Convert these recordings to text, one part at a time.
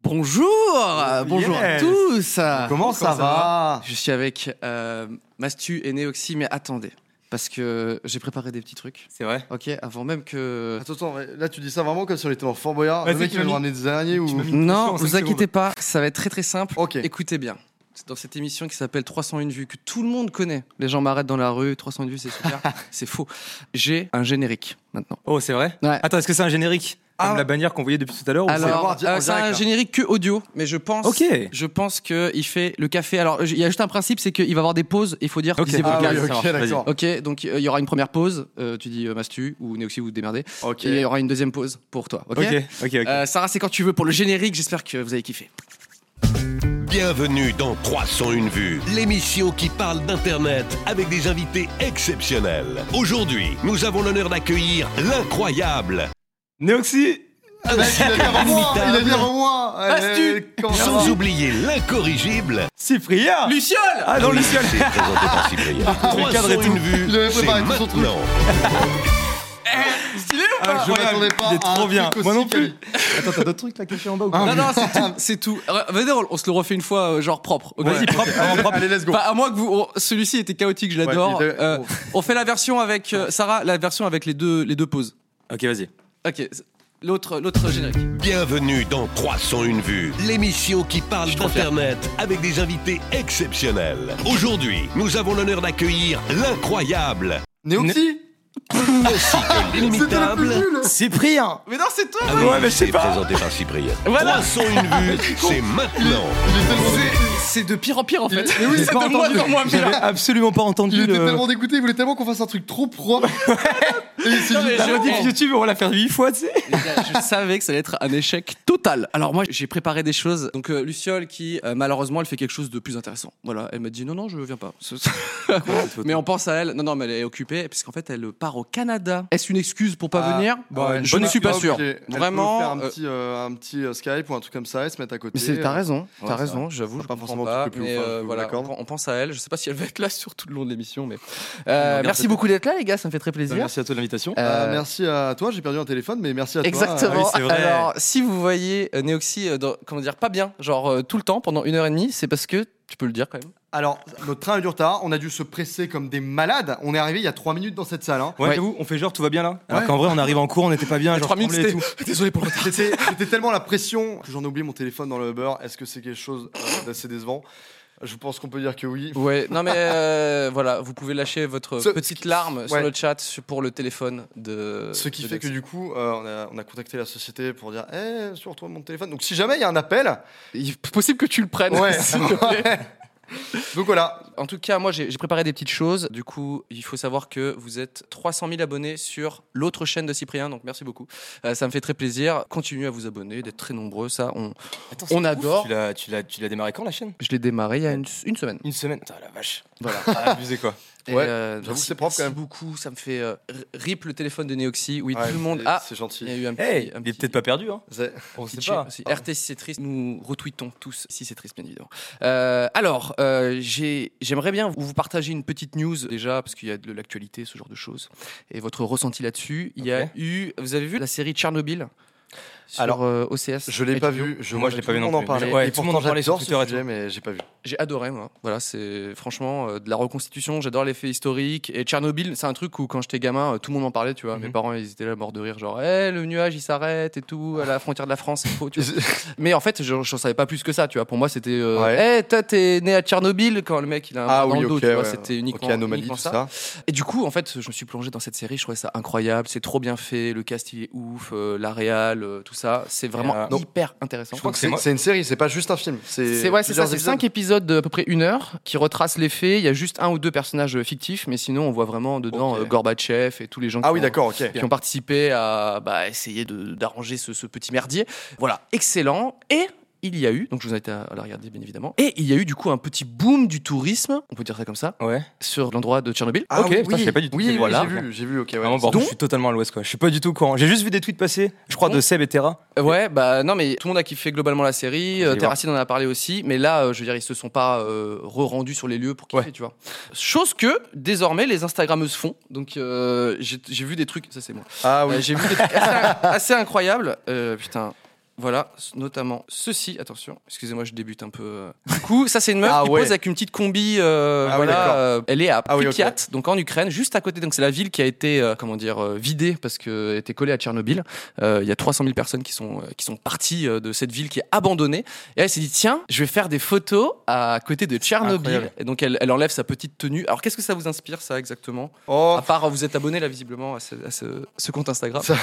Bonjour à tous. Comment ça va? Je suis avec Mastu et Neoxy, mais attendez, parce que j'ai préparé des petits trucs. C'est vrai? Ok, avant même que... Attends, là tu dis ça vraiment comme si on était dans Fort Boyard. Ouais, Le mec il va nous ramener des araignées ou... Non, vous inquiétez pas, ça va être très très simple. Ok. Écoutez bien. C'est dans cette émission qui s'appelle 301 vues, que tout le monde connaît. Les gens m'arrêtent dans la rue, 301 vues, c'est super. C'est faux. J'ai un générique maintenant. Oh, c'est vrai? Ouais. Attends, est-ce que c'est un générique? Comme la bannière qu'on voyait depuis tout à l'heure? Alors, c'est c'est un générique que audio, mais je pense qu'il fait le café. Alors, il y a juste un principe, c'est qu'il va avoir des pauses. Il faut dire Ok. qu'ils Ah évoquent. oui, ok, d'accord. Ok, donc il y aura une première pause. Tu dis Mastu ou Neoxy, vous vous démerdez. Ok. Et il y aura une deuxième pause pour toi. Ok. Ok. Sarah, c'est quand tu veux pour le générique. J'espère que vous avez kiffé. Bienvenue dans 301 vues, l'émission qui parle d'Internet avec des invités exceptionnels. Aujourd'hui, nous avons l'honneur d'accueillir l'incroyable, Néoxy! Il a dit avant moi. Mastu. sans oublier l'incorrigible. Cyprien! Luciole. Ah non, Luciole! C'est présenté par Cyprien. 301 vues, Il avait c'est préparé tout son truc. maintenant. Stylé ou pas? Je m'attendais pas Il est à un trop bien. truc Moi non aussi plus. Attends, t'as d'autres trucs là cachés en bas ou Ah, pas? Non, c'est tout. Venez, on se le refait une fois, genre propre. ok Vas-y, propre. Allez, let's go. Enfin, à moins que vous. Celui-ci était chaotique, je l'adore. Ouais, il était- On fait la version avec Sarah, la version avec les deux pauses. Ok, vas-y. Ok, l'autre générique. Bienvenue dans 301 vues, l'émission qui parle trop fier. d'Internet avec des invités exceptionnels. Aujourd'hui, nous avons l'honneur d'accueillir l'incroyable, Néoxy. ainsi que l'inimitable. Cyprien! Mais non, c'est toi. Ah oui, Ouais, mais je sais c'est pas. présenté par Cyprien. Voilà. 301 vues, c'est maintenant. Il est tellement C'est de pire en pire en fait. Mais oui, c'est de moins en moins J'avais pire. absolument pas entendu Il était le... tellement dégoûté, il voulait tellement qu'on fasse un truc trop propre. Et il s'est Non, dit, mais La je- rediff Oh. YouTube, on va la faire 8 fois, tu sais. Les gars, je savais que ça allait être un échec total. Alors moi, j'ai préparé des choses. Donc Luciole qui, malheureusement, elle fait quelque chose de plus intéressant. Voilà, elle m'a dit non, je viens pas. Mais on pense à elle. Non, mais elle est occupée puisqu'en fait, elle part au Canada. Est-ce une excuse pour pas venir ouais, Je ne suis pas ok. sûr. Elle peut Vraiment. faire un petit Skype ou un truc comme ça et se mettre à côté. T'as raison, Ouais, t'as c'est raison, vrai. j'avoue, C'est je pas comprends forcément pas, le truc le plus mais ouf, je vous voilà, l'accorde. on pense à elle, je sais pas si elle va être là sur tout le long de l'émission, mais regarde merci cette- beaucoup d'être là les gars, ça me fait très plaisir. Merci à toi de l'invitation. Merci à toi, j'ai perdu un téléphone, mais merci à toi. Exactement. Ah oui, c'est vrai. Alors, si vous voyez Neoxy, comment dire, pas bien, genre tout le temps pendant 1h30, c'est parce que tu peux le dire quand même. Alors, notre train a eu du retard, on a dû se presser comme des malades. On est arrivé il y a 3 minutes dans cette salle. Hein. Ouais, Ouais. j'avoue, on fait genre tout va bien là. Alors Ouais. qu'en vrai, on arrive en cours, on n'était pas bien. Il y a Genre, 3 minutes, tremblait et c'était... tout. Désolé pour le retard. C'était tellement la pression que j'en ai oublié mon téléphone dans le Uber. Est-ce que c'est quelque chose d'assez décevant? Je pense qu'on peut dire que oui. Ouais, non mais voilà, vous pouvez lâcher votre petite larme sur ouais. le chat pour le téléphone de... Ce qui de fait que Neoxy. du coup, on a contacté la société pour dire sur toi mon téléphone. Donc si jamais il y a un appel, Il est possible que tu le prennes. ouais. s'il te plaît. Donc voilà. En tout cas, moi, j'ai préparé des petites choses. Du coup, il faut savoir que vous êtes 300 000 abonnés sur l'autre chaîne de Cyprien, donc merci beaucoup. Ça me fait très plaisir. Continuez à vous abonner, d'être très nombreux, ça, Attends, on c'est adore. ouf. Tu l'as démarré quand la chaîne? Je l'ai démarré il y a une semaine. Une semaine. Putain, la vache. Voilà. Ah, abusé quoi. Et, Ouais, merci- j'avoue que c'est propre, quand même. Merci beaucoup, ça me fait rip le téléphone de Neoxy. Oui, Ouais, tout le monde. c'est- Ah, c'est il y gentil. a eu un petit. Hey, un il est petit- peut-être pas perdu, hein. C'est- On petit sait check pas. aussi. RT si c'est triste, nous retweetons tous si c'est triste, bien évidemment. Alors, j'aimerais bien vous partager une petite news déjà, parce qu'il y a de l'actualité, ce genre de choses, et votre ressenti là-dessus. Il y a Ok. eu, vous avez vu la série Tchernobyl sur Alors, OCS? Je l'ai pas HBO? vu. Moi, je l'ai pas vu non Tout le monde en plus. parlait. Ouais, Et tout le monde en pourtant, parlait sur j'adore ce Twitter et sujet, mais j'ai pas vu. J'ai adoré moi. Voilà, c'est franchement de la reconstitution. J'adore les faits historiques. Et Tchernobyl, c'est un truc où quand j'étais gamin, tout le monde en parlait. Tu vois, mes parents ils étaient là morts de rire, genre, le nuage il s'arrête et tout à la frontière de la France, c'est faux. Tu vois. Mais en fait, j'en savais pas plus que ça. Tu vois, pour moi c'était, Ouais. toi t'es né à Tchernobyl quand le mec il a un Ah bras oui, dans le dos. ok. Tu vois, ouais. c'était uniquement, Ok, anomalie, uniquement tout ça. ça. Et du coup, en fait, je me suis plongé dans cette série. Je trouvais ça incroyable. C'est trop bien fait. Le cast il est ouf. La réal, tout ça, c'est vraiment non. hyper intéressant. Je crois que c'est C'est moi. c'est une série, c'est pas juste un film. C'est ça, plusieurs c'est épisodes. 5 épisodes d'à peu près 1 heure qui retracent les faits. Il y a juste un ou deux personnages fictifs, mais sinon on voit vraiment dedans Ok. Gorbatchev et tous les gens Ah qui, oui, ont, d'accord, ok. qui ont participé à essayer d'arranger ce petit merdier. Voilà, excellent. Et il y a eu, donc je vous invite à la regarder bien évidemment, et il y a eu du coup un petit boom du tourisme, on peut dire ça comme ça, Ouais. sur l'endroit de Tchernobyl. Ah Ok, oui, putain, je savais pas du tout. Oui, Voilà. j'ai vu, ok. Ouais. Vraiment, bon, Donc- je suis totalement à l'ouest quoi. Je suis pas du tout au courant. J'ai juste vu des tweets passer, je crois, de Seb et Terra. Ouais, bah non, mais tout le monde a kiffé globalement la série. voir. Terracine en a parlé aussi, mais là, je veux dire, ils se sont pas re-rendus sur les lieux pour kiffer, Ouais. tu vois. Chose que désormais les Instagrammeuses font. Donc j'ai vu des trucs, ça c'est moi. Ah oui. J'ai vu des trucs assez incroyables. Putain. Voilà, notamment ceci. Attention, excusez-moi, je débute un peu. Du coup, ça c'est une meuf qui ouais. pose avec une petite combi. oui, d'accord. Elle est à Pripyat, ok. donc en Ukraine, juste à côté. Donc c'est la ville qui a été, vidée parce qu'elle était collée à Tchernobyl. Il y a 300 000 personnes qui sont parties de cette ville qui est abandonnée. Et elle s'est dit tiens, je vais faire des photos à côté de Tchernobyl. Incroyable. Et donc elle enlève sa petite tenue. Alors qu'est-ce que ça vous inspire ça exactement? Oh, À part vous êtes abonné là visiblement à ce compte Instagram. Ça-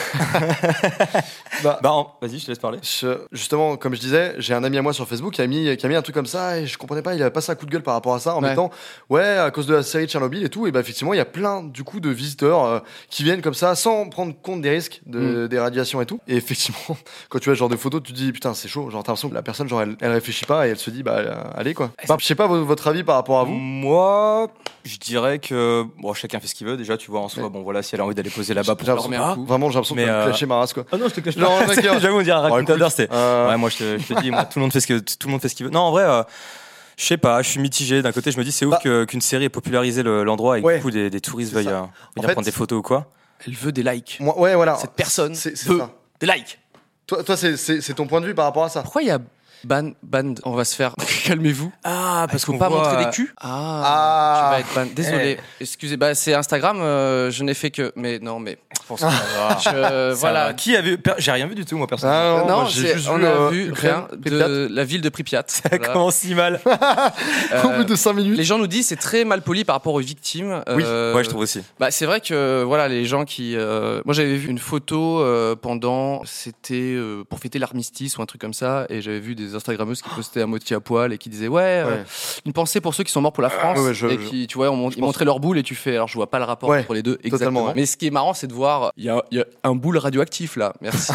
Vas-y, je te laisse parler. Justement, comme je disais, j'ai un ami à moi sur Facebook qui a mis un truc comme ça et je comprenais pas, il a passé un coup de gueule par rapport à ça en Ouais. mettant à cause de la série de Tchernobyl et tout, et bah effectivement, il y a plein du coup de visiteurs qui viennent comme ça sans prendre compte des risques des radiations et tout. Et effectivement, quand tu vois ce genre de photos, tu te dis putain, c'est chaud, genre t'as l'impression que la personne genre elle réfléchit pas et elle se dit bah allez quoi. Enfin, je sais pas votre avis par rapport à vous. Moi, je dirais que chacun fait ce qu'il veut. Déjà, tu vois, en soi, bon voilà, si elle a envie d'aller poser là-bas, J'ai l'impression- dormir un coup. Vraiment, j'ai l'impression que Mais, tu vas me clasher ma race quoi. Ah non, je te cache Non, pas. d'accord. J'avoue, on dirait un Bon, raconteur, écoute, c'était. Ouais, moi je te dis, moi, tout le monde fait ce qu'il veut. Non, en vrai, je sais pas, je suis mitigé. D'un côté, je me dis, c'est ouf qu'une série ait popularisé l'endroit et que Ouais. du coup des touristes C'est veuillent ça. venir fait, prendre des photos ou quoi. Elle veut des likes. Moi, ouais, voilà. Cette personne c'est veut ça. des likes. Toi, c'est ton point de vue par rapport à ça. Pourquoi il y a ban? On va se faire. Calmez-vous. Ah, Parce qu'il faut pas montrer des culs. Ah. Tu vas être ban. Désolé. Excusez. Bah c'est Instagram. Je n'ai fait que. Mais non, mais. Je pense que ça va. Voilà. Qui a vu? J'ai rien vu du tout, moi, personnellement. Ah, non, Non, moi, j'ai juste on vu a vu Ukraine, rien Pripyat. de la ville de Pripyat. Ça Voilà. commence si mal. Au bout de 5 minutes. Les gens nous disent c'est très mal poli par rapport aux victimes. Oui. Ouais, je trouve aussi. Bah c'est vrai que voilà les gens qui moi j'avais vu une photo pendant c'était pour fêter l'armistice ou un truc comme ça et j'avais vu des instagrammeuses qui postaient à moitié à poil et qui disaient une pensée pour ceux qui sont morts pour la France et qui tu vois ils montraient leur boule et tu fais alors je vois pas le rapport entre les deux exactement totalement, ouais. mais ce qui est marrant c'est de voir il y a un boule radioactif là merci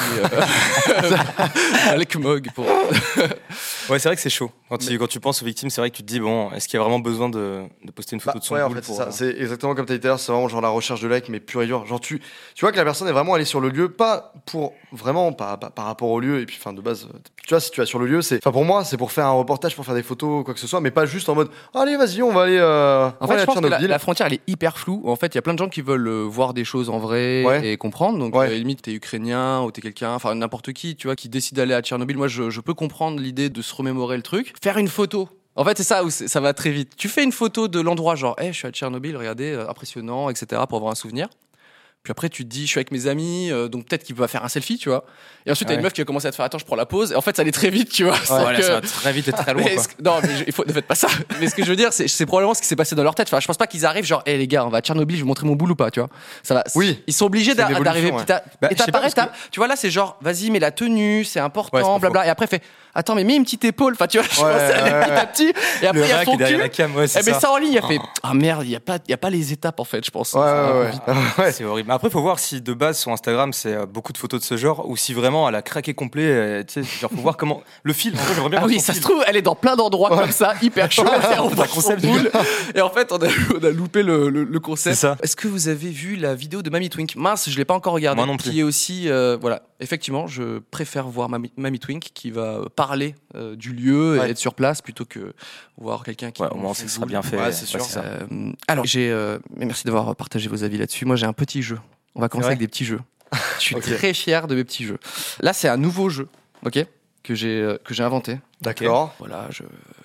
Alec Mog pour Ouais, c'est vrai que c'est chaud. Quand tu penses aux victimes, c'est vrai que tu te dis, bon, est-ce qu'il y a vraiment besoin de poster une photo de son en boule fait, c'est pour, ça. C'est exactement comme tu as dit tout à l'heure, c'est vraiment genre la recherche de likes, mais pur et dur. Genre, tu vois que la personne est vraiment allée sur le lieu, pas pour vraiment, par rapport au lieu, et puis, enfin, de base, tu vois, si tu vas sur le lieu, pour moi, c'est pour faire un reportage, pour faire des photos, quoi que ce soit, mais pas juste en mode, allez, vas-y, on va aller, En fait, je pense que Tchernobyl. la frontière, elle est hyper floue. En fait, il y a plein de gens qui veulent voir des choses en vrai et comprendre. Donc, limite, t'es ukrainien ou t'es quelqu'un, enfin, n'importe qui, tu vois, qui décide d'aller à Tchernobyl. Moi, je peux comprendre l'idée de se remémorer le truc. Faire une photo. En fait, c'est ça où ça va très vite. Tu fais une photo de l'endroit, genre, je suis à Tchernobyl, regardez, impressionnant, etc., pour avoir un souvenir. Puis après, tu te dis, je suis avec mes amis, donc peut-être qu'il va faire un selfie, tu vois. Et ensuite, t'as une meuf qui va commencer à te faire, attends, je prends la pause. Et en fait, ça allait très vite, tu vois. Ouais, là, ça va très vite et très loin. Quoi. Non, mais ne faites pas ça. Mais ce que je veux dire, c'est probablement ce qui s'est passé dans leur tête. Enfin, je pense pas qu'ils arrivent, genre, les gars, on va à Tchernobyl, je vais montrer mon boule ou pas, tu vois. Ça va. Oui. Ils sont obligés C'est une d'arriver évolution, petit étape par étape. Tu vois, là, c'est genre, vas-y, mais la tenue, c'est important, blabla. Et après, fait, attends, mais mets une petite épaule. Enfin, tu vois, je pense petit à petit. Et après, il y a son cul. La cam, ouais, Mais ça en ligne, il a fait, merde, il y a pas les étapes, en fait, je pense. Ouais. C'est horrible. Mais après, faut voir si de base sur Instagram c'est beaucoup de photos de ce genre ou si vraiment elle a craqué complet. Tu sais, genre faut voir comment le fil. En fait, j'aimerais bien voir oui, son ça fil. se trouve, elle est dans plein d'endroits comme ça, hyper chaud. On voit son boule. Et en fait, on a loupé le concept. C'est ça. Est-ce que vous avez vu la vidéo de Mamie Twink? Mince, je l'ai pas encore regardée. Moi non plus. Qui est aussi, voilà. Effectivement, je préfère voir Mamie Twink qui va parler du lieu et être sur place plutôt que voir quelqu'un qui. Ouais, au moins, ça sera bien fait. Ouais, c'est sûr. ça. Alors, mais merci d'avoir partagé vos avis là-dessus. Moi, j'ai un petit jeu. On va commencer avec des petits jeux. Je suis très fier de mes petits jeux. Là, c'est un nouveau jeu, ok, que j'ai inventé. D'accord. Voilà, j'ai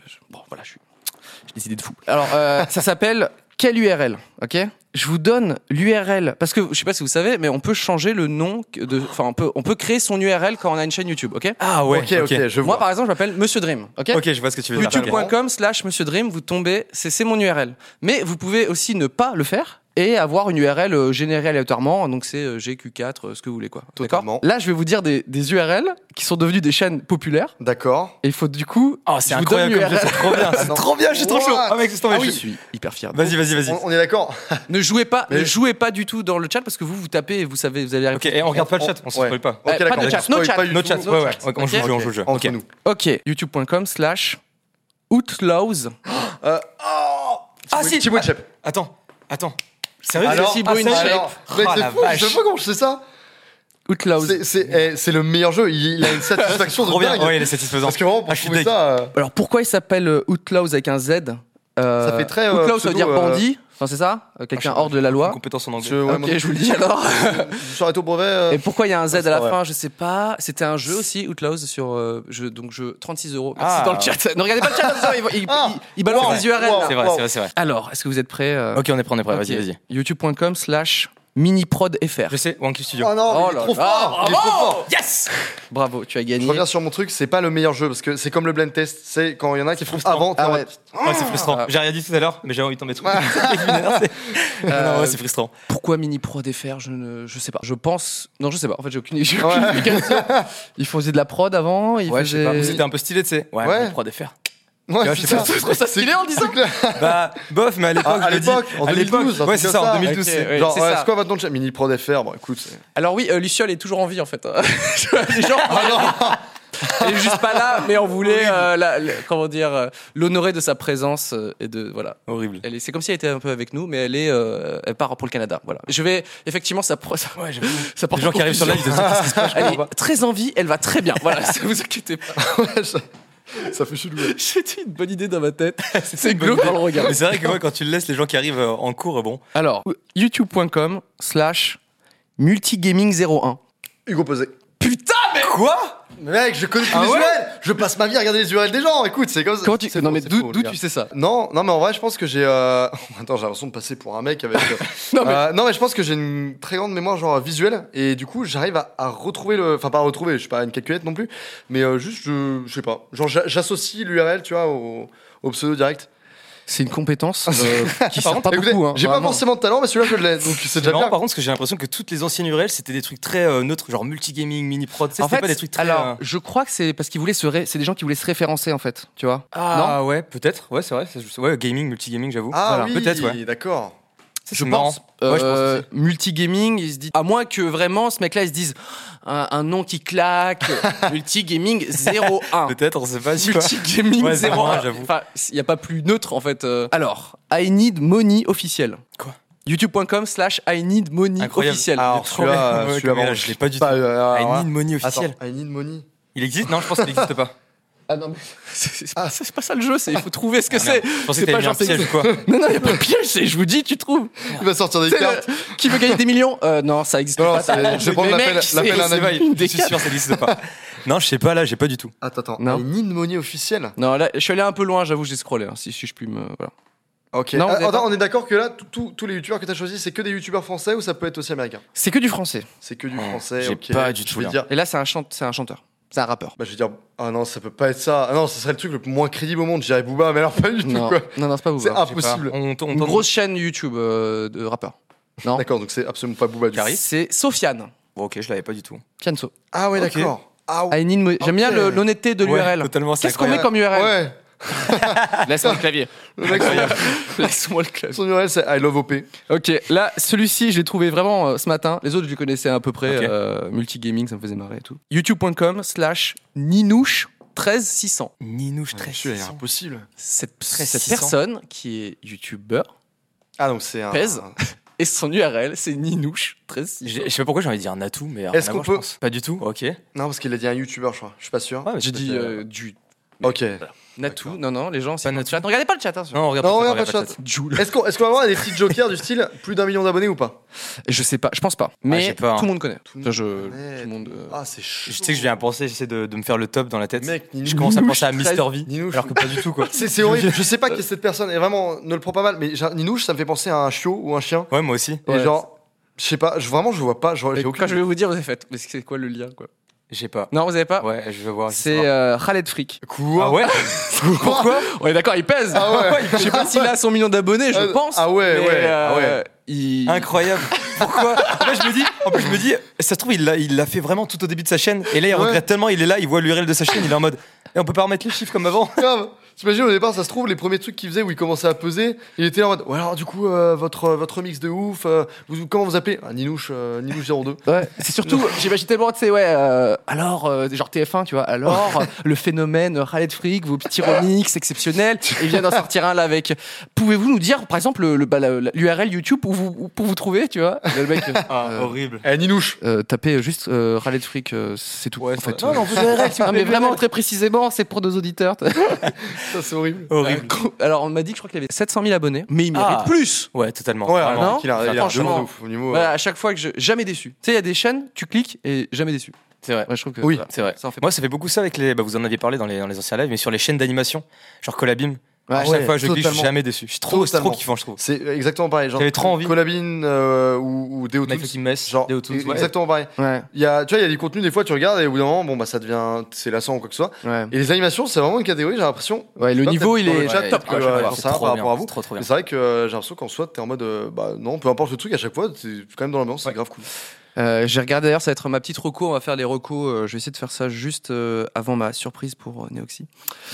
décidé de fou. Alors, ça s'appelle quelle URL, ok? Je vous donne l'URL parce que je sais pas si vous savez, mais on peut changer le nom enfin on peut créer son URL quand on a une chaîne YouTube, ok? Ah ouais. Ok, je vois. Moi, par exemple, je m'appelle Monsieur Dream, ok? Ok, je vois ce que tu veux dire. YouTube.com/Monsieur Dream, vous tombez, c'est mon URL. Mais vous pouvez aussi ne pas le faire et avoir une URL générée aléatoirement, donc c'est GQ4, ce que vous voulez, quoi. Totalement. D'accord. Là, je vais vous dire des URL qui sont devenues des chaînes populaires. D'accord. Et il faut du coup. Oh, c'est je vous donne incroyable comme jeu, l'URL. c'est trop bien. C'est trop bien, je suis trop chaud. Ah mec, c'est trop bien. Je suis hyper fier. Vas-y. On est d'accord. Ne jouez pas du tout dans le chat parce que vous tapez et vous savez, vous allez arriver. Ok, et on regarde pas le chat, on se spoil pas. Ok, d'accord. pas de chat, On no spoil chat. pas du No tout. chat, ouais. On joue le jeu. Entre Ok. nous. Ok, youtube.com/outlaws. Si, Thibaut Chep. Attends. Sérieux? Alors, Thibaut mec, InShape. c'est Oh, la fou, vache. je sais pas comment je sais ça. Outlaws. C'est le meilleur jeu, il a une satisfaction de Trop bien. dingue. Ouais, il est satisfaisant. Parce que vraiment, pour je suis trouver deg. ça. Alors pourquoi il s'appelle Outlaws avec un Z? Ça fait très, Outlaws, ça veut pseudo, dire bandit. Enfin, c'est ça quelqu'un hors de la loi. Compétence en anglais. Ok, je vous le dis alors. Je serais au brevet. Et pourquoi il y a un Z à c'est la vrai. fin, je sais pas. C'était un jeu aussi, Outlaws, sur 36 €. Merci Ah. dans le chat. Ne regardez pas le chat, il balance Wow. des URL. Wow. là. C'est vrai. Alors, est-ce que vous êtes prêts Ok, on est prêt, Ok. vas-y. youtube.com/miniprodfr. Je sais, Wanky Studio. Oh non, Oh il est là trop là, fort. Il est trop fort. Yes. Bravo, tu as Je gagné. reviens sur mon truc, c'est pas le meilleur jeu parce que c'est comme le blend test, c'est quand il y en a qui font avant. Ah ouais. Ouais, c'est frustrant. Ah. J'ai rien dit tout à l'heure, mais j'ai envie de t'en mettre. Euh, Ouais, c'est frustrant. Pourquoi MiniProdFR je sais pas. Je pense. Non, je sais pas. En fait, j'ai aucune Ouais. explication. Ils faisaient de la prod avant. Ils Ouais, je sais pas. faisaient... C'était un peu stylé, tu sais. Ouais. Ouais, prod FR. Ouais, je sais pas. c'est Je trouve ça stylé en disant. c'est clair. Bah, bof, mais à l'époque, À je le dis. l'époque, en À l'époque, 2012, un ouais, truc c'est comme ça, en ça. 2012. Ok, c'est- ouais. Genre, c'est ouais, ça. c'est quoi votre nom de chat Mini Prod FR. Bon, écoute. Alors oui, Luciole est toujours en vie en fait. Les gens. Elle est juste pas là, mais on voulait comment dire l'honorer de sa présence et de voilà. Horrible. C'est comme si elle était un peu avec nous, mais elle part pour le Canada. Voilà. Je vais effectivement ça Ouais, j'avoue. ça porte Les gens qui arrivent sur le live, ils se disent qu'est-ce qui se passe, je Elle comprends est très en vie, elle va très bien. Voilà, ça vous inquiétez pas. Ouais, ça fait chelou. Ouais. C'était une bonne idée dans ma tête. C'est une bonne glauque idée. quand on le regarde. Mais c'est vrai que moi, quand tu le laisses, les gens qui arrivent en cours, bon. Alors, youtube.com/multigaming01. Hugo Posé. Putain, mais Quoi? Mec, je connais tous Ah les ouais URL. Je passe ma vie à regarder les URL des gens. Écoute, c'est comme ça. comment tu C'est Non faux, mais c'est d'où faux, d'où les gars. tu sais ça? Non, mais en vrai, je pense que j'ai. Attends, j'ai l'impression de passer pour un mec avec. Non, mais- non, mais je pense que j'ai une très grande mémoire genre visuelle et du coup, j'arrive à retrouver le. Enfin, pas à retrouver. Je suis pas une calculette non plus, mais juste, je sais pas. Genre, j'associe l'URL, tu vois, au pseudo direct. C'est une compétence qui sert pas Écoutez, beaucoup. Hein, j'ai pas vraiment. forcément de talent, mais celui-là, je l'ai. Donc, c'est C'est déjà marrant, bien. par contre, parce que j'ai l'impression que toutes les anciennes URL, c'était des trucs très neutres, genre multigaming, mini-prod. Tu sais, En c'était fait, pas des trucs très. alors, je crois que c'est parce qu'ils voulaient c'est des gens qui voulaient se référencer en fait, tu vois. Ah ouais, peut-être. Ouais, c'est vrai. Ouais, gaming, multigaming, j'avoue. Ah Voilà. oui, Peut-être, ouais. d'accord. C'est Je marrant. pense. Ouais, je pense aussi. Multigaming, il se dit. À moins que vraiment ce mec-là, il se dise un nom qui claque. Multigaming 01. Peut-être, on sait pas. Tu vois. Multigaming Ouais, c'est 01. vrai, j'avoue. Enfin, il n'y a pas plus neutre en fait. Alors, I need money officiel. Quoi? youtube.com/I need money Incroyable. officiel. Alors, celui-là, Ouais, celui-là, mais là, bon, je l'ai pas du pas, tout. I ouais. need money officiel. Attends, I need money. Il existe? Non, je pense qu'il n'existe pas. Ah non, mais c'est pas ça le jeu, il faut trouver ce que Ah, c'est. merde. Je pensais C'est que pas t'avais mis un genre, c'est- piège ou quoi. Non, non, il n'y a pas de piège, je vous dis, tu trouves. Il va sortir des C'est cartes. Qui veut gagner des millions Non, ça existe Non, pas. c'est- ça. je vais prendre Mais l'appel- mec, c'est- l'appel à un c'est ami. pas une Je des suis quatre. sûr, ça n'existe pas. Non, je sais pas, là, j'ai pas du tout. Attends, Non. I need money officiel. Non, là, je suis allé un peu loin, j'avoue, j'ai scrollé. Si je puis me. Voilà. Ok. Non, vous avez Attends, pas- on est d'accord que là, tous les youtubeurs que t'as choisis, c'est que des youtubeurs français ou ça peut être aussi américain? C'est que du français. C'est que du Oh, français. j'ai ok. pas du Je tout, vais là. dire. Et là, c'est un chanteur. C'est un rappeur. Bah, je vais dire. Ah non, ça peut pas être ça. Ah non, ça serait le truc le moins crédible au monde. Je dirais Booba, mais alors pas du tout Non, quoi. non, c'est pas vous. C'est hein. impossible. On Une tente- grosse chaîne YouTube de rappeurs. Non. D'accord, donc c'est absolument pas Booba du Caris. tout. C'est Sofiane. Bon, ok, je l'avais pas du tout. Fianso. Ah ouais, Ok. d'accord. Ah ouais. I need money. J'aime bien Ok. l'honnêteté de l'URL. Totalement, c'est Qu'est-ce qu'on met incroyable. comme URL Ouais. Laisse-moi le clavier. Le mec, Laisse-moi le clavier. son URL c'est I love OP. Ok, là, celui-ci, je l'ai trouvé vraiment ce matin. Les autres, je les connaissais à peu près. Ok. Multigaming, ça me faisait marrer et tout. youtube.com/ninouche13600. Ninouche Très 13. sûr, c'est impossible. Cette 600. personne qui est youtubeur Ah donc c'est un. pèse et son URL, c'est Ninouche 13 Je sais pas pourquoi j'ai envie de dire un atout, mais. Est-ce rien à qu'on voir, je peut- pense. Pas du tout, ok. Non parce qu'il a dit un youtubeur, je crois. Je suis pas sûr. Ouais, mais J'ai c'est dit peut-être, du Ok. Natou. Non, les gens, c'est Pas dans le Natou. chat. Regardez pas le chat, hein, Non, regarde Non, pas, regarde pas le chat. Joule. Est-ce qu'on va avoir des petits jokers du style plus d'1 million d'abonnés ou pas? Je sais pas, je pense pas. je Mais sais pas, hein. tout le monde connaît. Tout le Enfin, monde connaît. tout le monde. Ah c'est chaud. Je sais que je viens à penser, j'essaie de me faire le top dans la tête. Mec, Je commence à penser à Ninouche, Mister V, Ninouche. alors que pas du tout, quoi. C'est horrible. Je sais pas qui est cette personne et vraiment ne le prends pas mal. Mais Ninouche, ça me fait penser à un chiot ou un chien. Ouais, moi aussi. Et Ouais. genre, je sais pas. Vraiment, je vois pas. Et J'ai quand aucune. je vais vous dire, vous avez fait. Mais c'est quoi le lien, quoi? J'ai pas. Non, vous avez pas? Ouais, je vais voir. C'est Khaled Freak. Quoi? Ah ouais? Pourquoi? On est d'accord, il pèse. Ah ouais. Je sais pas s'il a son million d'abonnés, je pense. Ah ouais, mais, ouais. Ah ouais. Il... Incroyable. Pourquoi? En fait, je me dis, ça se trouve, il l'a fait vraiment tout au début de sa chaîne. Et là, il Ouais. regrette tellement, il est là, il voit l'URL de sa chaîne, il est en mode, et on peut pas remettre les chiffres comme avant. Grave. T'imagines au départ, ça se trouve, les premiers trucs qu'il faisait où il commençait à peser, il était là en mode. Ouais, alors du coup, votre mix de ouf, comment vous appelez? Ah, Ninouche 02. Ouais, c'est surtout, j'imagine tellement, tu sais, ouais, alors, genre TF1, tu vois, alors, le phénomène Khaled Freak, vos petits remix exceptionnels, et il vient d'en sortir un là avec. Pouvez-vous nous dire, par exemple, l'URL YouTube pour vous trouver, tu vois? Le mec, horrible. Ninouche. tapez juste râler de fric, c'est tout. Ouais, en fait. non, on veut des règles, Non, mais vraiment très précisément, c'est pour nos auditeurs. Ça, c'est horrible. Horrible. Alors on m'a dit que je crois qu'il avait 700 000 abonnés, mais il mérite plus. Ouais, totalement. Ouais, Vraiment. non, il a franchement. de ouf au niveau. Voilà, à chaque fois que jamais déçu. Tu sais, il y a des chaînes, tu cliques et jamais déçu. C'est vrai. Ouais, je trouve que Oui. voilà, C'est vrai. ça en fait. Moi, ça fait beaucoup ça avec les. Bah, vous en aviez parlé dans les anciens lives, mais sur les chaînes d'animation, genre Colabim. Ouais, À chaque fois que je clique, je suis totalement. jamais déçu. Je suis trop Totalement. kiffant, je trouve. C'est exactement pareil. Genre, J'avais trop envie. Collabine ou Deotoons. Avec Fucking Mess, Genre, Deotoons, ouais. exactement pareil. Ouais, Tu vois, il y a des contenus, des fois, tu regardes et au bout d'un moment, bon, bah, ça devient. C'est lassant ou quoi que ce soit. ouais. Et les animations, c'est vraiment une catégorie, j'ai l'impression. Ouais, le Pas niveau, peut-être il dans est le chat ouais, top, ouais, que, ouais, j'en c'est sais rien par rapport à vous. Trop Mais bien. c'est vrai que j'ai l'impression qu'en soit, t'es en mode. Bah, non, peu importe le truc, à chaque fois, t'es quand même dans l'ambiance, c'est grave cool. J'ai regardé d'ailleurs, ça va être ma petite reco. On va faire les recos. Je vais essayer de faire ça juste avant ma surprise pour Neoxy.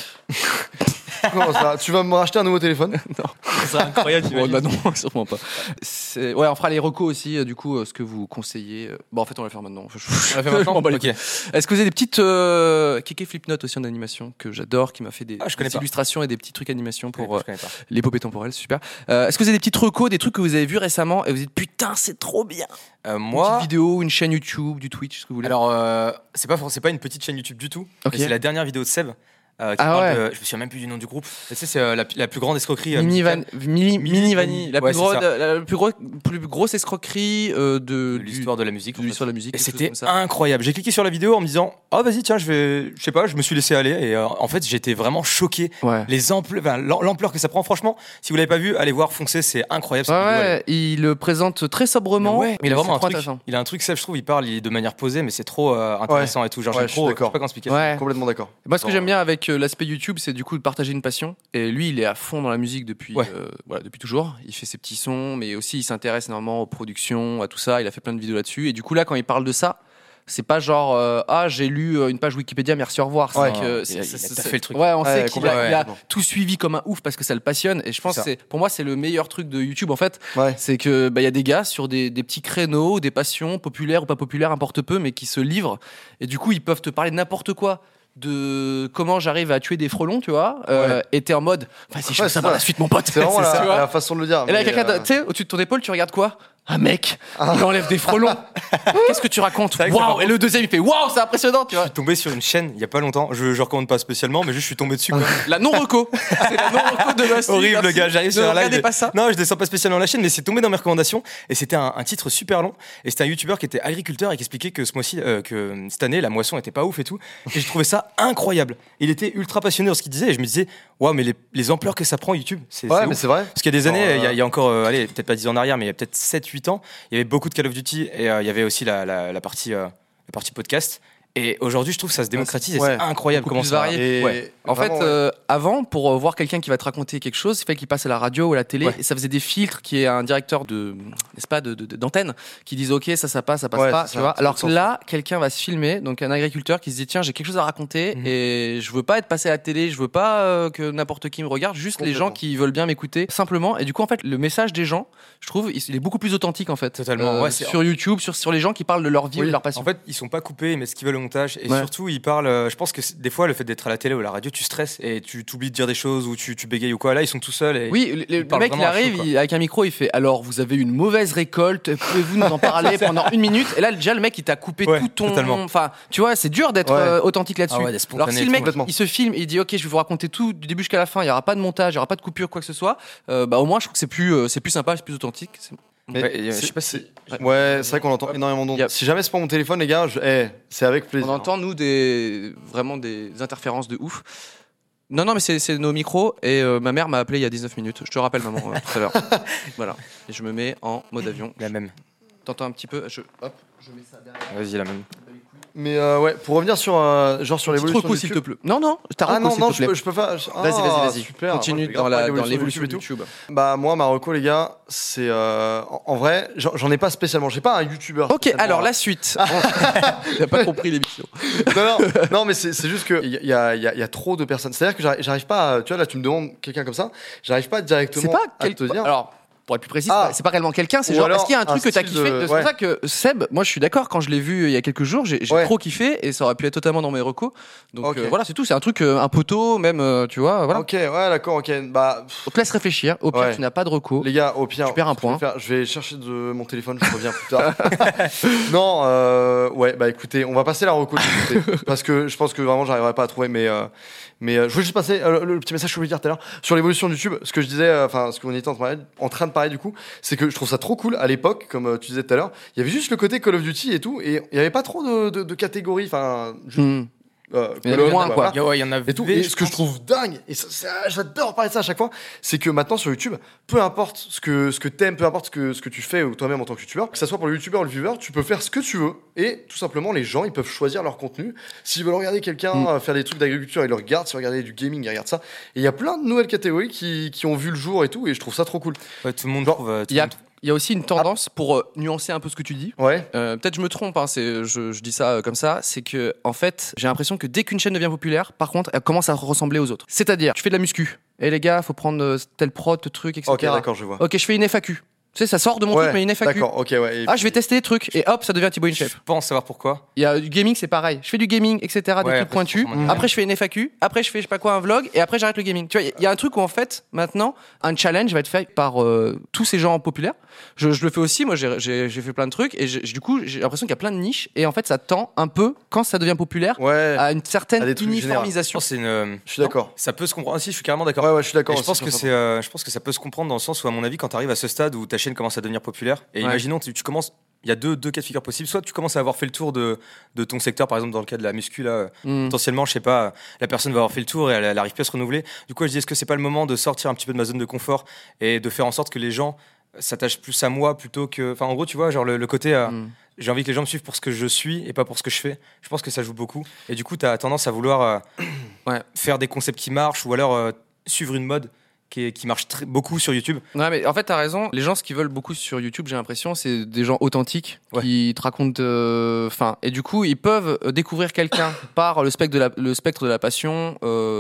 Comment ça? Tu vas me racheter un nouveau téléphone? C'est incroyable, Oh, bah non, sûrement pas. Ouais, on fera les recos aussi. Du coup, ce que vous conseillez. Bon, en fait, on va le faire maintenant. On l'a fait maintenant. Je m'en bats les Ok. couilles. Est-ce que vous avez des petites Kéké Flipnote aussi en animation que j'adore, qui m'a fait des, Ah, je connais des pas. illustrations et des petits trucs animation pour Je connais pas. l'épopée temporelle, c'est super. Est-ce que vous avez des petites recos, des trucs que vous avez vus récemment et vous dites putain, c'est trop bien. Une Moi, petite vidéo, une chaîne YouTube, du Twitch, ce que vous voulez. alors, c'est pas une petite chaîne YouTube du tout. Ok. Mais c'est la dernière vidéo de Seb. Qui Ah parle ouais. de, je me souviens même plus du nom du groupe. Mais tu sais, c'est la plus grande escroquerie. Mini musicale Vanille, la Ouais, plus c'est grosse, plus grosse escroquerie de l'histoire de la musique. de l'histoire de la musique. Et quelque chose c'était comme ça. incroyable. J'ai cliqué sur la vidéo en me disant, oh vas-y tiens, je sais pas, je me suis laissé aller et en fait j'étais vraiment choqué. Ouais. L'ampleur que ça prend, franchement, si vous l'avez pas vu, allez voir, foncez, c'est incroyable. cette vidéo, Ouais, il le présente très sobrement. ouais, mais il a vraiment c'est un trop truc. intéressant. Il a un truc, ça, je trouve, il parle de manière posée, mais c'est trop intéressant et tout. Genre, Ouais, j'aime je suis trop. Je d'accord. sais pas comment expliquer. Ouais. Complètement d'accord. Moi, ce que j'aime bien avec l'aspect YouTube, c'est du coup de partager une passion. Et lui, il est à fond dans la musique depuis, Ouais. voilà, depuis toujours. Il fait ses petits sons, mais aussi il s'intéresse énormément aux productions, à tout ça. Il a fait plein de vidéos là-dessus. Et du coup, là, quand il parle de ça, c'est pas genre ah j'ai lu une page Wikipédia, merci au revoir. C'est Ouais. que Il a taffé le truc. Ouais, on Ouais, sait qu'il a, complètement. il a tout suivi comme un ouf parce que ça le passionne. Et je pense C'est que ça. pour moi c'est le meilleur truc de YouTube en fait. Ouais. C'est que il y a des gars sur des petits créneaux, des passions populaires ou pas populaires, importe peu, mais qui se livrent. Et du coup ils peuvent te parler de n'importe quoi. De comment j'arrive à tuer des frelons, tu vois, et t'es en mode, vas-y, je Ouais, veux c'est savoir ça. la suite, mon pote. C'est vraiment C'est ça, tu vois. la façon de le dire. Et là, mais, quelqu'un, tu sais, au-dessus de ton épaule, tu regardes quoi? Un mec, il enlève des frelons. Qu'est-ce que tu racontes? C'est vrai que ça, par Waouh! Et le deuxième, il fait waouh, c'est impressionnant, tu vois. Je suis tombé sur une chaîne il y a pas longtemps. Je recommande pas spécialement, mais juste je suis tombé dessus. Quoi. La non-reco. C'est la non-reco de Bastille. Horrible, le Merci. gars. J'arrive sur Ne un regardez live. pas ça. Non, je descends pas spécialement la chaîne, mais c'est tombé dans mes recommandations. Et c'était un titre super long. Et c'était un youtubeur qui était agriculteur et qui expliquait que ce mois-ci, que cette année, la moisson était pas ouf et tout. Et j'ai trouvé ça incroyable. Il était ultra passionné dans ce qu'il disait. Et je me disais, waouh, mais les ampleurs que ça prend YouTube, c'est Ouais, ouf. mais c'est vrai. Parce qu'il y a des années, Genre, il y a encore, allez, peut-être pas 10 ans en arrière, mais il y a peut-être 7-8 ans, il y avait beaucoup de Call of Duty et il y avait aussi la partie podcast. Et aujourd'hui, je trouve que ça se démocratise et Ouais. c'est incroyable Beaucoup comment plus ça. varié. Et Ouais. En vraiment, fait, ouais. avant, pour voir quelqu'un qui va te raconter quelque chose, il fallait qu'il passe à la radio ou à la télé, Ouais. et ça faisait des filtres qui est un directeur de, n'est-ce pas, d'antenne, qui disent ok, ça passe Ouais, pas, c'est tu ça, vois. ça Alors fait que sens. là, quelqu'un va se filmer, donc un agriculteur qui se dit tiens, j'ai quelque chose à raconter Mhm. et je veux pas être passé à la télé, je veux pas que n'importe qui me regarde, juste les gens Complètement. qui veulent bien m'écouter, simplement. Et du coup, en fait, le message des gens, je trouve, il est beaucoup plus authentique en fait. Totalement, ouais, c'est- sur YouTube, sur les gens qui parlent de leur vie ou de leur passion. En fait, ils sont pas coupés, ils mettent ce qu'ils veulent au montage. Et Ouais. surtout, ils parlent. Je pense que des fois, le fait d'être à la télé ou à la radio, tu stresses et tu t'oublies de dire des choses ou tu bégayes ou quoi. Là, ils sont tout seuls. Et Oui, le parle mec il vraiment à chaud, arrive quoi. avec un micro, il fait alors vous avez eu une mauvaise récolte, pouvez-vous nous en parler pendant une minute? Et là déjà le mec il t'a coupé Ouais, tout ton, totalement. enfin tu vois c'est dur d'être Ouais. authentique là-dessus. Ah ouais, d'être Alors spontané, si le mec complètement. il se filme et il dit ok je vais vous raconter tout du début jusqu'à la fin, il y aura pas de montage, il y aura pas de coupure quoi que ce soit, bah au moins je trouve que c'est plus sympa, c'est plus authentique. Mais Ouais, et, je c'est- sais pas si- Ouais, c'est vrai qu'on entend énormément d'ondes. Yep. Si jamais c'est pas mon téléphone, les gars, c'est avec plaisir. On entend nous vraiment des interférences de ouf. Non, mais c'est nos micros et ma mère m'a appelé il y a 19 minutes. Je te rappelle, maman, tout à l'heure. Voilà. Et je me mets en mode avion. La même. T'entends un petit peu je mets ça derrière. Vas-y, la même. Mais ouais, pour revenir sur genre sur Petite l'évolution reco, de s'il te YouTube. plaît. Non, ta Ah reco, non, s'il non, te plaît. je peux pas. Vas-y. Super. Continue Moi, je vais grave dans parler l'évolution de et tout. YouTube. Bah moi, Marocco, les gars, c'est en vrai, j'en ai pas spécialement. J'ai pas un YouTuber. Ok, spécialement. alors la suite. T'as pas compris l'émission. non, mais c'est juste que il y a trop de personnes. C'est-à-dire que j'arrive pas. Tu vois, là, tu me demandes quelqu'un comme ça, j'arrive pas C'est directement pas à te dire. Alors, pour être plus précis, Ah. c'est pas réellement quelqu'un, c'est Ou genre alors est-ce qu'il y a un truc que t'as style kiffé. de- C'est pour ouais. ça que Seb, moi je suis d'accord, quand je l'ai vu il y a quelques jours, j'ai Ouais. trop kiffé et ça aurait pu être totalement dans mes recos. Donc Ok. voilà, c'est tout, c'est un truc un poteau, même tu vois, voilà. Ok, ouais, d'accord, ok. Bah, Donc laisse réfléchir, au pire Ouais. tu n'as pas de recos. les gars, au pire, Tu perds un ce que je vais point. faire, je vais chercher de mon téléphone, je reviens plus tard. Non, ouais, bah écoutez, on va passer la reco de côté, parce que je pense que vraiment j'arriverai pas à trouver, mais je voulais juste passer le petit message que je voulais dire tout à l'heure sur l'évolution de YouTube. Ce que je disais, enfin ce qu'on était en train de parler du coup, c'est que je trouve ça trop cool à l'époque, comme tu disais tout à l'heure. Il y avait juste le côté Call of Duty et tout, et il y avait pas trop de catégories, enfin. Hmm. Call Il y en avait of, moins, voilà. quoi. Ouais, il y en a Et tout. Et ce que je trouve dingue, et j'adore parler de ça à chaque fois, c'est que maintenant sur YouTube, peu importe ce que t'aimes, peu importe ce que tu fais ou toi-même en tant que youtubeur, que ça soit pour le youtubeur ou le viewer, tu peux faire ce que tu veux. Et tout simplement, les gens, ils peuvent choisir leur contenu. S'ils veulent regarder quelqu'un faire des trucs d'agriculture, ils le regardent. S'ils veulent regarder du gaming, ils regardent ça. Et il y a plein de nouvelles catégories qui ont vu le jour et tout. Et je trouve ça trop cool. Ouais, tout le monde Genre, trouve. Tout Il y le a, monde- il y a aussi une tendance pour nuancer un peu ce que tu dis. Ouais. Peut-être je me trompe, hein, je dis ça comme ça, c'est que en fait j'ai l'impression que dès qu'une chaîne devient populaire, par contre elle commence à ressembler aux autres. C'est-à-dire, tu fais de la muscu, et les gars, faut prendre tel prod, tel truc, etc. Ok, d'accord, je vois. Ok, je fais une FAQ. Tu sais, ça sort de mon truc, mais une FAQ. D'accord, ok, ouais. Et Ah, je vais tester des trucs, et hop, ça devient Thibaut InShape. Je pense savoir pourquoi. Il y a du gaming, c'est pareil. Je fais du gaming, etc. Des Ouais, trucs après, pointus. c'est forcément Après, je fais une FAQ. Après, je fais je sais pas quoi, un vlog. Et après, j'arrête le gaming. Tu vois, il y a un truc où en fait, maintenant, un challenge va être fait par tous ces gens populaires. Je le fais aussi. Moi, j'ai fait plein de trucs. Et du coup, j'ai l'impression qu'il y a plein de niches. Et en fait, ça tend un peu, quand ça devient populaire, Ouais, à une certaine À des trucs Je uniformisation. pense que c'est une. je suis d'accord. Ça peut se comprendre. Ah, si, je suis carrément d'accord. Ouais, je suis d'accord. Et je aussi pense sur que ça. je pense que ça peut se comprendre dans le sens où, à mon avis, quand tu arrives à ce stade où ta chaîne commence à devenir populaire, et Ouais. imaginons, tu commences, il y a deux cas de figure possibles. Soit tu commences à avoir fait le tour de ton secteur, par exemple, dans le cas de la muscu, là, Mm. potentiellement, je sais pas, la personne va avoir fait le tour et elle arrive plus à se renouveler. Du coup, je dis, est-ce que c'est pas le moment de sortir un petit peu de ma zone de confort et de faire en sorte que les gens s'attachent plus à moi plutôt que. Enfin, en gros, tu vois, genre le côté. Mm. J'ai envie que les gens me suivent pour ce que je suis et pas pour ce que je fais. Je pense que ça joue beaucoup. Et du coup, tu as tendance à vouloir Ouais. faire des concepts qui marchent ou alors suivre une mode qui marche beaucoup sur YouTube. Ouais, mais en fait, t'as raison. Les gens, ce qu'ils veulent beaucoup sur YouTube, j'ai l'impression, c'est des gens authentiques qui te racontent. Enfin, et du coup, ils peuvent découvrir quelqu'un par le spectre de la passion,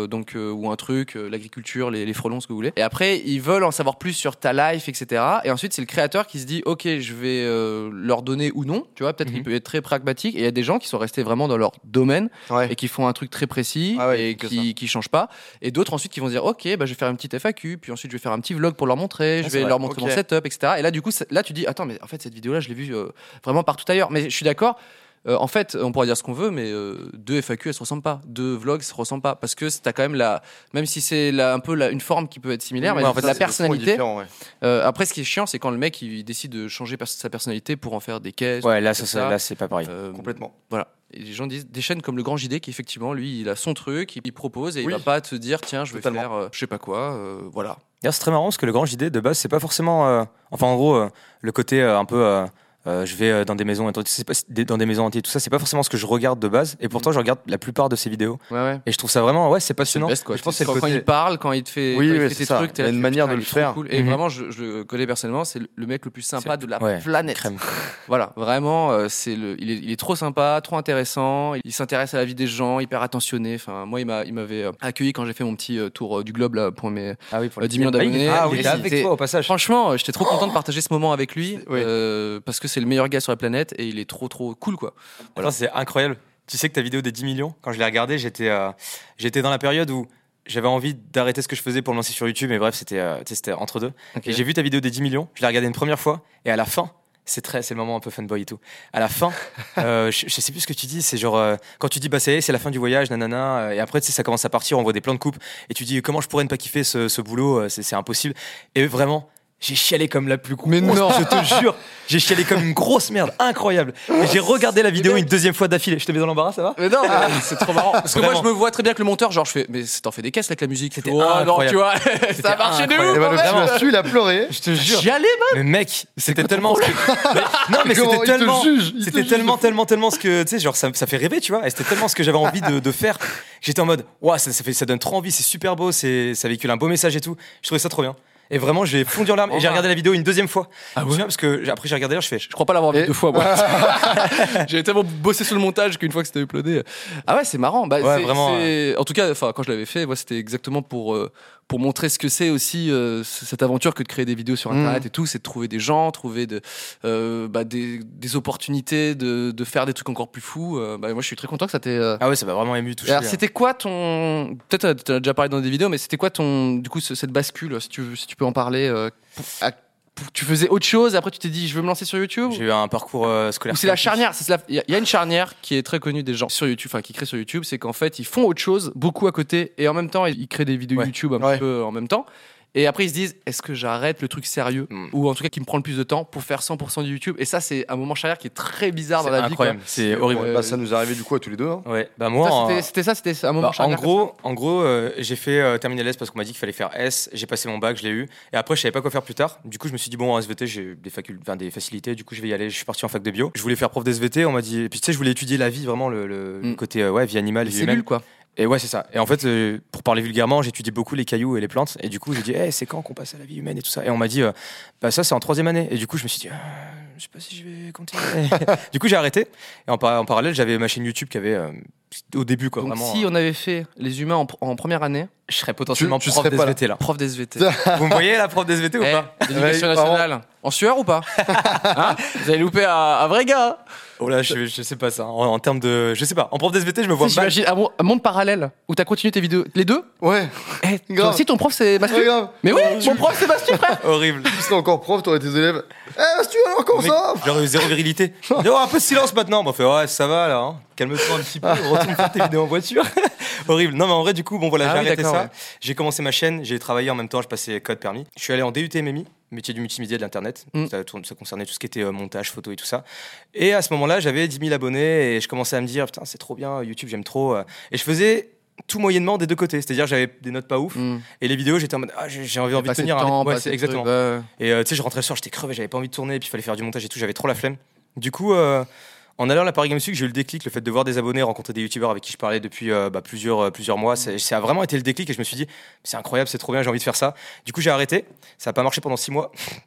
ou un truc, l'agriculture, les frelons, ce que vous voulez. Et après, ils veulent en savoir plus sur ta life, etc. Et ensuite, c'est le créateur qui se dit, ok, je vais leur donner ou non. Tu vois, peut-être qu'il peut être très pragmatique. Et il y a des gens qui sont restés vraiment dans leur domaine Ouais. et qui font un truc très précis Ah ouais, et que qui changent pas. Et d'autres ensuite qui vont se dire, ok, bah, je vais faire une petite FAQ, puis ensuite je vais faire un petit vlog pour leur montrer, je c'est vais vrai, leur montrer ok. mon setup, etc. Et là, du coup, là, tu dis, attends, mais en fait, cette vidéo-là, je l'ai vue vraiment partout ailleurs. Mais je suis d'accord. En fait, on pourra dire ce qu'on veut, mais deux FAQ, elles se ressemblent pas. Deux vlogs, elles se ressemblent pas. Parce que t'as quand même même si c'est une forme qui peut être similaire, mais Ouais, en fait, ça, la c'est le fond est personnalité. différent, ouais. Après, ce qui est chiant, c'est quand le mec, il décide de changer sa personnalité pour en faire des caisses. Ouais, là, tout là c'est pas pareil. Complètement. Voilà. Et les gens disent des chaînes comme le Grand JD qui effectivement lui il a son truc, il propose et Oui. il va pas te dire tiens je vais Totalement. faire je sais pas quoi, voilà. D'ailleurs, c'est très marrant parce que le grand JD de base, c'est pas forcément. Enfin, en gros, le côté un peu. Je vais dans des maisons, dans des maisons entières, tout ça, c'est pas forcément ce que je regarde de base. Et pourtant, je regarde la plupart de ses vidéos. Ouais. Et je trouve ça vraiment, ouais, c'est C'est passionnant. le best quoi. Et je pense que c'est le quand côté. il parle, quand il te fait, Oui, quand il oui, fait c'est tes ça. trucs, t'es Il y a là, une tu fais, manière putain, de il le est trop faire. cool. Et Mhm. vraiment, je le connais personnellement, c'est le mec le plus sympa de la Ouais, planète. crème. Voilà, vraiment, il est trop sympa, trop intéressant. Il s'intéresse à la vie des gens, hyper attentionné. Enfin, moi, il m'avait accueilli quand j'ai fait mon petit tour du globe là pour mes. Ah oui, pour 10 millions d'abonnés. Ah Il oui, était avec toi au passage. Franchement, j'étais trop content de partager ce moment avec lui Oui. parce que c'est le meilleur gars sur la planète et il est trop cool quoi. Voilà, c'est incroyable. Tu sais que ta vidéo des 10 millions, quand je l'ai regardée, j'étais dans la période où j'avais envie d'arrêter ce que je faisais pour me lancer sur YouTube, mais bref, c'était entre deux. Ok. Et j'ai vu ta vidéo des 10 millions, je l'ai regardée une première fois, et à la fin, c'est le moment un peu fanboy et tout. À la fin, je sais plus ce que tu dis, c'est genre, quand tu dis, bah ça y est, c'est la fin du voyage, nanana, et après, tu sais, ça commence à partir, on voit des plans de coupe, et tu dis, comment je pourrais ne pas kiffer ce boulot, c'est impossible. Et vraiment, j'ai chialé comme la plus grosse. Mais non. Je te jure, j'ai chialé comme une grosse merde, incroyable. Et j'ai regardé la vidéo une deuxième fois d'affilée. Je te mets dans l'embarras, ça va? Mais non, c'est trop marrant. Parce que moi, Vraiment. je me vois très bien que le monteur, genre, je fais, mais t'en fais des caisses avec la musique. C'était Oh non, incroyable. tu vois, ça a marché de incroyable. ouf. Et bah, en le fait. petit l'a su, il a pleuré. Je te jure. J'y allais, man. Mais mec, c'était tellement. Non, mais Comment c'était il te tellement. juge, il te C'était juge. tellement ce que. Tu sais, genre, ça fait rêver, tu vois. Et c'était tellement ce que j'avais envie de faire. J'étais en mode, waouh, ça donne trop envie, c'est super beau, ça véhicule un beau message et tout. Je trouvais ça trop bien. Et vraiment, j'ai fondu en larmes et j'ai regardé la vidéo une deuxième fois. Je me souviens parce que après, j'ai regardé là, je fais. Je crois pas l'avoir vu Et- deux fois, moi. J'ai tellement bossé sur le montage qu'une fois que c'était uploadé. Ah ouais, c'est marrant. Bah, Ouais, vraiment, En tout cas, quand je l'avais fait, moi, c'était exactement pour pour montrer ce que c'est aussi cette aventure que de créer des vidéos sur internet et tout, c'est de trouver des gens, trouver des opportunités de faire des trucs encore plus fous. Moi je suis très content que ça t'ait Ah ouais, ça m'a vraiment ému, touché. Alors c'était quoi ton, peut-être tu as déjà parlé dans des vidéos, mais c'était quoi ton, du coup cette bascule, si tu peux en parler, tu faisais autre chose et après tu t'es dit je veux me lancer sur YouTube? J'ai eu un parcours scolaire. Ou c'est la charnière, il y a une charnière qui est très connue des gens sur YouTube, enfin qui créent sur YouTube, c'est qu'en fait ils font autre chose beaucoup à côté et en même temps ils créent des vidéos YouTube un petit peu en même temps. Et après, ils se disent, est-ce que j'arrête le truc sérieux ou en tout cas qui me prend le plus de temps pour faire 100% du YouTube? Et ça, c'est un moment charnière qui est très bizarre dans la vie. C'est horrible. Ça nous est arrivé du coup à tous les deux. Hein. Ouais. Bah moi, c'était un moment charnière. En gros, j'ai fait terminal S parce qu'on m'a dit qu'il fallait faire S. J'ai passé mon bac, je l'ai eu. Et après, je savais pas quoi faire plus tard. Du coup, je me suis dit bon, en SVT, j'ai des facilités. Du coup, je vais y aller. Je suis parti en fac de bio. Je voulais faire prof d'SVT. On m'a dit. Et puis tu sais, je voulais étudier la vie, vraiment le côté vie animale, vie humaine. Quoi. Et ouais, c'est ça. Et en fait, pour parler vulgairement, j'étudiais beaucoup les cailloux et les plantes. Et du coup, j'ai dit, c'est quand qu'on passe à la vie humaine et tout ça. Et on m'a dit, ça, c'est en 3e année. Et du coup, je me suis dit, je sais pas si je vais continuer. Du coup, j'ai arrêté. Et en parallèle, j'avais ma chaîne YouTube qui avait, au début, quoi. Donc, vraiment, si on avait fait les humains en première année, je serais potentiellement tu prof serais pas d'SVT là. Prof d'SVT. Vous me voyez la prof d'SVT ou pas? Éducation nationale. En sueur ou pas? Vous avez loupé un vrai gars. Oh là, je sais pas ça. En termes de. Je sais pas. En prof d'SVT, je me vois mal. J'imagine un monde parallèle où t'as continué tes vidéos. Les deux? Ouais. Toi aussi, ton prof, c'est Mastu? Grave. Mais oui, mon prof, c'est Mastu, frère. Horrible. Si t'es encore prof, t'aurais tes élèves. Mastu, alors comment ça? J'aurais eu zéro virilité. Un peu de silence maintenant. On fait, ouais, ça va là. Hein. Calme-toi un petit peu. Retourne faire tes vidéos en voiture. Horrible. Non, mais en vrai, du coup, j'ai arrêté ça. Ouais. J'ai commencé ma chaîne. J'ai travaillé en même temps. Je passais code permis. Je suis allé en DUT MMI. Métier du multimédia de l'internet, ça concernait tout ce qui était montage, photo et tout ça. Et à ce moment-là, j'avais 10 000 abonnés et je commençais à me dire putain, c'est trop bien, YouTube, j'aime trop. Et je faisais tout moyennement des deux côtés, c'est-à-dire j'avais des notes pas ouf et les vidéos j'étais en mode j'ai envie de tenir. Exactement. Et tu sais, je rentrais le soir, j'étais crevé, j'avais pas envie de tourner, et puis il fallait faire du montage et tout, j'avais trop la flemme. Du coup, en allant à la Paris Games Week, j'ai eu le déclic, le fait de voir des abonnés, rencontrer des youtubeurs avec qui je parlais depuis plusieurs mois. Ça a vraiment été le déclic et je me suis dit, c'est incroyable, c'est trop bien, j'ai envie de faire ça. Du coup, j'ai arrêté. Ça n'a pas marché pendant 6 mois.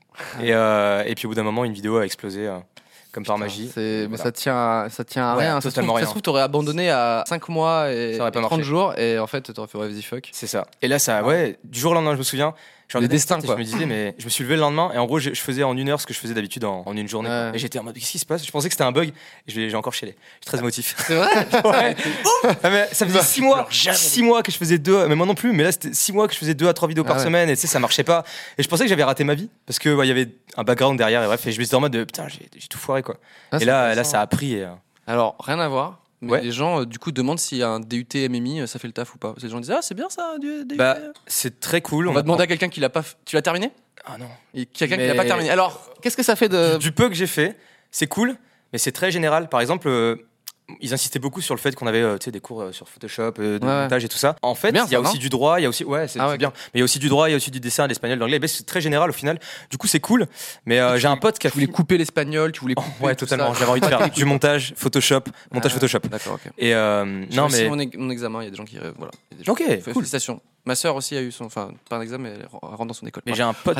Et puis au bout d'un moment, une vidéo a explosé comme par magie. Mais ça tient à rien. Ça se trouve, t'aurais abandonné à 5 mois et 30 jours et en fait, t'aurais fait vas-y fuck. C'est ça. Et là, du jour au lendemain, je me souviens. Le destin, quoi. Je me disais, mais je me suis levé le lendemain et en gros, je faisais en 1 heure ce que je faisais d'habitude en une journée. Ouais. Et j'étais en mode, qu'est-ce qui se passe? Je pensais que c'était un bug. Et j'ai encore chialé. Je suis très émotif. C'est vrai? Ouais. Mais ça faisait 6 mois que je faisais 2, mais moi non plus. Mais là, c'était 6 mois que je faisais 2 à 3 vidéos par semaine et tu sais, ça marchait pas. Et je pensais que j'avais raté ma vie parce que il y avait un background derrière et bref. Et je me suis en mode, putain, j'ai tout foiré, quoi. Et là, ça a pris. Alors, rien à voir. Mais les gens, du coup, demandent s'il y a un DUT MMI, ça fait le taf ou pas. Parce que les gens disent, c'est bien ça, DUT. C'est très cool. On va demander à quelqu'un qui l'a pas fait. Tu l'as terminé? Ah non. Et quelqu'un qui l'a pas terminé. Alors, qu'est-ce que ça fait de. Du peu que j'ai fait, c'est cool, mais c'est très général. Par exemple, ils insistaient beaucoup sur le fait qu'on avait des cours sur Photoshop, de montage et tout ça. En fait, il y a aussi du droit, il y a aussi c'est bien. Mais il y a aussi du droit, il y a aussi du dessin, l'espagnol, l'anglais. Mais c'est très général au final. Du coup, c'est cool. Mais j'ai un pote qui voulait couper l'espagnol, tu voulais couper. Ouais, totalement. J'avais envie de faire du montage Photoshop, Photoshop. D'accord, ok. Et non, mais mon examen, il y a des gens qui voilà. Ok, cool. Félicitations. Ma sœur aussi a eu pas un examen, mais elle rentre dans son école. Mais j'ai un pote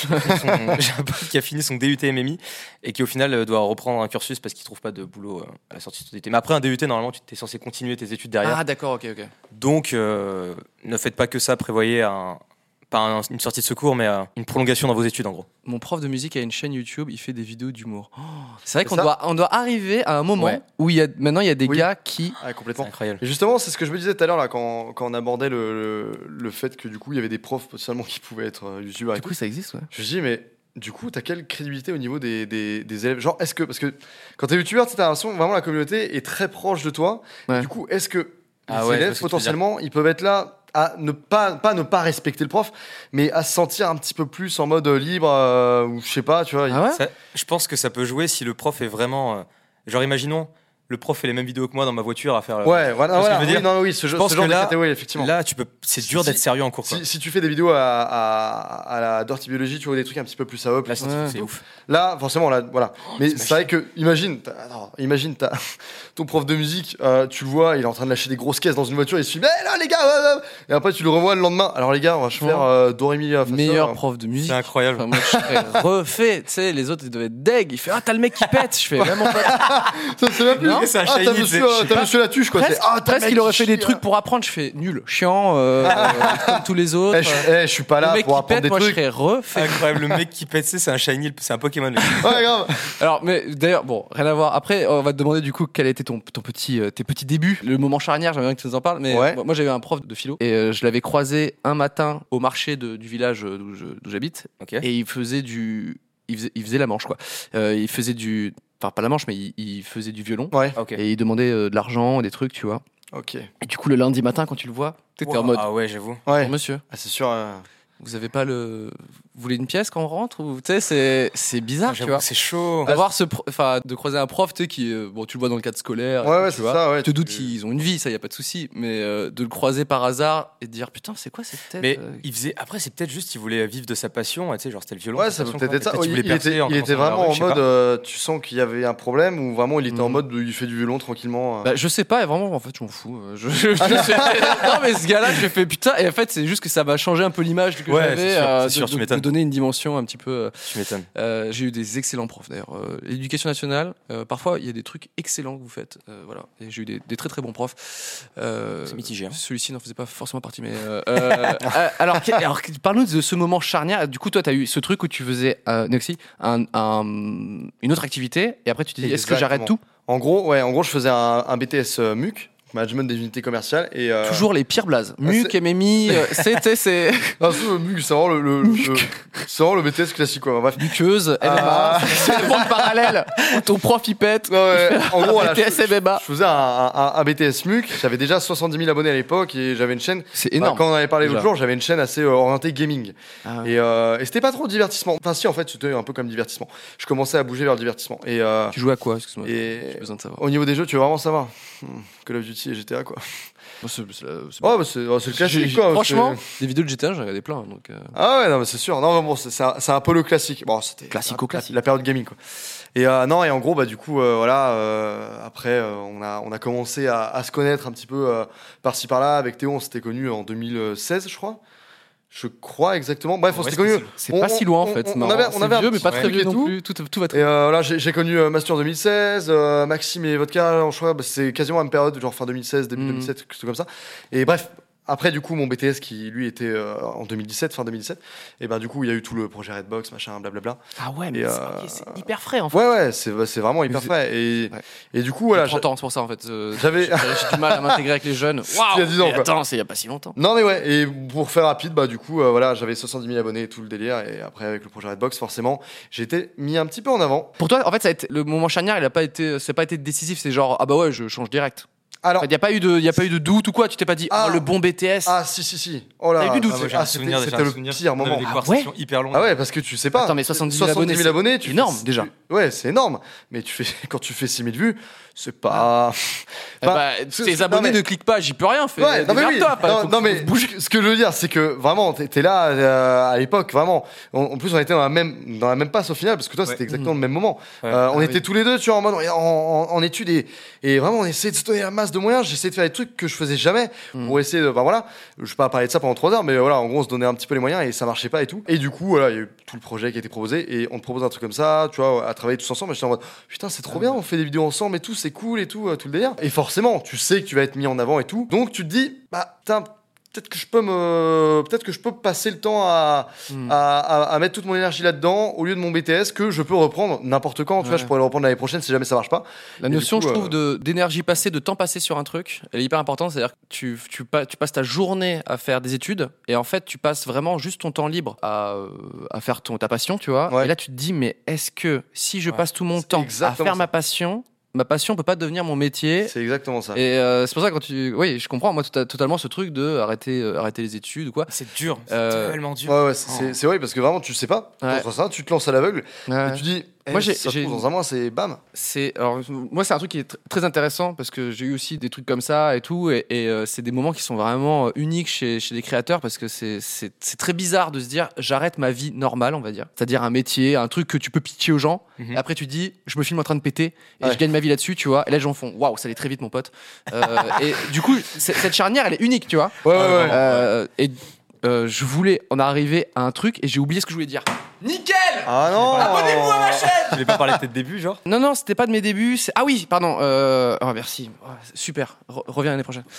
qui a fini son DUT MMI et qui au final doit reprendre un cursus parce qu'il trouve pas de boulot à la sortie de son DUT. Mais après un DUT, normalement, tu es censé continuer tes études derrière. Ah d'accord, ok. Donc ne faites pas que ça, prévoyez pas une sortie de secours, mais une prolongation dans vos études en gros. Mon prof de musique a une chaîne YouTube, il fait des vidéos d'humour. C'est vrai qu'on doit arriver à un moment où maintenant il y a des gars qui... complètement. C'est incroyable. Et justement, c'est ce que je me disais tout à l'heure là, quand on abordait le fait que du coup il y avait des profs potentiellement qui pouvaient être youtubeurs. Du coup ça existe, ouais. Je me dis mais du coup t'as quelle crédibilité au niveau des élèves? Genre parce que quand t'es youtubeur, t'as l'impression vraiment la communauté est très proche de toi. Du coup est-ce que les élèves potentiellement ils peuvent être là à ne pas respecter le prof, mais à se sentir un petit peu plus en mode libre, ou je sais pas, tu vois. Je pense que ça peut jouer si le prof est vraiment... genre imaginons, le prof fait les mêmes vidéos que moi dans ma voiture à faire... Ouais, voilà. Ce que je veux dire. Ce genre de catégorie, effectivement. Là, c'est dur d'être sérieux en cours. Si tu fais des vidéos à la Dirty Biology, tu vois des trucs un petit peu plus à up. Là, c'est ouf. Là, forcément, là, voilà. Mais c'est vrai que, imagine, t'as ton prof de musique, tu le vois, il est en train de lâcher des grosses caisses dans une voiture, il se dit, mais là, les gars, et après, tu le revois le lendemain. Alors, les gars, on va faire Do, Ré, Mi, Fa, Sol. Meilleur prof de musique. C'est incroyable. Enfin, moi, je serais refait. Tu sais, les autres, ils devaient être deg. Il fait, t'as le mec qui pète. Je fais vraiment pas. Ça, c'est même plus. C'est un Ah, shiny. t'as monsieur la tuche, quoi. Presque il aurait fait des trucs pour apprendre. Je fais nul, chiant, comme tous les autres. Je suis pas là pour apprendre des moi, trucs. je serais refait. Incroyable, le mec qui pète, c'est un shiny, c'est un Pokémon. Ouais, grave. Alors, mais d'ailleurs, bon, rien à voir. Après, on va te demander du coup quel a été tes petits débuts, le moment charnière. J'aimerais bien que tu nous en parles. Mais Ouais. moi, j'avais un prof de philo et je l'avais croisé un matin au marché du village d'où j'habite. Ok. Et il faisait il faisait la manche, quoi. Il faisait enfin pas la manche, mais il faisait du violon. Ouais. Ok. Et il demandait de l'argent, des trucs, tu vois. Ok. Et du coup, le lundi matin, quand tu le vois, t'es en mode, Ah ouais, j'avoue. Ouais. oh, monsieur, Ah, c'est sûr. vous avez pas vous voulez une pièce quand on rentre, ou tu sais, c'est bizarre, tu J'avoue vois. que c'est chaud. D'avoir de croiser un prof, tu sais, qui, bon, tu le vois dans le cadre scolaire. Ouais, tu c'est vois. ça, ouais. Tu te doutes qu'ils ont une vie, ça, y a pas de souci. Mais de le croiser par hasard et de dire, putain, c'est quoi cette tête Mais il faisait. Après, c'est peut-être juste qu'il voulait vivre de sa passion. Tu sais, genre c'était le violon. Ouais, sa ça peut passion, peut-être être ça. quoi. Peut-être qu'il voulait Il percer en était commençant dans la vraiment rue, en je sais pas. mode, tu sens qu'il y avait un problème ou vraiment il était en mode, il fait du violon tranquillement. Bah, je sais pas, et vraiment, en fait, je m'en fous. Non, mais ce gars-là, je fais putain, et en fait, c'est juste que ça m'a changé un peu l'image que Ouais, j'avais, c'est sûr, tu de m'étonnes. donner une dimension un petit peu. Tu m'étonnes. J'ai eu des excellents profs d'ailleurs. L'éducation nationale, parfois il y a des trucs excellents que vous faites. Voilà. Et j'ai eu des très très bons profs. C'est mitigé, hein. Celui-ci n'en faisait pas forcément partie, mais. Alors, parle-nous de ce moment charnière. Du coup, toi, tu as eu ce truc où tu faisais, Noxy, une autre activité, et après tu t'es dit, est-ce que j'arrête tout? En gros, je faisais un BTS MUC, Management des unités commerciales. Et, Toujours les pires blazes. MUC, MMI, c'est. Non, c'est MUC, c'est vraiment c'est vraiment le BTS classique, quoi. Bref. Muqueuse, MMA, c'est le monde parallèle où ton prof il pète. Ouais, en gros, voilà, BTS MMA. je faisais un BTS MUC, j'avais déjà 70 000 abonnés à l'époque et j'avais une chaîne. C'est énorme. Quand on en avait parlé Déjà. l'autre jour, j'avais une chaîne assez orientée gaming. Ah. Et c'était pas trop divertissement. Enfin, si, en fait, c'était un peu comme divertissement. Je commençais à bouger vers le divertissement. Et Tu jouais à quoi? Excuse-moi. Et- J'ai besoin de savoir. au niveau des jeux, tu veux vraiment savoir Call of Duty et GTA, quoi. Moi, c'est Ouais, bah, c'est le classique, quoi. Franchement, des vidéos de GTA, j'en regardais plein. Donc, Ah ouais, non, mais c'est sûr. Non, mais bon, c'est un peu le classique. Bon, c'était Classico-classique. la période gaming, quoi. Et non, et en gros, bah du coup, après, on a commencé à se connaître un petit peu par-ci par-là. Avec Théo, on s'était connus en 2016, je crois. Je crois exactement. Bref, on Ouais, s'était connus. c'est pas si loin en fait. On avait C'est vieux, mais pas très truc vieux et non tout. plus. Tout va très Et là, j'ai connu Master en 2016, Maxime et Vodka, je crois, c'est quasiment la même période, genre fin 2016, début 2017, quelque chose comme ça. Et bref, après, du coup, mon BTS qui lui était en 2017, fin 2017, et ben du coup, il y a eu tout le projet Redbox, machin, blablabla. Ah ouais, mais Et, c'est hyper frais en fait. Ouais, c'est vraiment hyper Vous- frais. Ouais. Et du coup, voilà. 30 ans, c'est pour ça en fait. J'avais- J'ai du mal à m'intégrer avec les jeunes. Waouh! Il y a 10 ans, mais quoi. attends, c'est il y a pas si longtemps. Non mais ouais, et pour faire rapide, bah du coup, voilà, j'avais 70 000 abonnés et tout le délire, et après avec le projet Redbox, forcément, j'ai été mis un petit peu en avant. Pour toi, en fait, ça a été, le moment charnière, c'est pas été décisif. C'est genre, ah bah ouais, je change direct. Alors, Il n'y a pas eu de doute ou quoi. Tu t'es pas dit, Ah. oh, le bon BTS. ah si, oh là, T'as eu du doute. Ah, moi, j'ai un ah, souvenir, c'était j'ai un le souvenir. pire On avait moment. des Ah conversations hyper longues. Ah ouais, parce que tu sais pas. Attends, mais 70 000 abonnés, 000 abonnés, tu énorme, fais- déjà. Ouais, c'est énorme. Mais quand tu fais 6 000 vues, c'est pas. Eh bah, tes non, abonnés mais- ne cliquent pas, j'y peux rien. Ouais, non mais oui. Démerde-toi, Non, faut non, que- mais faut bouger. ce que je veux dire, c'est que vraiment, t'es là à l'époque, vraiment. En plus, on était dans la même passe au final, parce que toi, c'était exactement le même moment. Ouais. On Ah était oui. tous les deux, tu vois, en mode en études et vraiment, on essayait de se donner un masse de moyens. J'essayais de faire des trucs que je faisais jamais pour essayer de, bah voilà. Je vais pas parler de ça pendant 3 heures, mais voilà, en gros, on se donnait un petit peu les moyens et ça marchait pas et tout. Et du coup, voilà, il y a eu tout le projet qui a été proposé et on te propose un truc comme ça, tu vois, à travailler tous ensemble. Et j'étais en mode, putain, c'est trop bien, on fait des vidéos ensemble et tout, c'est cool et tout, tout le délire. Et forcément, tu sais que tu vas être mis en avant et tout. Donc tu te dis, bah, putain, peut-être que je peux passer le temps à mettre toute mon énergie là-dedans au lieu de mon BTS que je peux reprendre n'importe quand. Tu vois, Ouais. je pourrais le reprendre l'année prochaine si jamais ça marche pas. La Et du notion, coup, je trouve, d'énergie passée, de temps passé sur un truc, elle est hyper importante. C'est-à-dire que tu passes ta journée à faire des études et en fait, tu passes vraiment juste ton temps libre à faire ta passion, tu vois. Ouais. Et là, tu te dis, mais est-ce que si je Ouais. passe tout mon C'est temps à exactement faire ça. ma passion peut pas devenir mon métier. C'est exactement ça. Et c'est pour ça que oui, je comprends moi totalement ce truc de arrêter les études ou quoi. C'est dur, c'est tellement dur. Ouais, c'est vrai parce que vraiment tu sais pas. Ouais. Entre ça, tu te lances à l'aveugle Ouais. et tu dis, Moi, j'ai- ça se j'ai- trouve, dans un mois, c'est bam. Moi, c'est un truc qui est très intéressant parce que j'ai eu aussi des trucs comme ça et tout, et c'est des moments qui sont vraiment uniques chez des créateurs parce que c'est très bizarre de se dire j'arrête ma vie normale, on va dire, c'est-à-dire un métier, un truc que tu peux pitcher aux gens. Mhm. Et après, tu dis je me filme en train de péter et Ouais. je gagne ma vie là-dessus, tu vois. Et là, les gens font waouh, ça allait très vite, mon pote. Et du coup, cette charnière, elle est unique, tu vois. Ouais. Je voulais en arriver à un truc et j'ai oublié ce que je voulais dire. Nickel. Ah non. Abonnez-vous à ma chaîne. Tu voulais pas parler de tes débuts, genre? Non, c'était pas de mes débuts. Ah oui, pardon. Merci. Super. Reviens l'année prochaine.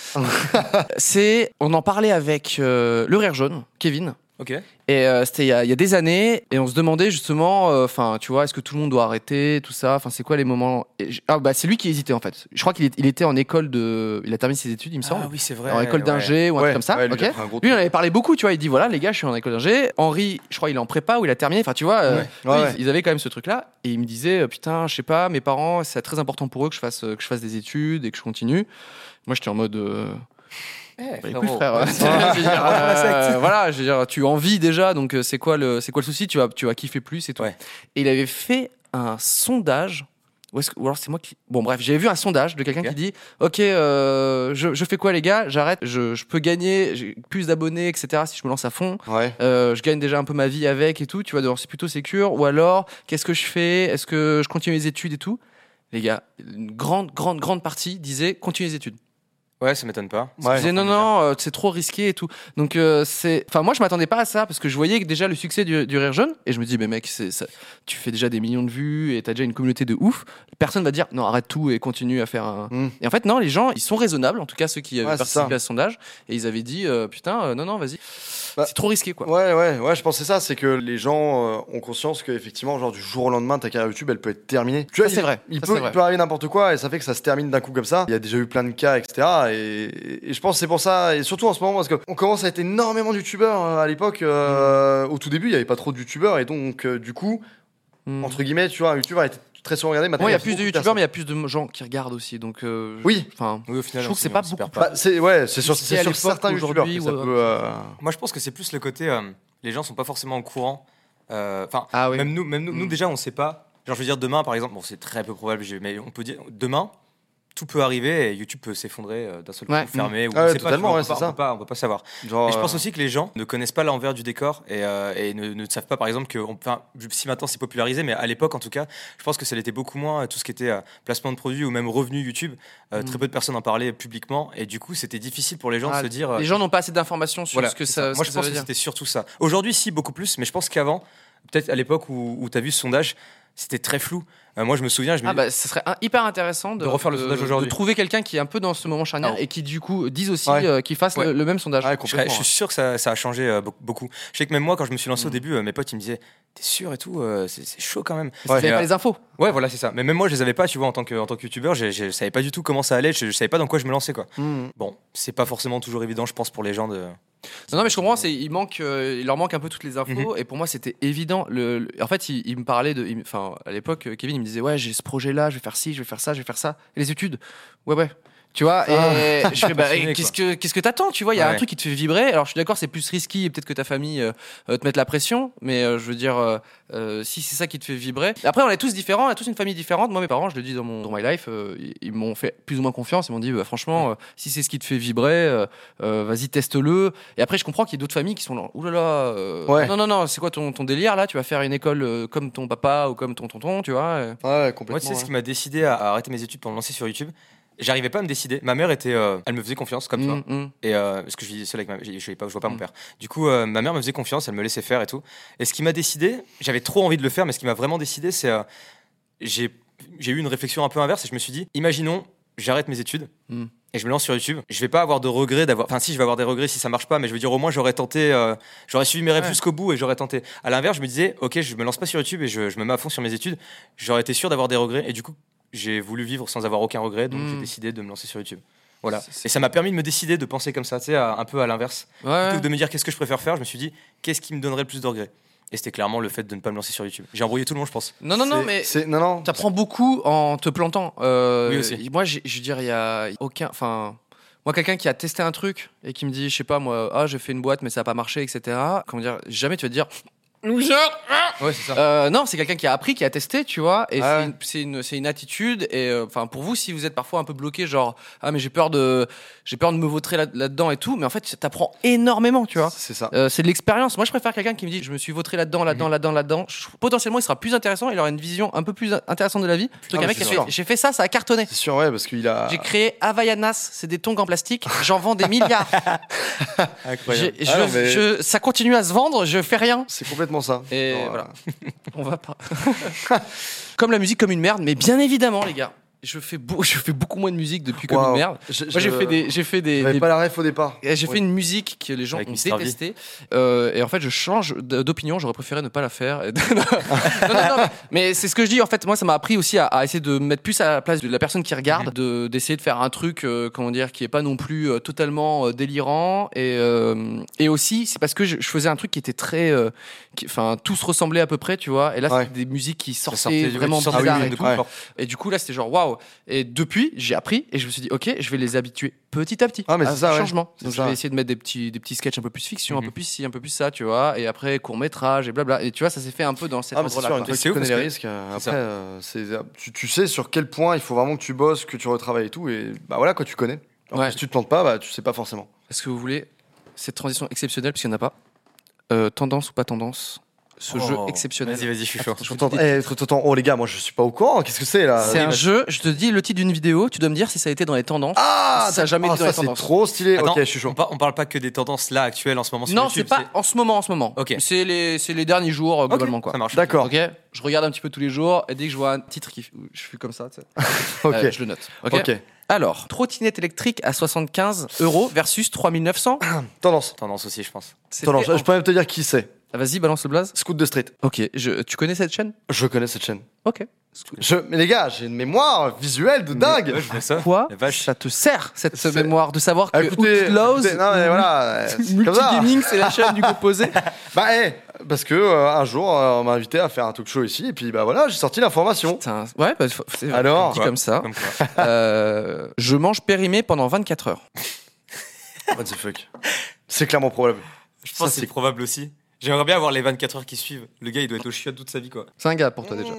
On en parlait avec le Rire Jaune, Kevin. Ok. Et c'était il y a des années, et on se demandait justement, enfin, tu vois, est-ce que tout le monde doit arrêter, tout ça, enfin, c'est quoi les moments. C'est lui qui hésitait en fait. Je crois qu'il était en école il a terminé ses études, il me semble. Ah oui, c'est vrai. En école d'ingé ou un truc comme ça. Ouais, lui, Ok. il a pris un gros Lui, il en truc. avait parlé beaucoup, tu vois. Il dit voilà, les gars, je suis en école d'ingé. Henri, je crois, il est en prépa ou il a terminé. Enfin, tu vois, ils avaient quand même ce truc-là. Et il me disait putain, je sais pas, mes parents, c'est très important pour eux que je fasse des études et que je continue. Moi, j'étais en mode. Écoute, frère, je veux dire, voilà, je veux dire, tu en vis déjà, donc c'est quoi le souci, tu vas kiffer plus et tout. Ouais. Et il avait fait un sondage, ou alors c'est moi qui. Bon, bref, j'avais vu un sondage de quelqu'un qui dit ok, je fais quoi, les gars, j'arrête, je peux gagner j'ai plus d'abonnés, etc. si je me lance à fond. Ouais. Je gagne déjà un peu ma vie avec et tout, tu vois, donc c'est plutôt sécure. Ou alors, qu'est-ce que je fais? Est-ce que je continue les études et tout? Les gars, une grande partie disait continue les études. Ouais, ça m'étonne pas. Je disais non, c'est trop risqué et tout. Donc moi je m'attendais pas à ça parce que je voyais que déjà le succès du Rire Jaune et je me dis mais mec, tu fais déjà des millions de vues et t'as déjà une communauté de ouf. Personne va dire non, arrête tout et continue à faire un. Et en fait non, les gens ils sont raisonnables, en tout cas ceux qui avaient participé à ce sondage, et ils avaient dit putain non vas-y. C'est trop risqué quoi. Ouais, je pensais ça, c'est que les gens ont conscience qu'effectivement, genre du jour au lendemain, ta carrière YouTube, elle peut être terminée. Tu vois, c'est vrai. Il peut arriver n'importe quoi et ça fait que ça se termine d'un coup comme ça. Il y a déjà eu plein de cas, etc. Et je pense que c'est pour ça, et surtout en ce moment, parce qu'on commence à être énormément de youtubeurs à l'époque. Au tout début, il n'y avait pas trop de youtubeurs et donc, du coup, entre guillemets, tu vois, un youtubeur a été très souvent regardé. Maintenant, il y a plus de youtubeurs, mais il y a plus de gens qui regardent aussi. Donc, oui. Enfin, oui, au final, je trouve que c'est pas beaucoup. C'est sur certains youtubeurs que ça peut. Moi, je pense que c'est plus le côté. Les gens sont pas forcément au courant. Enfin, oui. même nous déjà, on sait pas. Genre, je veux dire, demain, par exemple, bon, c'est très peu probable, mais on peut dire demain. Tout peut arriver et YouTube peut s'effondrer d'un seul coup, fermer. Ou on sait totalement, pas, on peut pas savoir. Genre, et je pense aussi que les gens ne connaissent pas l'envers du décor et ne savent pas, par exemple, que si maintenant c'est popularisé, mais à l'époque en tout cas, je pense que ça l'était beaucoup moins, tout ce qui était placement de produits ou même revenus YouTube. Très peu de personnes en parlaient publiquement et du coup, c'était difficile pour les gens de se dire. Les gens n'ont pas assez d'informations sur ce que ça. Moi, je pense que c'était surtout ça. Aujourd'hui, si, beaucoup plus, mais je pense qu'avant, peut-être à l'époque où tu as vu ce sondage, c'était très flou. Moi, je me souviens. Ça serait hyper intéressant de refaire le sondage aujourd'hui. De trouver quelqu'un qui est un peu dans ce moment charnière et qui, du coup, dise aussi qu'il fasse le même sondage. Je suis sûr que ça a changé beaucoup. Je sais que même moi, quand je me suis lancé au début, mes potes, ils me disaient t'es sûr et tout, c'est chaud quand même. Vous n'avez pas les infos. Ouais, voilà, c'est ça. Mais même moi, je les avais pas, tu vois, en tant que youtubeur, je savais pas du tout comment ça allait, je savais pas dans quoi je me lançais, quoi. Bon, c'est pas forcément toujours évident, je pense, pour les gens de. Non, mais je comprends, il leur manque un peu toutes les infos, et pour moi c'était évident. En fait, il me parlait à l'époque, Kevin, il me disait ouais, j'ai ce projet-là, je vais faire ci, je vais faire ça, je vais faire ça. Et les études, ouais. Tu vois, et je fais qu'est-ce que t'attends, tu vois, il y a un truc qui te fait vibrer. Alors je suis d'accord, c'est plus risqué et peut-être que ta famille te mette la pression, mais je veux dire si c'est ça qui te fait vibrer. Après on est tous différents, on a tous une famille différente. Moi mes parents, je le dis dans My Life, ils m'ont fait plus ou moins confiance, ils m'ont dit franchement si c'est ce qui te fait vibrer, vas-y teste-le. Et après je comprends qu'il y a d'autres familles qui sont là, oulala, non, c'est quoi ton délire là, tu vas faire une école comme ton papa ou comme ton tonton, tu vois. Ouais, complètement. Moi tu sais ce qui m'a décidé à arrêter mes études pour me lancer sur YouTube. J'arrivais pas à me décider. Ma mère était, elle me faisait confiance comme toi. Et parce que je vivais seul avec je vois pas mon père. Du coup, ma mère me faisait confiance, elle me laissait faire et tout. Et ce qui m'a décidé, j'avais trop envie de le faire, mais ce qui m'a vraiment décidé, c'est j'ai eu une réflexion un peu inverse et je me suis dit, imaginons, j'arrête mes études et je me lance sur YouTube. Je vais pas avoir de regrets enfin si, je vais avoir des regrets si ça marche pas, mais je veux dire au moins j'aurais tenté, j'aurais suivi mes rêves jusqu'au bout et j'aurais tenté. À l'inverse, je me disais, ok, je me lance pas sur YouTube et je me mets à fond sur mes études. J'aurais été sûr d'avoir des regrets et du coup j'ai voulu vivre sans avoir aucun regret, donc j'ai décidé de me lancer sur YouTube. Voilà. Et ça m'a permis de me décider, de penser comme ça, tu sais, un peu à l'inverse. Plutôt que de me dire qu'est-ce que je préfère faire, je me suis dit qu'est-ce qui me donnerait le plus de regrets. Et c'était clairement le fait de ne pas me lancer sur YouTube. J'ai embrouillé tout le monde, je pense. Non. T'apprends beaucoup en te plantant. Oui aussi. Moi, je veux dire, il y a aucun. Enfin, moi, quelqu'un qui a testé un truc et qui me dit, je sais pas, moi, j'ai fait une boîte, mais ça a pas marché, etc. Comment dire, jamais tu vas te dire. Ouais, c'est ça. Non, c'est quelqu'un qui a appris, qui a testé, tu vois, et c'est une attitude. Et enfin, pour vous, si vous êtes parfois un peu bloqué, genre mais j'ai peur de me vautrer là-dedans et tout, mais en fait, t'apprends énormément, tu vois. C'est ça. C'est de l'expérience. Moi, je préfère quelqu'un qui me dit, je me suis vautré là-dedans. Potentiellement, il sera plus intéressant, il aura une vision un peu plus intéressante de la vie. Plutôt qu'un mec qui a fait, j'ai fait ça a cartonné. C'est sûr, ouais, parce qu'il a. J'ai créé Havaianas, c'est des tongs en plastique, j'en vends des milliards. Incroyable. Ça continue à se vendre, je fais rien. C'est complètement complètement ça. Et Genre, voilà. On va pas. Comme la musique comme une merde, mais bien évidemment, les gars. Je fais beaucoup moins de musique depuis comme Waouh. une merde. Moi, j'ai fait des J'avais pas la ref au départ. j'ai fait une musique que les gens Avec ont Mr. V. détestée. Et en fait, je change d'opinion. J'aurais préféré ne pas la faire. Non, mais c'est ce que je dis. En fait, moi, ça m'a appris aussi à essayer de me mettre plus à la place de la personne qui regarde, d'essayer de faire un truc, comment dire, qui est pas non plus totalement délirant. Et aussi, c'est parce que je faisais un truc qui était très, enfin, tout se ressemblait à peu près, tu vois. Et là, Ouais. c'était des musiques qui Ça sortaient vraiment sortait bizarres de et tout. confort. Et du coup, là, c'était genre waouh. Et depuis, j'ai appris et je me suis dit, ok, je vais les habituer petit à petit Ah, mais à c'est ça, ce ouais. changement. C'est Donc, je ça. vais essayer de mettre des petits sketchs un peu plus fiction, un Mhm. peu plus ci, un peu plus ça, tu vois. Et après, court-métrage et blabla. Et tu vois, ça s'est fait un peu dans cet Ah, mais c'est sûr, ordre-là. une quoi. fois que C'est tu ouf connais parce les que- risques, c'est après, tu sais sur quel point il faut vraiment que tu bosses, que tu retravailles et tout. Et bah voilà, quoi, tu connais. Alors Ouais. que si tu te plantes pas, bah tu sais pas forcément. Est-ce que vous voulez cette transition exceptionnelle, parce qu'il n'y en a pas tendance ou pas tendance, ce jeu Oh. exceptionnel. Vas-y, je suis chaud. Attends, oh les gars, moi je suis pas au courant. Qu'est-ce que c'est là C'est un jeu, je te dis le titre d'une vidéo, tu dois me dire si ça a été dans les tendances. Ah, ça a jamais été dans ça les c'est tendances. trop stylé. Attends, ok, je suis chaud. on parle pas que des tendances là actuelles en ce moment sur Non, YouTube. c'est pas en ce moment. Ok. C'est les derniers jours, globalement, quoi. Ça marche. D'accord. Ok, je regarde un petit peu tous les jours et dès que je vois un titre qui, je suis comme ça, tu sais, Ok. je le note. Ok. Ok. Alors, trottinette électrique à 75 € versus 3900. Tendance. Tendance aussi, je pense. C'était Tendance. en- Je peux même te dire qui c'est. Ah, vas-y, balance le blaze. Scoot de Street. Ok, tu connais cette chaîne? Je connais cette chaîne. Ok. Mais les gars, j'ai une mémoire visuelle de dingue. Ouais, je vois ça. Quoi La vache. ça te sert cette C'est- mémoire de savoir que Écoutez, Outlaws, non mais voilà, c'est comme ça. Multigaming, c'est la chaîne du composé. Bah parce que un jour on m'a invité à faire un talk show ici et puis bah voilà, j'ai sorti l'information. Putain, ouais, bah, c'est Alors dit comme ça. Comme quoi. Je mange périmé pendant 24 heures. What the fuck. C'est clairement probable. Je Ça, pense que c'est- c'est probable aussi. J'aimerais bien avoir les 24 heures qui suivent. Le gars, il doit être au chiotte toute sa vie, quoi. C'est un gars pour toi déjà.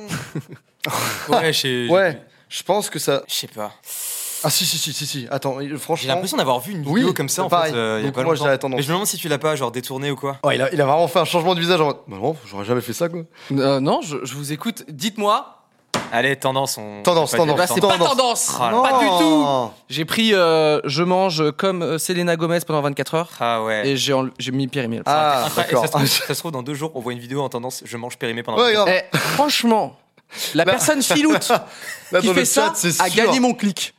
Ouais, je Ouais, je pense que ça. sais pas. Ah si. Attends, J'ai franchement. l'impression d'avoir vu une vidéo Oui, comme ça, en pareil. fait, il y a Donc pas moi, je longtemps. dirais tendance. Mais je me demande si tu l'as pas, genre, détourné ou quoi. Ouais, il a vraiment fait un changement de visage en mode. Bah non, j'aurais jamais fait ça quoi. Non, je vous écoute. Dites-moi. Allez, tendance, on. Tendance, on va pas tendance. dire. Bah, c'est pas tendance. Ah, Pas du tout. Non. J'ai pris je mange comme Selena Gomez pendant 24 heures Ah ouais. et j'ai mis périmé. Ah, Après, et d'accord. ça se trouve, dans 2 jours, on voit une vidéo en tendance, je mange périmé pendant. Ouais, grave. Eh, franchement, la personne filoute Là, qui dans fait le ça chat, c'est a sûr. gagné mon clic.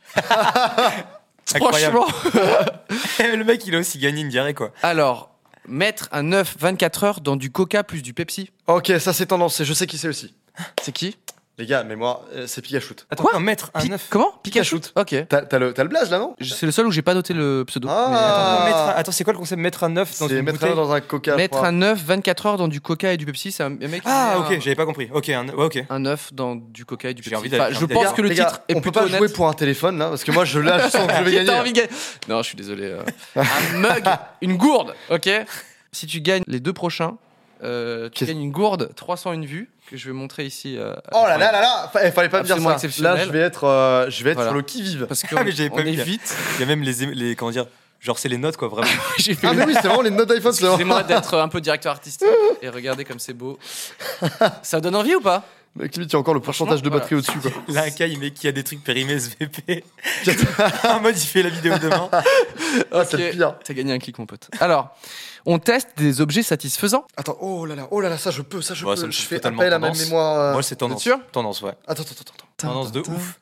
Incroyable. Franchement. Le mec, il a aussi gagné une diarrhée, quoi. Alors, mettre un œuf 24 heures dans du Coca plus du Pepsi, Ok, ça c'est tendance. Je sais qui c'est aussi. c'est qui? Les gars, mais moi, c'est Pikachu. Attends, Quoi quoi mettre un œuf. Comment? Pikachu. Pikachu. Ok. T'as le blaze là, non C'est le seul où j'ai pas noté le pseudo. Ah. Attends, c'est quoi le concept mettre un œuf dans C'est une mettre bouteille un dans un coca. Mais mettre froid. un œuf 24 heures dans du Coca et du Pepsi, c'est un mec qui Ah, met ok, j'avais pas compris. Ok, ouais, ok. un œuf dans du Coca et du J'ai Pepsi. envie d'aller- Enfin, j'ai je envie pense d'aller- que le Les gars, titre est on peut plutôt pas honnête. jouer pour un téléphone là, parce que moi je je sens que je vais T'as gagner. envie de gagner. Non, je suis désolé. Un mug, une gourde, ok. Si tu gagnes les 2 prochains, tu Qu'est-ce- gagnes une gourde 301 vues que je vais montrer ici. Oh là là là là, fallait pas me dire Absolument ça. exceptionnel. Là, je vais être Voilà. sur le qui vive. Parce Ah, mais j'avais qu'on pas vu. évite. Il y a même les comment dire, genre c'est les notes, quoi, vraiment. J'ai fait. Ah mais oui, c'est vraiment les notes d'iPhone. c'est vraiment- Excusez-moi d'être un peu directeur artistique et regardez comme c'est beau. Ça donne envie ou pas? Mec, limite, il y a encore le pourcentage de Franchement, batterie au-dessus quoi. Là, un cas, il met qui a des trucs périmés SVP. En mode, il fait la vidéo demain. Ah, c'est le Ok. pire. T'as gagné un clic, mon pote. Alors, on teste des objets satisfaisants. Attends, oh là là, ça je peux. Ouais, ça Je me je fait fais totalement appel à ma tendance. mémoire. Moi, c'est tendance. sûr Tendance, ouais. Attends. Tendance de ouf.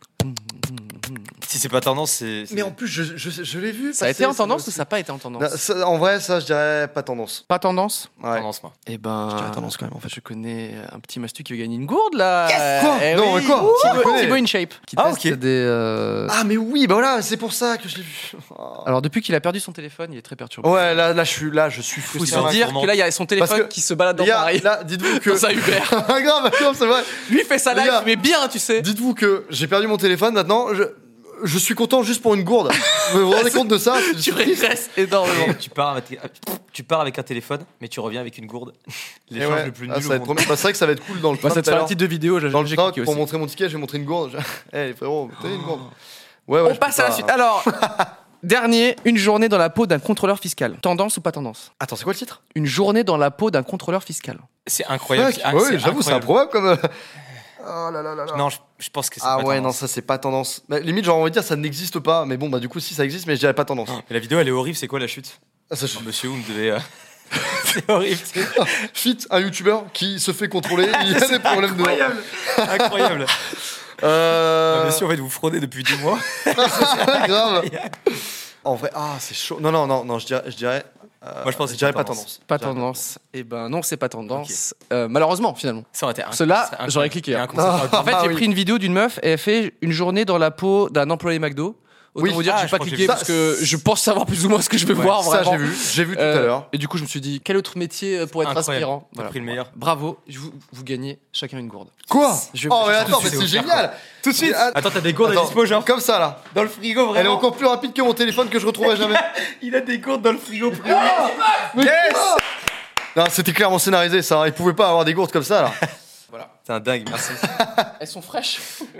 Si c'est pas tendance, c'est. Mais en plus, je l'ai vu. Ça a passer, été en tendance ou aussi. ça n'a pas été en tendance? Non, ça, en vrai, ça, je dirais pas tendance. Pas tendance? Ouais. Tendance, moi. Eh ben, Je dirais tendance quand même, en fait. Je connais un petit mastu qui veut gagner une gourde là. Quoi Eh Non, oui. mais quoi Qui le connaît Thibaut InShape. Qui Ah, teste ok. des. Ah, mais oui, bah voilà, c'est pour ça que je l'ai vu. Oh. Alors depuis qu'il a perdu son téléphone, il est très perturbé. Ouais, là, je suis fou. Faut c'est se vrai, dire sûrement. que là, il y a son téléphone Parce que- qui se balade dans Les gars, Paris. là, dites-vous que. Dans sa Uber. Ah, grave, non, c'est vrai. Lui il fait sa Les live, gars. mais bien, tu sais. Dites-vous que j'ai perdu mon téléphone maintenant. Je suis content juste pour une gourde. Vous vous rendez compte de ça Tu régresses énormément. Tu pars avec un téléphone, mais tu reviens avec une gourde. Et L'échange ouais. le plus Ah, nul ça au va être monde. trop- bah, c'est vrai que ça va être cool dans le train. Ça te tout à fait un l'heure. titre de vidéo, Dans le j'ai train, cliqué pour aussi. montrer mon ticket, je vais montrer une gourde. Eh, les frérots, t'as une gourde. Ouais, On je peux passe à la pas- suite. Alors, dernier, une journée dans la peau d'un contrôleur fiscal. Tendance ou pas tendance? Attends, c'est quoi le titre Une journée dans la peau d'un contrôleur fiscal. C'est incroyable. Fuck. c'est Ouais, j'avoue, c'est incroyable. improbable comme. Oh là là là là. Non, je pense que c'est Ah pas ouais, non, tendance. ça c'est pas tendance. Bah, limite, genre, on va dire ça n'existe pas. Mais bon, bah, du coup, si ça existe, mais je dirais pas tendance. Mais la vidéo, elle est horrible. C'est quoi la chute Ah, ça, Monsieur Oum devait. C'est horrible. Fit, un youtubeur qui se fait contrôler, il y a des problèmes dedans. Incroyable. Non, mais si en fait vous fraudez depuis 2 mois. Grave. En vrai, c'est chaud. Non, je dirais. Moi je pense je dirais pas tendance. Pas tendance. Et ben non, c'est pas tendance. Malheureusement, finalement. Ça aurait été Cela, j'aurais cliqué. En fait, j'ai pris une vidéo d'une meuf et elle fait une journée dans la peau d'un employé McDo. Autant vous dire que j'ai pas cliqué parce que je pense savoir plus ou moins ce que je vais voir. Ça, vraiment. j'ai vu tout à l'heure. Et du coup, je me suis dit, quel autre métier pour être aspirant? T'as pris le meilleur. Bravo, vous gagnez chacun une gourde. Quoi? Mais attends, tout de c'est suite, génial. Tout de suite. Attends, t'as des gourdes à dispo, genre Comme ça là. dans le frigo, vraiment. Elle est encore plus rapide que mon téléphone que je retrouverai jamais. Il a des gourdes dans le frigo. Yes. Non, c'était clairement scénarisé ça. Il pouvait pas avoir des gourdes comme ça là. Voilà. C'est un dingue, merci. Elles sont fraîches.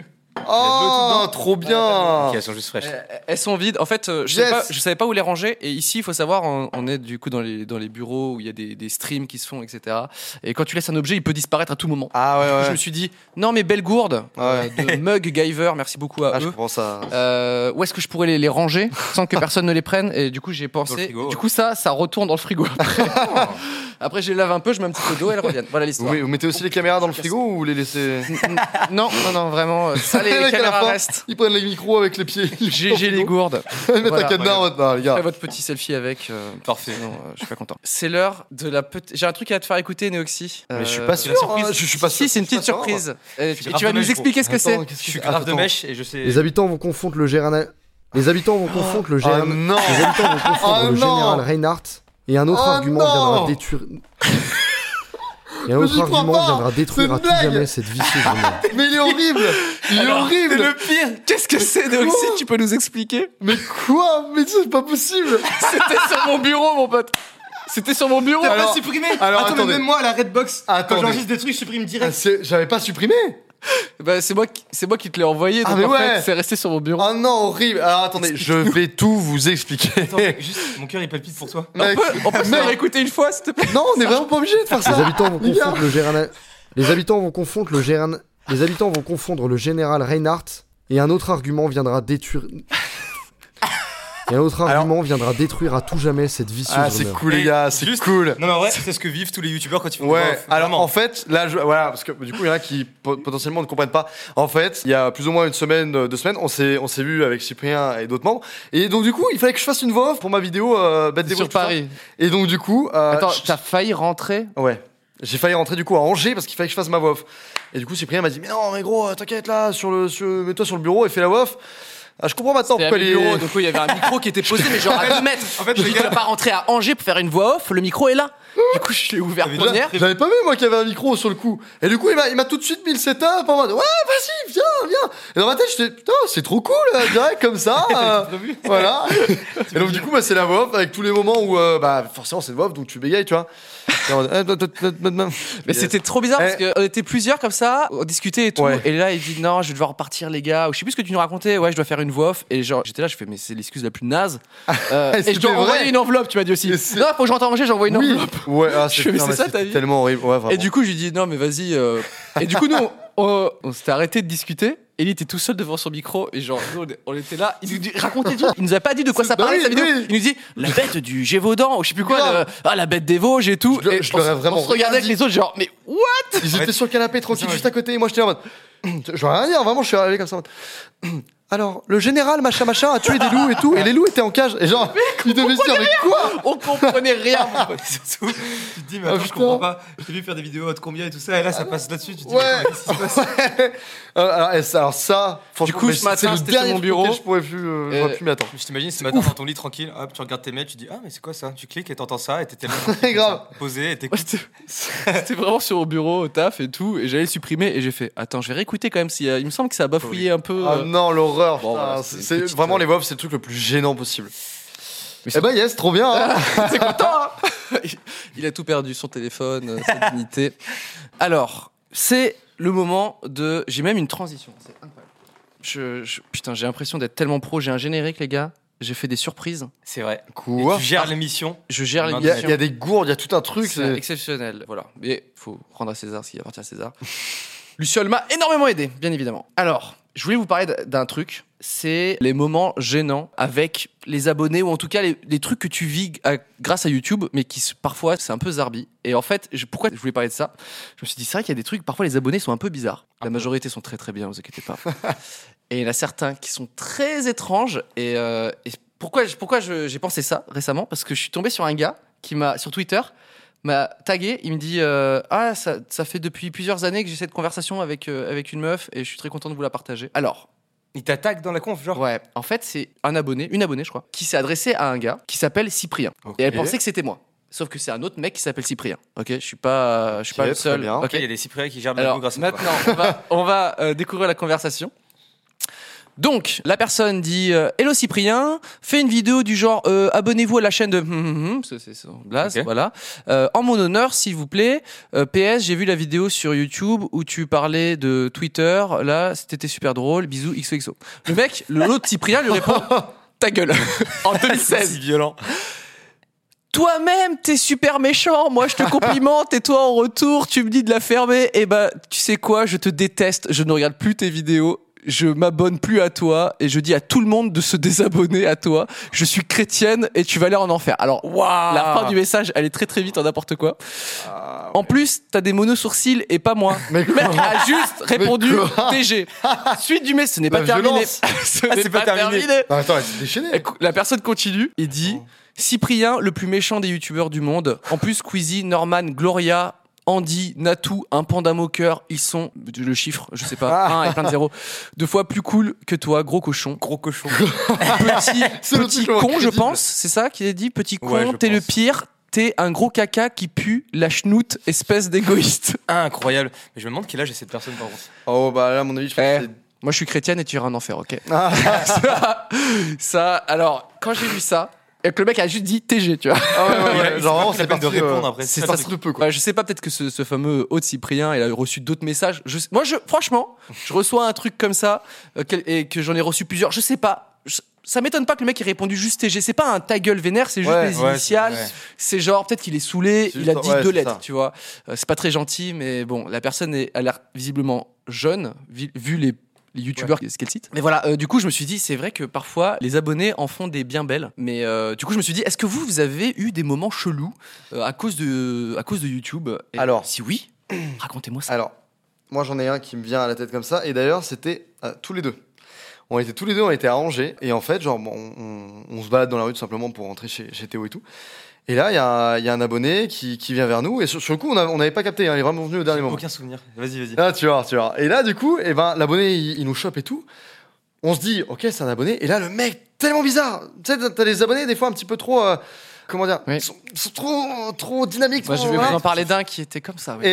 Oh, trop bien. Ok, elles sont juste fraîches. Elles sont vides. En fait, je savais pas où les ranger. Et ici, il faut savoir, on est du coup dans les bureaux où il y a des streams qui se font, etc. Et quand tu laisses un objet, il peut disparaître à tout moment. Ah ouais. Je me suis dit, non, mais belle gourde de Mug Giver, merci beaucoup à eux. Je comprends ça. Où est-ce que je pourrais les ranger sans que personne ne les prenne? Et du coup, j'ai pensé. Frigo, du coup, ça retourne dans le frigo. Après, je les lave un peu, je mets un petit peu d'eau et elles reviennent. Voilà l'histoire. Vous mettez aussi les caméras dans le frigo ou vous les laissez? Non, vraiment. Ça, les caméras restent. Ils prennent les micros avec les pieds. J'ai les gourdes. Ils mettent un cadenas en mode. Non, les gars. Faites votre petit selfie avec. Parfait. Je suis pas content. C'est l'heure de la petite. J'ai un truc à te faire écouter, Néoxy. Mais je suis pas sûr. Je suis pas sûr. Si, c'est une petite surprise. Et tu vas nous expliquer ce que c'est. Je suis grave de mèche et je sais. Les habitants vont confondre le général. Les habitants vont confondre le général. Non. Les habitants vont confondre le général Reinhardt et un autre argument viendra détruire. Et un autre argument viendra détruire à tout jamais cette vicieuse humaine. Mais il est horrible. Il est horrible. C'est le pire. Qu'est-ce que c'est, Néoxy? Tu peux nous expliquer? Mais quoi? Mais c'est pas possible. C'était sur mon bureau, mon pote. C'était sur mon bureau. T'as pas supprimé? Alors, attends, attendez. mais même moi à la Redbox, quand Attendez. j'enregistre des trucs, je supprime direct. J'avais pas supprimé. Bah, c'est moi qui te l'ai envoyé. Donc mais en ouais. fait, c'est resté sur mon bureau. Oh non, horrible. Alors attendez, je vais tout vous expliquer. Attends, mec, juste, mon cœur il palpite pour toi. Mec, On peut se faire écouter une fois, s'il te plaît. non, on est vraiment pas obligé de faire ça. Les habitants vont Les gars. confondre le général. Les habitants vont confondre le général. Les habitants vont confondre le général Reinhardt et un autre argument viendra détruire. Et un autre argument viendra détruire à tout jamais cette vicieuse Ah, c'est rumeur. cool, les gars, c'est Juste- cool. Non, mais en vrai, c'est ce que vivent tous les youtubeurs quand ils font des Ouais, voix-off. alors Vraiment. en fait, là, voilà, parce que du coup, il y en a qui potentiellement ne comprennent pas. En fait, il y a plus ou moins une semaine, 2 semaines, on s'est vu avec Cyprien et d'autres membres. Et donc, du coup, il fallait que je fasse une voix off pour ma vidéo Bête des Sur tout ça. Paris. Et donc, du coup. Attends, t'as failli rentrer? Ouais. J'ai failli rentrer du coup à Angers parce qu'il fallait que je fasse ma voix off. Et du coup, Cyprien m'a dit mais non, mais gros, t'inquiète là, mets-toi sur le bureau et fais la voix off. Ah, je comprends maintenant C'était à pourquoi mes bureaux, donc il y avait un micro qui était posé, mais genre à 2 mètres. En fait, Je me dis, tu vas pas rentrer à Angers pour faire une voix off, le micro est là. Du coup, je l'ai ouvert Mais première. J'avais pas vu moi qu'il y avait un micro sur le coup. Et du coup, il m'a tout de suite mis le setup en mode ouais, vas-y, viens. Et dans ma tête, j'étais putain, c'est trop cool, direct comme ça. Voilà. Et donc du coup, c'est la voix off avec tous les moments où forcément c'est une voix off donc tu bégayes, tu vois. Mais c'était trop bizarre parce qu'on était plusieurs comme ça, on discutait et tout. Ouais. Et là, il dit non, je vais devoir repartir, les gars. Ou je sais plus ce que tu nous racontais. Ouais, je dois faire une voix off. Et genre, j'étais là, je fais, mais c'est l'excuse la plus naze. Et je dois vrai. envoyer une envoype, tu m'as dit aussi. Et c'est- Non, faut que je rentre à Angers, j'envoie une Oui. enveloppe. Ouais, Je fais, mais non, c'est ça, c'était ta vie. tellement horrible. Ouais, vraiment. Et du coup, je lui dis non, mais vas-y. Et du coup, nous, on s'était arrêté de discuter. Et il était tout seul devant son micro. Et genre, nous, on était là. Il nous dit, racontez tout. Il nous a pas dit de quoi ça Bah parlait, oui, sa vidéo. oui. Il nous dit la bête du Gévaudan, ou je sais plus quoi. Grave. La bête des Vosges et tout. Je Et l'aurais on vraiment se regardait avec rien les autres, genre, mais what? Ils étaient sur le canapé tranquille juste à côté et moi j'étais en mode je vais rien dire, vraiment je suis arrivé comme ça en mode alors le général machin a tué des loups et tout et les loups étaient en cage et genre ils devaient se dire mais quoi. On comprenait rien, mon pote. Surtout, tu te dis, mais attends, je putain. comprends pas. Je t'ai vu faire des vidéos de combien et tout ça, et là ça passe là-dessus. Tu te dis, Ouais. mais qu'est-ce qui se passe? Alors ça franchement coup, mais ce matin, c'est le c'était sur dernier mon truc bureau. auquel je pourrais plus j'aurais pu m'y attendre. Je t'imagine ce matin dans ton lit tranquille, hop, tu regardes tes mails, tu dis, ah, mais c'est quoi ça? Tu cliques et t'entends ça, et t'es tellement Grave. posé, et Moi, t'écoutes. C'était vraiment sur mon bureau, au taf et tout, et j'allais le supprimer, et j'ai fait attends, je vais réécouter quand même. Il me semble que ça a bafouillé un peu. Ah non l'horreur Bon, putain, voilà, c'est c'est une petite, vraiment les voix off, c'est le truc le plus gênant possible. Mais Eh ben yes trop bien hein. C'est content, hein. Il a tout perdu, son téléphone, sa dignité. Alors, c'est le moment de. J'ai même une transition, c'est incroyable. Putain, j'ai l'impression d'être tellement pro, j'ai un générique, les gars. J'ai fait des surprises. C'est vrai. Quoi Et tu gères l'émission. Je gère Il y a- l'émission. Il y a des gourdes, il y a tout un truc. C'est exceptionnel. Voilà. Mais faut rendre à César ce qui appartient à César. Luciole m'a énormément aidé, bien évidemment. Alors, je voulais vous parler d'un truc. C'est les moments gênants avec les abonnés, ou en tout cas les trucs que tu vis grâce à YouTube, mais qui parfois c'est un peu zarbi. Et en fait, pourquoi je voulais parler de ça? Je me suis dit, c'est vrai qu'il y a des trucs, parfois les abonnés sont un peu bizarres. La majorité sont très très bien, vous inquiétez pas. Et il y en a certains qui sont très étranges. Et pourquoi j'ai pensé ça récemment? Parce que je suis tombé sur un gars qui sur Twitter, m'a tagué, il me dit ça fait depuis plusieurs années que j'ai cette conversation avec une meuf et je suis très content de vous la partager. Alors, Il t'attaque dans la conf, genre. ouais, en fait, c'est une abonnée, je crois, qui s'est adressée à un gars qui s'appelle Cyprien. Ok. Et elle pensait que c'était moi. Sauf que c'est un autre mec qui s'appelle Cyprien. Ok, je suis pas le très seul. bien. Ok. Il y a des Cypriens qui gèrent bien Alors grâce à toi. maintenant, on va découvrir la conversation. Donc, la personne dit Hello Cyprien, fais une vidéo du genre abonnez-vous à la chaîne de c'est son blaze, Ok. voilà. En mon honneur, s'il vous plaît. PS, j'ai vu la vidéo sur YouTube où tu parlais de Twitter. Là, c'était super drôle. Bisous XOXO. Le mec, l'autre Cyprien lui répond ta gueule. En 2016. C'est violent. Toi-même, t'es super méchant. Moi, je te complimente et toi, en retour, tu me dis de la fermer. Eh ben, tu sais quoi? Je te déteste. Je ne regarde plus tes vidéos. Je m'abonne plus à toi et je dis à tout le monde de se désabonner à toi. Je suis chrétienne et tu vas aller en enfer. Alors, la fin du message, elle est très très vite en n'importe quoi. En plus, t'as des mono-sourcils et pas moi. Mais Le mec a juste répondu quoi TG. Suite du message, ce n'est pas La terminé. violence. Ce n'est c'est pas terminé. Non, attends, elle s'est déchaînée. La personne continue et dit Cyprien, le plus méchant des youtubeurs du monde. En plus, Squeezie, Norman, Gloria, Andy, Natou, un panda moqueur, ils sont, le chiffre, je sais pas, 1 et plein de zéros, 2 fois plus cool que toi, gros cochon. Gros cochon. C'est le Petit truc le moins con, je crédible. pense, c'est ça qu'il a dit, petit con, Ouais, je t'es le pense. pire, t'es un gros caca qui pue la chenoute, espèce d'égoïste. Incroyable. Mais je me demande quel âge a cette personne par contre. Oh, bah là, à mon avis, je pense Eh. que c'est. Moi, je suis chrétienne et tu iras en enfer, ok? Ah. Alors, quand j'ai lu ça, et que le mec a juste dit TG, tu vois. Ah ouais, Il a- ouais, il genre vraiment, s'est pas c'est pris la peine parti de répondre après. C'est Ça, parti de peu, quoi. Ouais, je sais pas, peut-être que ce fameux hôte Cyprien, il a reçu d'autres messages. Franchement, je reçois un truc comme ça, et que j'en ai reçu plusieurs. Je sais pas. Ça m'étonne pas que le mec ait répondu juste TG. C'est pas un ta gueule vénère, c'est juste Ouais, les ouais, initiales. ouais. C'est genre, peut-être qu'il est saoulé, C'est il a juste- dit ouais, 2 c'est lettres, ça. tu vois. C'est pas très gentil, mais bon, la personne a l'air visiblement jeune, vu les youtubeurs ce qu'elle cite. Mais voilà, du coup, je me suis dit, c'est vrai que parfois, les abonnés en font des bien belles. Mais du coup, je me suis dit, est-ce que vous avez eu des moments chelous à cause de YouTube? Et Alors. si oui, racontez-moi ça. Alors, moi j'en ai un qui me vient à la tête comme ça, et d'ailleurs c'était tous les deux. On était à Angers, et en fait, genre, on se balade dans la rue tout simplement pour rentrer chez Théo et tout. Et là, il y a un abonné qui vient vers nous, et sur le coup, on n'avait pas capté, hein, il est vraiment venu au dernier moment. Aucun souvenir. Vas-y. Ah, tu vois. Et là, du coup, l'abonné, il nous chope et tout. On se dit, ok, c'est un abonné. Et là, le mec, tellement bizarre. Tu sais, t'as des abonnés, des fois, un petit peu trop. Comment dire? Oui. Ils sont trop dynamiques. Moi, je trop- vais voilà. vous en parler d'un qui était comme ça. Oui.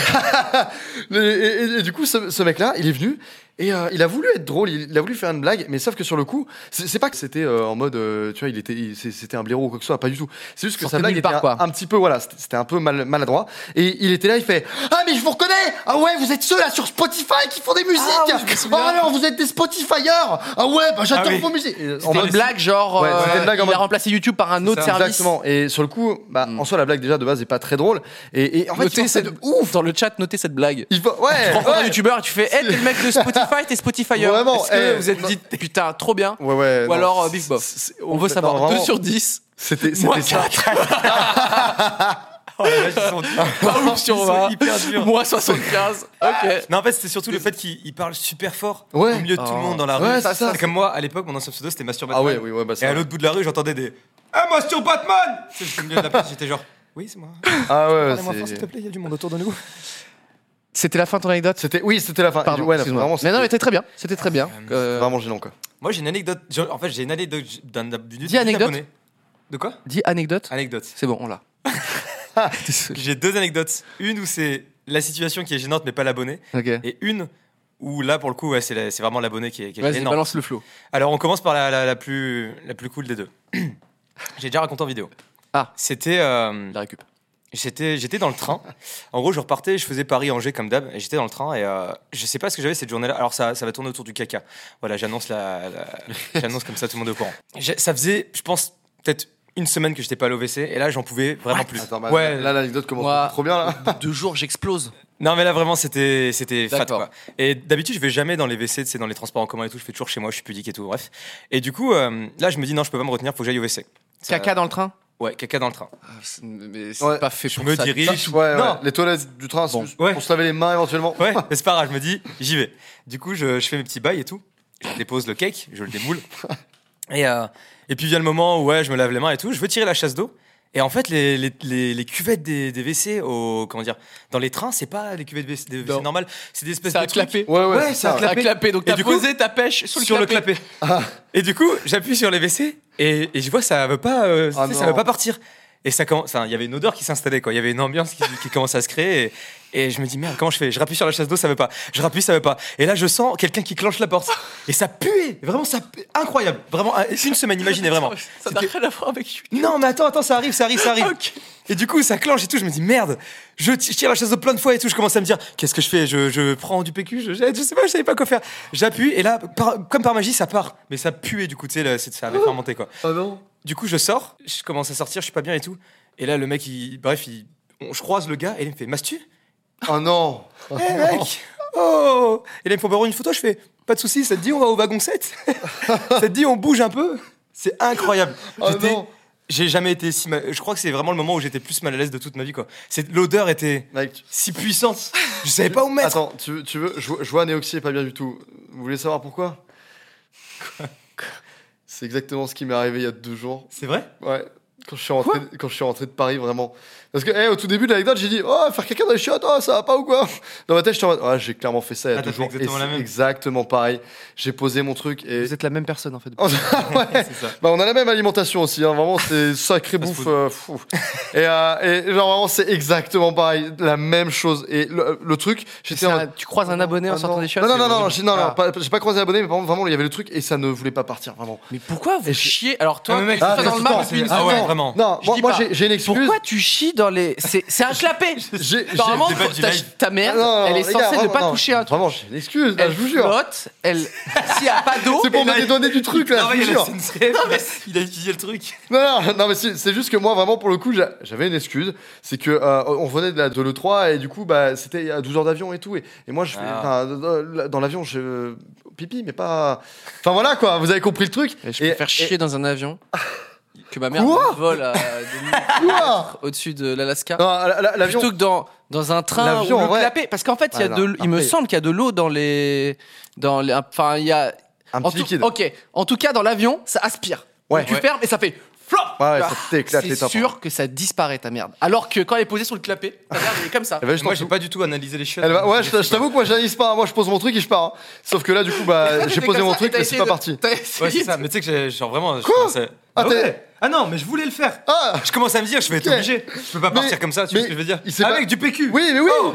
Et du coup, ce mec-là, il est venu et il a voulu être drôle, il a voulu faire une blague, mais sauf que sur le coup, c'est pas que c'était en mode, tu vois, c'était un blaireau ou quoi que ce soit, pas du tout. C'est juste que Sortait sa de blague nulle était part, quoi. un petit peu, voilà, c'était un peu maladroit. Et il était là, il fait ah mais je vous reconnais, ah ouais, vous êtes ceux là sur Spotify qui font des musiques. oui, je me souviens. Oh alors vous êtes des Spotifyers. Ah ouais, bah j'adore Ah oui. vos musiques. Et en C'était mode- une blague, genre, Ouais, c'était une blague en il mode- a remplacé YouTube par un autre ça. service. Exactement. Et sur le coup, en soi, la blague déjà de base est pas très drôle. Et en fait, Notez il cette de ouf. dans le chat, notez cette blague. Il faut, ouais, Tu rencontres un ouais. youtubeur et tu fais, hey, t'es le mec de Spotify, t'es Spotifyer. Vraiment, Est-ce que eh, vous êtes dit, putain, trop bien? Ouais, Ou non, alors, bif bof. On veut non, savoir. vraiment, 2 sur 10. C'était Moi, ça. Oh la vache, ils sont Pas ouf sur Ils 20. sont hyper durs. Moi, 75. Ok. Non, en fait, c'était surtout le fait qu'il parle super fort Ouais. au milieu de tout le Oh. monde dans la rue. Ouais, c'est ça. Comme moi, à l'époque, mon ancien pseudo, c'était Masturbatman. Ah ouais, bah Et ça. à l'autre bout de la rue, j'entendais des Ah, Masturbatman. Tu sais, j'étais au milieu de la place, j'étais genre Oui, c'est moi. Ah ouais, Parlez-moi fort, s'il te c'est- plaît, il y a du monde autour de nous. C'était la fin de ton anecdote? c'était la fin. Pardon, Ouais, excuse-moi. vraiment, Mais non, mais c'était c'était très bien. C'était très bien. vraiment gênant quoi. Moi, j'ai une anecdote. En fait, j'ai une anecdote d'une Dis anecdote. abonné. De quoi Dis anecdote. Anecdote. C'est bon, on l'a. Désolé. J'ai 2 anecdotes. Une où c'est la situation qui est gênante, mais pas l'abonné. Ok. Et une où là, pour le coup, ouais, c'est vraiment l'abonné qui est Vas-y, gênant. balance le flow. Alors, on commence par la plus cool des deux. J'ai déjà raconté en vidéo. Ah. C'était. La récup. J'étais dans le train. En gros, je repartais, je faisais Paris-Angers comme d'hab, et j'étais dans le train. Et je sais pas ce que j'avais cette journée-là. Alors, ça va tourner autour du caca. Voilà, j'annonce j'annonce comme ça, tout le monde est au courant. Ça faisait, je pense, peut-être une semaine que j'étais pas allé au WC, et là, j'en pouvais vraiment plus. Attends, bah, ouais, là l'anecdote commence Moi- trop bien là. 2 jours, j'explose. Non, mais là, vraiment, c'était fat, D'accord. quoi. Et d'habitude, je vais jamais dans les WC, tu sais, dans les transports en commun et tout. Je fais toujours chez moi, je suis pudique et tout, bref. Et du coup, là, je me dis, non, je peux pas me retenir, faut que j'aille au WC. Ça- Caca dans le train. Ouais, caca dans le train. Mais c'est Ouais. pas fait Je pour me ça. dirige. Ouais, Non. les toilettes du train, Bon. c'est Ouais. pour se laver les mains éventuellement. Ouais, mais c'est pas grave, je me dis, j'y vais. Du coup, je fais mes petits bails et tout. Je dépose le cake, je le démoule. Et puis vient le moment où ouais, je me lave les mains et tout. Je veux tirer la chasse d'eau. Et en fait, les cuvettes des WC comment dire, dans les trains, c'est pas les cuvettes des WC Non. normales. C'est des espèces Ça de a trucs. clapé. Ouais, c'est ça a ça. clapé. À clapper. Donc Et t'as du coup, posé ta pêche sur le clapé. Et du coup, j'appuie sur les WC et je vois ça veut pas, tu sais, ça non. veut pas partir. Et ça commence, il y avait une odeur qui s'installait quoi. Il y avait une ambiance qui commençait à se créer. Et je me dis merde, comment je fais? Je rappuie sur la chasse d'eau, ça veut pas. Je rappuie, ça veut pas. Et là, je sens quelqu'un qui clenche la porte. Et ça puait, vraiment ça puait. Incroyable, vraiment. Une semaine, imaginez vraiment. Ça n'a rien à voir avec YouTube. Non, mais attends, ça arrive. Ok. Et du coup, ça clenche et tout. Je me dis merde. Je tire la chaise d'eau plein de fois et tout. Je commence à me dire qu'est-ce que je fais? Je prends du PQ, je jette, je sais pas, je savais pas quoi faire. J'appuie et là, comme par magie, ça part. Mais ça puait du coup, tu sais, ça avait fermenté quoi. Ah non. Du coup, je sors, je commence à sortir, je suis pas bien et tout. Et là, le mec, je croise le gars et il me fait Mastu? Oh non. Eh mec! Oh! Et là, il me faut avoir une photo, je fais pas de soucis, ça te dit, on va au wagon 7? Ça te dit, on bouge un peu? C'est incroyable. Oh non. J'ai jamais été si mal. Je crois que c'est vraiment le moment où j'étais plus mal à l'aise de toute ma vie, quoi. L'odeur était Mec, si puissante. Je savais pas où me mettre. attends, tu veux, je vois Néoxy est pas bien du tout. Vous voulez savoir pourquoi? C'est exactement ce qui m'est arrivé il y a 2 jours. C'est vrai? Ouais. Quand je suis rentré de Paris, vraiment. Parce que, au tout début de l'anecdote, j'ai dit, oh, faire caca dans les chiottes, oh, ça va pas ou quoi? Dans ma tête, j'étais en mode, j'ai clairement fait ça il y a Ah, 2 t'as fait jours. Et exactement la c'est même. exactement pareil. J'ai posé mon truc et. Vous êtes la même personne en fait. Ouais. C'est ça. Bah, on a la même alimentation aussi, hein. Vraiment, c'est sacré Fast bouffe. food. Fou. Et genre, vraiment, c'est exactement pareil. La même chose. Et le truc, j'étais en mode, Tu croises un abonné en ah, sortant non. des chiottes? Non, c'est non, horrible. j'ai pas croisé l'abonné, mais par contre, vraiment, il y avait le truc et ça ne voulait pas partir, vraiment. Mais pourquoi vous Et chiez? Alors toi, Ah, mais mec, t'es pas c'est dans le attends, mal c'est- depuis une ah ouais, semaine. vraiment. Non, Je dis moi pas. j'ai une excuse. Pourquoi tu chies dans les. C'est un clapet! Normalement, débat du live. ta mère, Non, elle est les gars, censée ne vraiment, pas non. toucher un truc. Vraiment, j'ai une excuse, là, Elle je vous jure. flotte, s'il n'y a pas d'eau. C'est pour me dédonner du truc, là, je vous jure. Il a utilisé le truc. Non, mais c'est juste que moi, vraiment, pour le coup, j'avais une excuse. C'est que on venait de l'E3 et du coup, bah, c'était à 12 heures d'avion et tout. Et moi, je fais, Ah. dans l'avion, je pipi, mais pas. Enfin voilà, quoi, vous avez compris le truc. Et je préfère chier dans un avion que ma mère Quoi vole à 2000 Quoi au-dessus de l'Alaska. Non, l'avion. Plutôt que dans un train L'avion, où en le vrai. clapet. Parce qu'en fait, il y a Ouais, de, non, il me après- semble qu'il y a de l'eau dans les. Enfin, il y a. Un en petit tout- liquide. Ok. En tout cas, dans l'avion, ça aspire. Ouais. Donc, tu fermes et ça fait flop. Ouais, ça t'éclate les C'est tympans. sûr que ça disparaît ta merde. Alors que quand elle est posée sur le clapet, ta merde elle est comme ça. Elle va juste en Moi, j'ai dessous. pas du tout analysé les chiottes. Ouais, je t'avoue que moi, j'analyse pas. Moi, je pose mon truc et je pars. Hein. Sauf que là, du coup, bah, j'ai T'es posé comme mon ça, truc, t'as mais c'est essayé pas de- parti. t'as Ouais, essayé c'est de- ça. Mais tu sais que genre vraiment. Quoi Ah t'es- ouais. Ah non, mais je voulais le faire. Ah Je commence à me dire, je vais être Ok. obligé. Je peux pas Mais- partir comme ça, tu vois mais ce que je veux dire? il s'est pas- Avec du PQ. Oui, mais oui. Oh.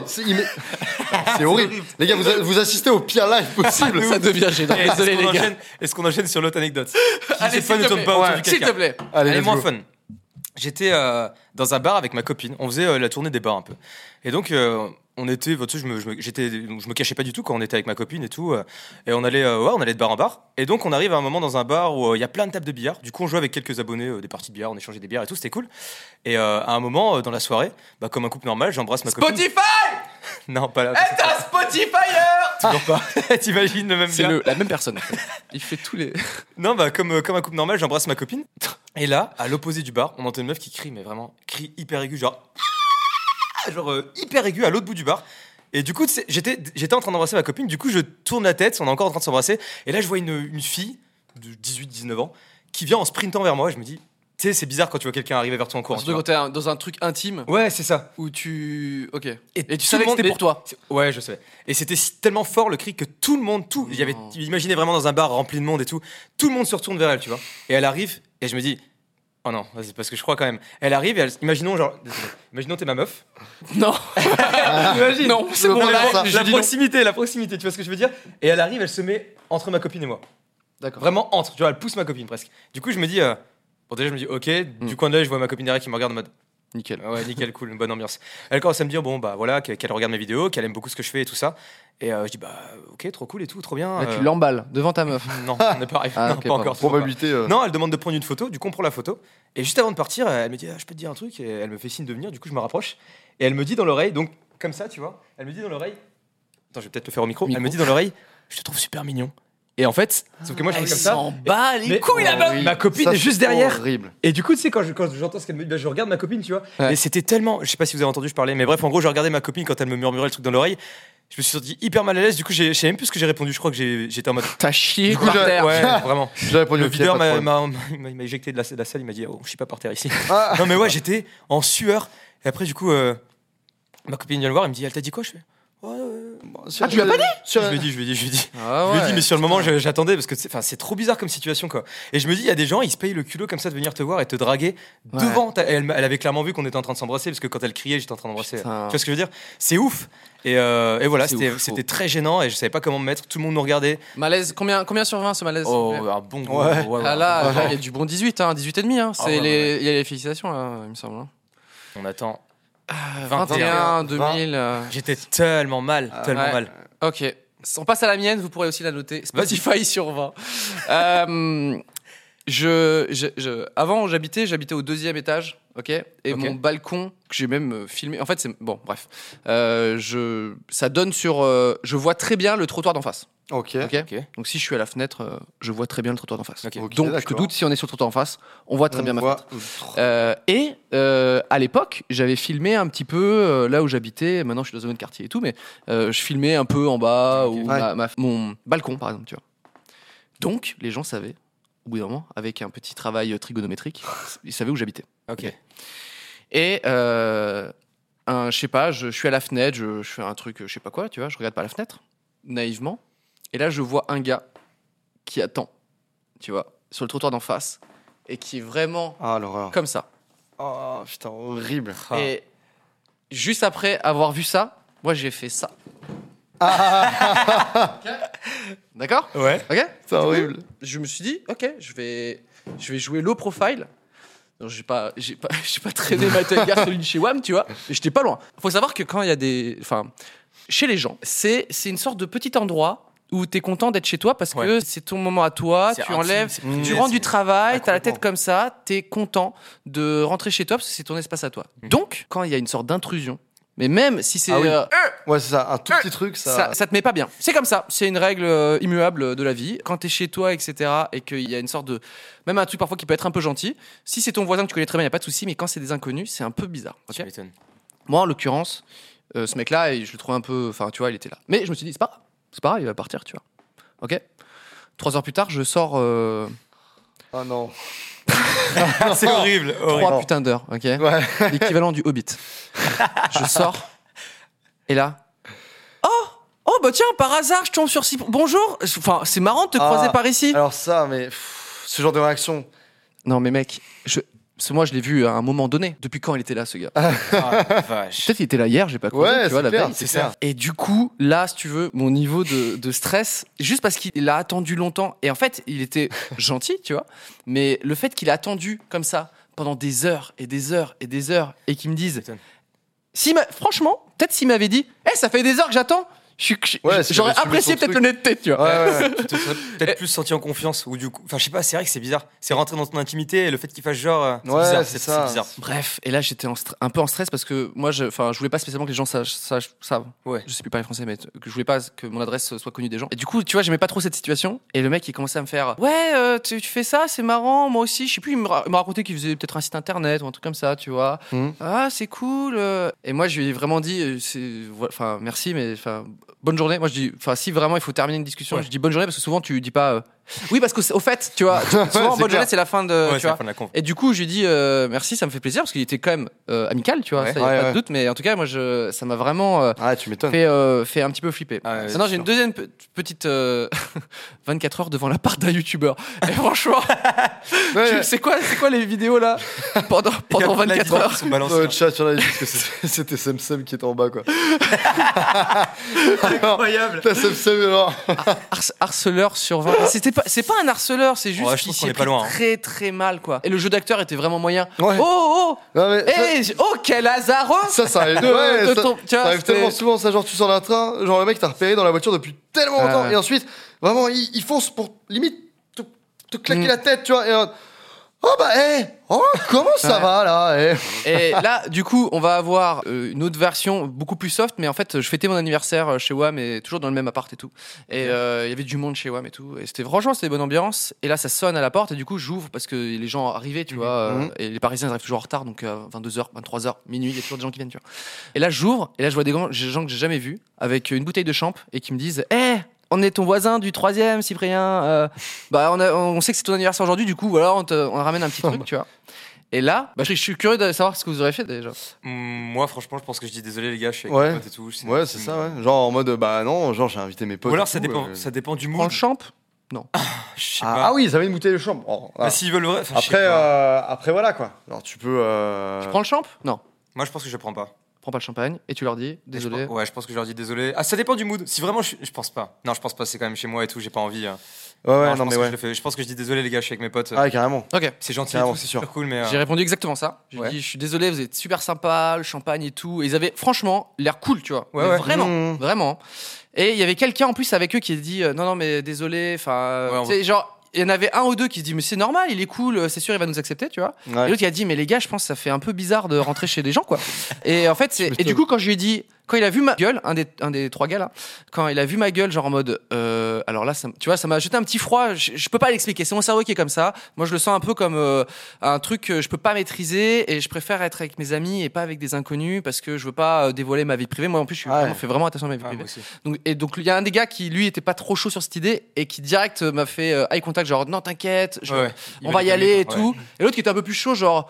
C'est horrible. Les gars, vous assistez au pire live possible. Ça devient gênant. Et Désolé les gars. Est-ce qu'on enchaîne sur l'autre anecdote? Allez, Cette fois, s'il ne te tourne plaît. pas autour Ouais. du S'il caca. te plaît. Allez, Elle est let's moins go. fun. J'étais dans un bar avec ma copine. On faisait la tournée des bars un peu. Et donc, on était, tu sais, je me cachais pas du tout quand on était avec ma copine et tout. Et on allait de bar en bar. Et donc, on arrive à un moment dans un bar où il y a plein de tables de billard. Du coup, on jouait avec quelques abonnés des parties de billard. On échangeait des bières et tout. C'était cool. Et à un moment dans la soirée, bah, comme un couple normal, j'embrasse ma copine. Spotify. Non, pas là. Est un Spotifyer. Toujours pas. T'imagines le même C'est gars. la même personne. Il fait tous les. Non, bah, comme un couple normal, j'embrasse ma copine. Et là, à l'opposé du bar, on entend une meuf qui crie, mais vraiment, cri hyper aigu, genre hyper aigu à l'autre bout du bar. Et du coup, tu sais, j'étais en train d'embrasser ma copine. Du coup, je tourne la tête, on est encore en train de s'embrasser. Et là, je vois une fille de 18-19 ans qui vient en sprintant vers moi. Et je me dis, tu sais, c'est bizarre quand tu vois quelqu'un arriver vers toi en courant. tu Surtout vois. quand t'es dans un truc intime Ouais, c'est ça. où tu. Ok. Et tout tu savais le que monde- c'était pour toi. Ouais, je savais. Et c'était tellement fort le cri que tout le monde, il y avait, imaginez vraiment dans un bar rempli de monde et tout le monde se retourne vers elle, tu vois. Et elle arrive et je me dis, oh non, c'est parce que je crois quand même. Elle arrive et imaginons t'es ma meuf. Non. Imagine. Non, c'est le bon. prends Là, ça. je La dis non. proximité, tu vois ce que je veux dire? Et elle arrive, elle se met entre ma copine et moi. D'accord. Vraiment entre, tu vois, elle pousse ma copine presque. Du coup, je me dis, bon, déjà, je me dis, ok, du coin de l'œil, je vois ma copine derrière qui me regarde en mode, Nickel. ah ouais, nickel, cool, une bonne ambiance. Elle commence à me dire, bon, bah voilà, qu'elle regarde mes vidéos, qu'elle aime beaucoup ce que je fais et tout ça. Et je dis, bah, ok, trop cool et tout, trop bien. Là, tu l'emballes devant ta meuf. Non, on n'est pas arrivé. Ah, Non, ok, pas pardon. encore. toujours pas. Probabilité. Non, elle demande de prendre une photo, du coup, on prend la photo. Et juste avant de partir, elle me dit, ah, je peux te dire un truc. Et elle me fait signe de venir, du coup, je me rapproche. Et elle me dit dans l'oreille, donc, comme ça, tu vois. Elle me dit dans l'oreille. Attends, je vais peut-être le faire au micro. Micro. Elle me dit dans l'oreille, je te trouve super mignon. Et en fait, sauf que moi je fais Elle comme ça. s'en bat les Mais- couilles là-bas. Oui. Ma copine Ça, est juste c'est derrière. Horrible. Et du coup, tu sais, quand j'entends ce qu'elle me dit, bah, je regarde ma copine, tu vois. Ouais. Et c'était tellement. Je sais pas si vous avez entendu, je parlais, mais bref, en gros, je regardais ma copine quand elle me murmurait le truc dans l'oreille. Je me suis senti hyper mal à l'aise. Du coup, je sais même plus ce que j'ai répondu. Je crois que j'étais en mode. T'as chié coup, par j'ai- terre. Ouais, vraiment. J'ai répondu Le au pied, videur pas de m'a problème. éjecté de la salle. Il m'a dit, oh, je suis pas par terre ici. Ah. Non, mais ouais, j'étais en sueur. Et après, du coup, ma copine vient le voir. Elle me dit, elle t'a dit quoi? Je fais. Ouais. Ah, tu lui as pas dit Je lui ai dit. Ah Je lui ai dit, mais sur le moment, j'attendais parce que c'est trop bizarre comme situation, quoi. Et je me dis, il y a des gens, ils se payent le culot comme ça de venir te voir et te draguer Ouais. devant. Elle avait clairement vu qu'on était en train de s'embrasser parce que quand elle criait, j'étais en train d'embrasser. Tu Putain. vois ce que je veux dire? C'est ouf. Et voilà, C'est ouf. c'était très gênant et je savais pas comment me mettre. Tout le monde nous regardait. Malaise, combien sur 20 ce malaise Oh, s'il vous plaît un bon. Ouais. Ah là, Ouais. il y a du bon 18, 18 et demi. Ah ouais, Il y a les félicitations là, il me semble. hein. On attend. 21, 2000. J'étais tellement mal, tellement ouais. mal. Ok. On passe à la mienne, vous pourrez aussi la noter. Spotify sur 20. Avant, j'habitais au 2e étage, ok. Et Ok. mon balcon, que j'ai même filmé. En fait, c'est bon, bref. Ça donne sur. Je vois très bien le trottoir d'en face. Ok. Ok. Ok. Donc si je suis à la fenêtre, je vois très bien le trottoir d'en face. Ok. Ok, Donc je te d'accord. doute si on est sur le trottoir d'en face, on voit très bien ma voit- fenêtre. À l'époque, j'avais filmé un petit peu là où j'habitais. Maintenant, je suis dans un autre quartier et tout, mais je filmais un peu en bas Ok. ou Ouais. mon balcon, par exemple, tu vois. Donc, les gens savaient, au bout d'un moment, avec un petit travail trigonométrique, ils savaient où j'habitais. Ok. Et je sais pas, je suis à la fenêtre, je fais un truc, je sais pas quoi, tu vois, je regarde par la fenêtre, naïvement, et là, je vois un gars qui attend, tu vois, sur le trottoir d'en face, et qui est vraiment Ah, l'horreur. comme ça. Oh, putain, horrible. Ah. Et juste après avoir vu ça, moi j'ai fait ça. Ok. D'accord? Ouais. Ok? C'est horrible. Je me suis dit, ok, je vais jouer low profile. Donc, j'ai pas traîné ma tête Gasoline chez WAM, tu vois, mais j'étais pas loin. Faut savoir que quand il y a chez les gens, c'est une sorte de petit endroit où t'es content d'être chez toi parce que Ouais. c'est ton moment à toi, C'est tu intime, enlèves, c'est tu privé, rentres du c'est- travail, t'as la tête complètement. comme ça, t'es content de rentrer chez toi parce que c'est ton espace à toi. Donc, quand il y a une sorte d'intrusion, mais même si c'est Ah oui. Ouais, c'est ça. Un tout petit truc, ça. ça te met pas bien. C'est comme ça. C'est une règle immuable de la vie. Quand t'es chez toi, etc., et qu'il y a une sorte de. Même un truc parfois qui peut être un peu gentil. Si c'est ton voisin que tu connais très bien, il n'y a pas de souci. Mais quand c'est des inconnus, c'est un peu bizarre. ok Tu m'étonnes. Moi, en l'occurrence, ce mec-là, je le trouve un peu. Enfin, tu vois, il était là. Mais je me suis dit, c'est pas grave. C'est pas grave, il va partir, tu vois. Ok 3 heures plus tard, je sors Oh non. C'est horrible. 3 putains d'heures, ok Ouais. L'équivalent du Hobbit. Je sors, et là. Oh, bah tiens, par hasard, je tombe sur Bonjour. Enfin, c'est marrant de te croiser par ici. Alors ça, mais ce genre de réaction. Non, mais mec, moi, je l'ai vu à un moment donné. Depuis quand il était là, ce gars Ah, vache. Peut-être qu'il était là hier, j'ai pas compris, Ouais, tu vois, c'est la clair, veille. c'est ça. Et du coup, là, si tu veux, mon niveau de stress, juste parce qu'il a attendu longtemps, et en fait, il était gentil, tu vois, mais le fait qu'il a attendu comme ça pendant des heures et des heures et des heures, et qu'il me dise, Putain. franchement, peut-être s'il m'avait dit, ça fait des heures que j'attends, Ouais, s'il j'aurais avait soulevé apprécié son peut-être truc. l'honnêteté, tu vois. Ouais, ouais. Tu te serais peut-être plus senti en confiance ou du coup, enfin je sais pas, c'est vrai que c'est bizarre. C'est rentrer dans ton intimité et le fait qu'il fasse genre, Ouais, bizarre, c'est ça. bizarre. Bref, et là j'étais un peu en stress parce que moi, je voulais pas spécialement que les gens savent. Ouais. Je sais plus parler français, mais que je voulais pas que mon adresse soit connue des gens. Et du coup, tu vois, j'aimais pas trop cette situation. Et le mec, il commençait à me faire, ouais, tu fais ça, c'est marrant, moi aussi. Je sais plus, il me racontait qu'il faisait peut-être un site internet ou un truc comme ça, tu vois. Mhm. Ah, c'est cool. Et moi, je lui ai vraiment dit, enfin, merci, mais enfin, bonne journée. Moi, je dis, enfin, si vraiment il faut terminer une discussion, Ouais. je dis bonne journée parce que souvent tu dis pas. Oui, parce qu'au fait, tu vois, souvent c'est bonne clair. journée, c'est la fin de. Ouais, tu c'est la vois. fin de la conf. Et du coup, je lui ai dit merci, ça me fait plaisir parce qu'il était quand même amical, tu vois, Ouais. ça y a Ouais, pas ouais. de doute. Mais en tout cas, moi, ça m'a vraiment Ah, tu m'étonnes. fait un petit peu flipper. Ah ouais, Maintenant, c'est j'ai une sûr. deuxième petite 24 heures devant l'appart d'un youtubeur. Et franchement, Ouais, c'est quoi les vidéos là pendant Il y a plein 24 d'images heures qui sont dans balancées. le chat, sur la liste, parce que c'était Semsem qui était en bas, quoi. Incroyable. T'as Semsem, alors. Harceleur sur 20. C'est pas un harceleur, c'est juste Ouais, je qu'il trouve s'y qu'on est est pas pris loin, hein. très très mal quoi. Et le jeu d'acteur était vraiment moyen. Ouais. Oh Non, mais quel hasardeux ça arrive. de Ouais, ça, tu vois, ça arrive c'était- tellement souvent, ça. Genre, tu sors d'un train, genre, le mec t'a repéré dans la voiture depuis tellement longtemps, Ouais. et ensuite, vraiment, il fonce pour limite te claquer Mm. la tête, tu vois. Et, Comment ça va là Et là, du coup, on va avoir une autre version beaucoup plus soft, mais en fait, je fêtais mon anniversaire chez WAM et toujours dans le même appart et tout. Et il y avait du monde chez WAM et tout. Et c'était bonne ambiance. Et là, ça sonne à la porte et du coup, j'ouvre parce que les gens arrivaient, tu vois. Et les Parisiens arrivent toujours en retard, donc 22h, 23h, minuit, il y a toujours des gens qui viennent, tu vois. Et là, j'ouvre et là, je vois des gens que j'ai jamais vus avec une bouteille de champ et qui me disent on est ton voisin du 3e, Cyprien. On sait que c'est ton anniversaire aujourd'hui, du coup, voilà, on ramène un petit truc, tu vois. Et là, je suis curieux de savoir ce que vous aurez fait déjà. Moi, franchement, je pense que je dis désolé, les gars, je suis avec mes potes et tout. Ouais, c'est ça, ouais. Genre en mode, non, genre j'ai invité mes potes. Ou alors ça dépend du mood. Prends le champ ? Non. Je sais pas. Ah oui, ça avait une bouteille de champ. Bah, s'ils veulent vrai. Après, voilà quoi. Alors tu peux. Tu prends le champ ? Non. Moi, je pense que je prends pas. Prends pas le champagne et tu leur dis désolé. Je pense que je leur dis désolé. Ah, ça dépend du mood. Si vraiment, je pense pas. Non, je pense pas. C'est quand même chez moi et tout. J'ai pas envie. Je pense que je dis désolé, les gars. Je suis avec mes potes. Ah, carrément. Ok. C'est gentil. Carrément, c'est super cool. Mais j'ai répondu exactement ça. J'ai dit je suis désolé, vous êtes super sympa, le champagne et tout. Et ils avaient franchement l'air cool, tu vois. Ouais. Vraiment. Et il y avait quelqu'un en plus avec eux qui a dit non mais désolé. Enfin, c'est genre. Il y en avait un ou deux qui se dit mais c'est normal, il est cool, c'est sûr il va nous accepter, tu vois. Et l'autre qui a dit mais les gars, je pense que ça fait un peu bizarre de rentrer chez des gens quoi. Et en fait et du coup quand je lui ai dit, quand il a vu ma gueule, un des trois gars là, quand il a vu ma gueule genre en mode alors là tu vois ça m'a jeté un petit froid, je peux pas l'expliquer, c'est mon cerveau qui est comme ça. Moi je le sens un peu comme un truc que je peux pas maîtriser et je préfère être avec mes amis et pas avec des inconnus parce que je veux pas dévoiler ma vie privée. Moi en plus je fais vraiment attention à ma vie privée. Donc il y a un des gars qui lui était pas trop chaud sur cette idée et qui direct m'a fait eye contact genre non t'inquiète, on va y aller et tout. Et l'autre qui était un peu plus chaud genre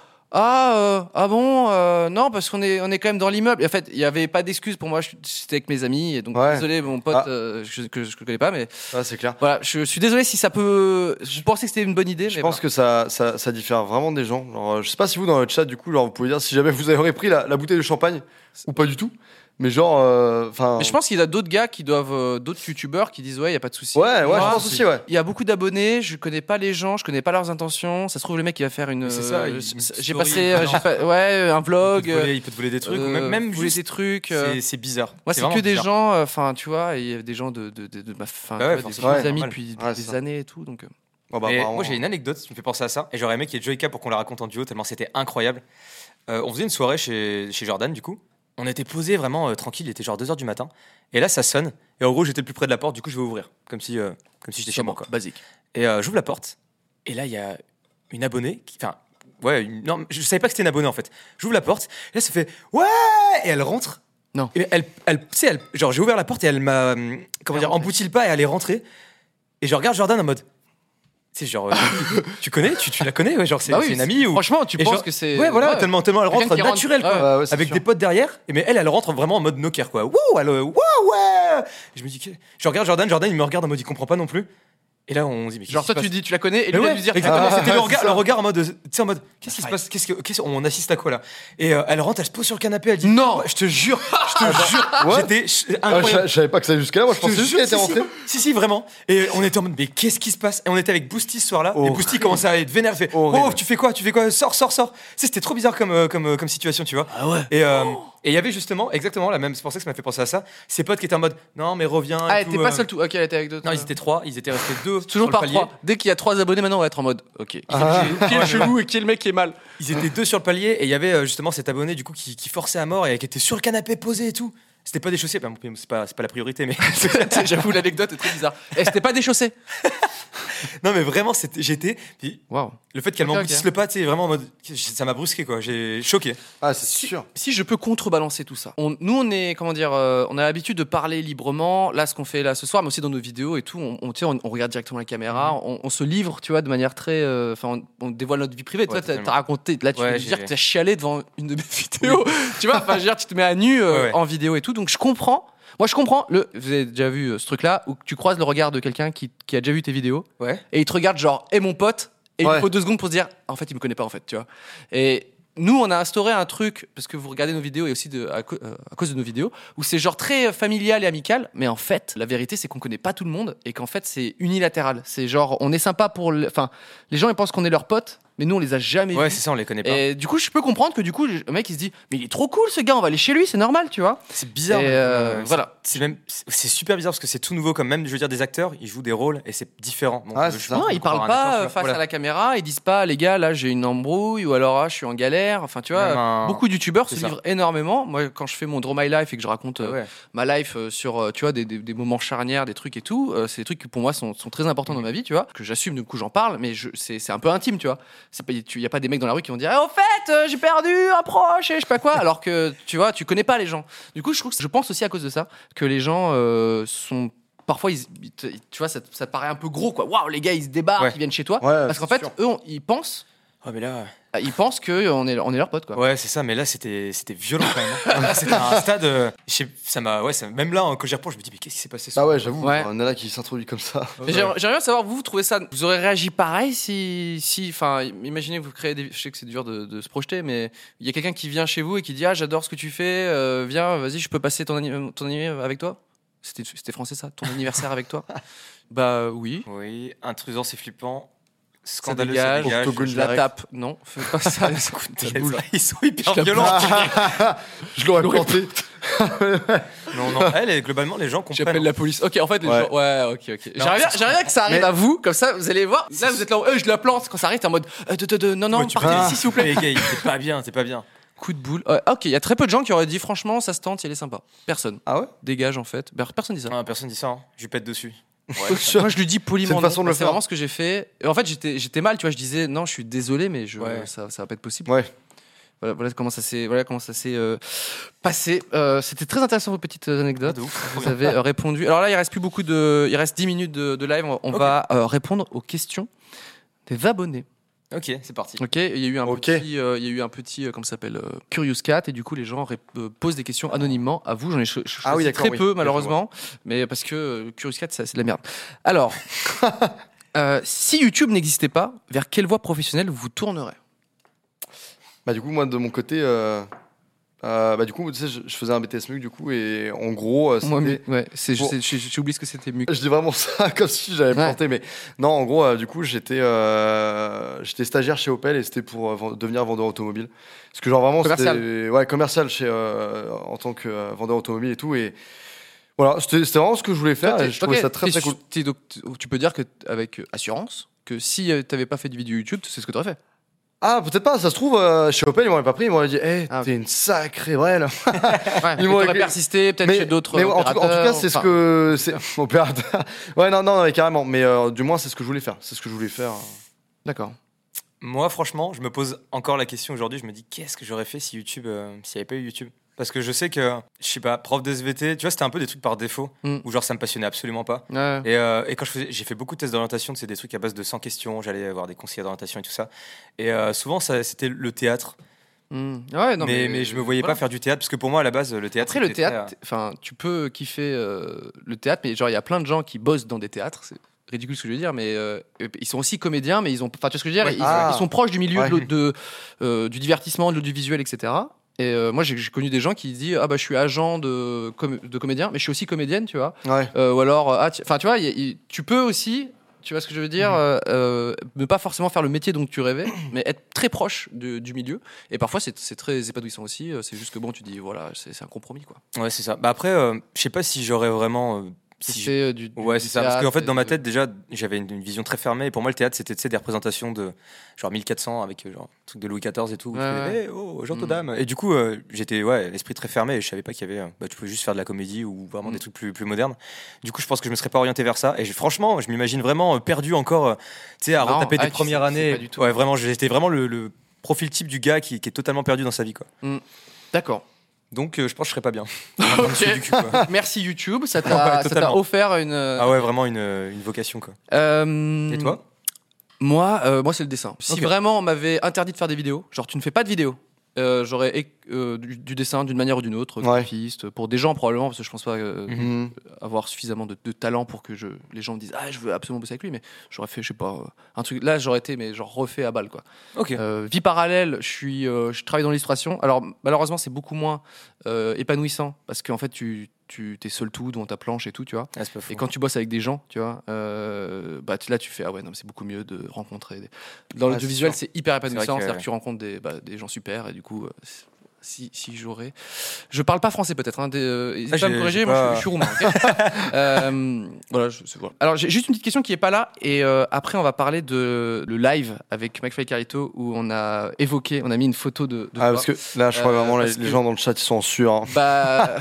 non parce qu'on est quand même dans l'immeuble. Et en fait il y avait pas d'excuse pour moi, j'étais avec mes amis et donc désolé mon pote que je connais pas mais c'est clair. Voilà, je suis désolé si ça peut. Je pensais que c'était une bonne idée. Je pense que ça diffère vraiment des gens. Genre, je sais pas si vous dans le chat du coup genre vous pouvez dire si jamais vous avez pris la bouteille de champagne ou pas du tout. Mais genre, Mais je pense qu'il y a d'autres gars qui doivent, d'autres youtubeurs qui disent ouais, y a pas de souci. Ouais, je pense aussi, ouais. Il y a beaucoup d'abonnés, je connais pas les gens, je connais pas leurs intentions. Ça se trouve le mec il va faire une. C'est ça. J'ai passé, un vlog. Il peut te voler des trucs, ou même voler juste des trucs. C'est bizarre. Moi, c'est que des gens. Enfin, tu vois, il y a des gens de ma, des amis depuis des années et tout, donc. Moi, j'ai une anecdote qui me fait penser à ça, et j'aurais aimé qu'il y ait Joyka pour qu'on la raconte en duo tellement c'était incroyable. On faisait une soirée chez Jordan du coup. On était posé vraiment tranquille, il était genre 2h du matin. Et là, ça sonne. Et en gros, j'étais le plus près de la porte, du coup, je vais ouvrir. Comme si j'étais chez moi, quoi. Basique. Et j'ouvre la porte. Et là, il y a une abonnée. Non, je savais pas que c'était une abonnée, en fait. J'ouvre la porte. Et là, ça fait ouais. Et elle rentre. Non. Et genre, j'ai ouvert la porte et elle m'a, embouti le pas et elle est rentrée. Et je regarde Jordan en mode. C'est genre, tu connais, tu la connais, ouais, genre c'est une amie ou. Franchement, tu penses genre, que c'est. Ouais, voilà, tellement elle rentre naturelle, quoi. Ouais, avec sûr. des potes derrière, mais elle rentre vraiment en mode no care, quoi. Wouh, ouais. Je me dis, je regarde Jordan, il me regarde en mode, il comprend pas non plus. Et là, on se dit, mais genre, toi, tu dis, tu la connais, et lui, il va lui dire, exactement, c'était le regard en mode, tu sais, en mode, qu'est-ce qui se passe, on assiste à quoi là? Et elle rentre, elle se pose sur le canapé, elle dit, non, je te jure, j'étais incroyable. Je savais pas que ça allait jusqu'à là, moi je pensais juste qu'elle était rentrée. Si, vraiment. Et on était en mode, mais qu'est-ce qui se passe? Et on était avec Boosty ce soir-là, et Boosty commençait à être vénère, fait, tu fais quoi? Sors. C'était trop bizarre comme situation, tu vois. Ah ouais. Et il y avait justement, exactement la même, c'est pour ça que ça m'a fait penser à ça, ces potes qui étaient en mode, non mais reviens. Ah, elle était pas seule tout. Ok, elle était avec d'autres. Non, ils étaient 3, ils étaient restés 2. Toujours par 3. Dès qu'il y a 3 abonnés, maintenant on va être en mode, ok. Qui est le chelou et qui est le mec qui est mal. Ils étaient 2 sur le palier et il y avait justement cet abonné du coup qui forçait à mort et qui était sur le canapé posé et tout. C'était pas déchaussé, c'est pas la priorité, mais j'avoue l'anecdote est très bizarre. Et c'était pas déchaussé. Non mais vraiment j'étais puis waouh. Le fait qu'elle m'emboutisse le pas, tu sais, vraiment en mode ça m'a brusqué quoi, j'ai choqué. Ah, c'est sûr. Si je peux contrebalancer tout ça. Nous on est on a l'habitude de parler librement, là ce qu'on fait là ce soir mais aussi dans nos vidéos et tout, on regarde directement la caméra, on se livre, tu vois, de manière très on dévoile notre vie privée. Toi t'as raconté là tu veux dire que t'as chialé devant une de mes vidéos. Tu vois, enfin je veux dire tu te mets à nu en vidéo et tout, donc je comprends. Moi, je comprends. Vous avez déjà vu ce truc-là où tu croises le regard de quelqu'un qui a déjà vu tes vidéos et il te regarde genre, mon pote, et il faut 2 secondes pour se dire, en fait, il me connaît pas, en fait, tu vois. Et nous, on a instauré un truc, parce que vous regardez nos vidéos et aussi à cause de nos vidéos, où c'est genre très familial et amical, mais en fait, la vérité, c'est qu'on connaît pas tout le monde et qu'en fait, c'est unilatéral. C'est genre, on est sympa les gens, ils pensent qu'on est leurs potes. mais nous on les a jamais Ouais, vus. c'est ça, on les connaît pas. Et du coup, je peux comprendre que du coup, le mec il se dit, mais il est trop cool ce gars, on va aller chez lui, c'est normal, tu vois. C'est bizarre. Et voilà. C'est super bizarre parce que c'est tout nouveau, comme même, je veux dire, des acteurs, ils jouent des rôles et c'est différent. Donc, Ah, je c'est pense ça. Non, qu'on ils peut avoir parlent un acteur, pas tu vois. face Voilà. à la caméra, ils disent pas, les gars, là j'ai une embrouille, ou alors je suis en galère. Enfin, tu vois, Même un- beaucoup de youtubeurs se c'est ça. livrent énormément. Moi, quand je fais mon Draw My Life et que je raconte Ouais. ma life sur, tu vois, des moments charnières, des trucs et tout, c'est des trucs qui pour moi sont très importants dans ma vie, tu vois, que j'assume, du coup j'en parle, mais c'est un peu intime, tu vois. Il y a pas des mecs dans la rue qui vont dire, au fait, j'ai perdu un proche et je sais pas quoi, alors que tu vois, tu connais pas les gens. Du coup, je pense aussi à cause de ça que les gens sont parfois tu vois, ça te paraît un peu gros, quoi. Waouh, les gars, ils se débarquent, Ouais. ils viennent chez toi, Ouais, parce qu'en c'est fait, sûr. eux, ils pensent Ouais, mais là. que on est leurs potes, quoi. Ouais, c'est ça, mais là, c'était violent quand même. Là, c'était un stade. Même là, quand j'y repense, je me dis, mais qu'est-ce qui s'est passé Ah ouais, j'avoue, Ouais. un nana qui s'introduit comme ça. Mais j'aimerais bien savoir, vous trouvez ça, vous aurez réagi pareil enfin, imaginez que vous créez je sais que c'est dur de se projeter, mais il y a quelqu'un qui vient chez vous et qui dit, ah, j'adore ce que tu fais, viens, vas-y, je peux passer ton anniversaire avec toi? C'était français ça, ton anniversaire avec toi? Bah oui. Oui, intrusant, c'est flippant. Ça Scandaleux, dégage, ça dégage. je la tape. Non, fais pas ça. Ils sont hyper Je la violents. Je l'aurais planté. Non, globalement, les gens comprennent. J'appelle la police. Ok, en fait, les Ouais. gens. Ouais, ok. Non, J'aimerais bien que ça arrive Mais- à vous, comme ça, vous allez voir. Là, vous êtes là, je la plante. Quand ça arrive, t'es en mode, non, Ouais, tu partez peux- d'ici, s'il vous plaît. Les gars, t'es pas bien. Coup de boule. Ok, il y a très peu de gens qui auraient dit, franchement, ça se tente, il est sympa. Personne. Ah ouais? Dégage, en fait. Personne dit ça. Ah, personne dit ça, hein. Je lui pète dessus. Moi, je lui dis poliment. C'est une façon non. de le C'est faire. vraiment ce que j'ai fait. Et en fait, j'étais mal, tu vois. Je disais, non, je suis désolé, mais Ouais. ça va pas être possible. Ouais. Voilà comment ça s'est passé. C'était très intéressant vos petites anecdotes. De ouf. Vous avez répondu. Alors là, il reste plus beaucoup il reste 10 minutes de live. On Ok. va répondre aux questions des abonnés. Ok, c'est parti. Ok. Il y a eu un Ok. petit, comment ça s'appelle, Curious Cat, et du coup les gens posent des questions anonymement à vous. J'en ai choisi Ah oui, d'accord, très oui. peu Ok, malheureusement, mais parce que Curious Cat c'est de la merde. Alors, si YouTube n'existait pas, vers quelle voie professionnelle vous tournerez? Bah du coup moi de mon côté bah du coup tu sais je faisais un BTS MUC du coup et en gros Moi, c'était- ouais, Bon. j'ai oublié ce que c'était mieux. je dis vraiment ça comme si j'avais Ouais. planté mais non en gros du coup j'étais stagiaire chez Opel et c'était pour devenir vendeur automobile parce que genre vraiment Commercial. c'était ouais commercial chez en tant que vendeur automobile et tout et voilà c'était vraiment ce que je voulais faire et je trouvais ça très très cool. Donc, tu peux dire que avec assurance que si t'avais pas fait de vidéo YouTube, c'est ce que t'aurais fait. Ah peut-être pas ça se trouve chez Opel ils m'auraient pas pris ils m'auraient dit hey, Ah, ok. t'es une sacrée brêle. Ouais, Ils mais m'ont t'aurais écrit- persisté peut-être chez d'autres. mais en tout cas, opérateurs, c'est ce enfin, que c'est opérateur. Ouais, non, mais carrément. Mais du moins, c'est ce que je voulais faire. C'est ce que je voulais faire. D'accord. Moi, franchement, je me pose encore la question aujourd'hui. Je me dis, qu'est-ce que j'aurais fait si YouTube, s'il n'y avait pas eu YouTube? Parce que je sais que, je sais pas, prof de SVT, tu vois, c'était un peu des trucs par défaut, Mm. où genre ça me passionnait absolument pas. Ouais. Et quand j'ai fait beaucoup de tests d'orientation, c'est des trucs à base de 100 questions, j'allais voir des conseillers d'orientation et tout ça. Et souvent, c'était le théâtre. Ouais, non, mais je me voyais voilà. pas faire du théâtre, parce que pour moi, à la base, le théâtre. Après, le c'était très, théâtre, enfin, tu peux kiffer le théâtre, mais genre, il y a plein de gens qui bossent dans des théâtres. C'est ridicule ce que je veux dire, mais ils sont aussi comédiens, mais ils ont. Enfin, tu vois ce que je veux dire? Ouais. Ils sont proches du milieu Ouais. du divertissement, de l'audiovisuel, etc. Et moi, j'ai connu des gens qui disent, ah bah, je suis agent de comédien, mais je suis aussi comédienne, tu vois. Ouais. Ou alors, enfin, tu vois, tu peux aussi. Tu vois ce que je veux dire? Ne pas forcément faire le métier dont tu rêvais, mais être très proche du milieu. Et parfois, c'est très épanouissant aussi. C'est juste que bon, tu dis, voilà, c'est un compromis, quoi. Ouais, c'est ça. Bah après, je sais pas si j'aurais vraiment. Si Si c'est Ouais, c'est ça. Parce qu'en fait, dans ma tête tête, déjà, j'avais une vision très fermée. Et pour moi, le théâtre, c'était, tu sais, des représentations de genre 1400 avec genre un truc de Louis XIV et tout. Où Ouais, tu fais, ouais. hey, oh, Jean Mm. Todame. Et du coup, j'étais, l'esprit très fermé et je savais pas qu'il y avait, tu pouvais juste faire de la comédie ou vraiment des trucs plus modernes. Du coup, je pense que je me serais pas orienté vers ça. Et franchement, je m'imagine vraiment perdu encore, tu sais, à Marrant. retaper Ah, des tu premières sais, c'est années. pas du tout. Ouais, vraiment, j'étais vraiment le profil type du gars qui est totalement perdu dans sa vie, quoi. D'accord. Donc, je pense que je serais pas bien. Ok. Du cul, quoi. Merci YouTube, ça Ouais, t'a totalement. offert une. Ah ouais, vraiment une vocation, quoi. Et toi? Moi, c'est le dessin. Si Ok. vraiment on m'avait interdit de faire des vidéos, genre tu ne fais pas de vidéos, j'aurais du dessin d'une manière ou d'une autre, Ouais. graphiste, pour des gens probablement, parce que je pense pas Mhm. avoir suffisamment de talent pour que les gens me disent ah je veux absolument bosser avec lui, mais j'aurais fait je sais pas un truc. Là j'aurais été mais genre refait à balle quoi. Ok. Vie parallèle, je travaille dans l'illustration. Alors malheureusement c'est beaucoup moins épanouissant parce qu'en fait tu tu t'es seul tout devant ta planche et tout, tu vois. Ah, c'est pas fou. Et quand tu bosses avec des gens, tu vois, bah là tu fais ah ouais non, c'est beaucoup mieux de rencontrer. Dans l'audiovisuel, c'est hyper épanouissant, c'est-à-dire que tu rencontres des gens super et du coup. Si j'aurais. Je parle pas français peut-être. N'hésitez pas à me corriger, moi je suis roumain. Okay. Voilà, voilà. Alors j'ai juste une petite question qui est pas là et après on va parler de le live avec McFly et Carlito où on a mis une photo de toi. Parce que là je crois vraiment les gens dans le chat ils sont sûrs. Hein. Bah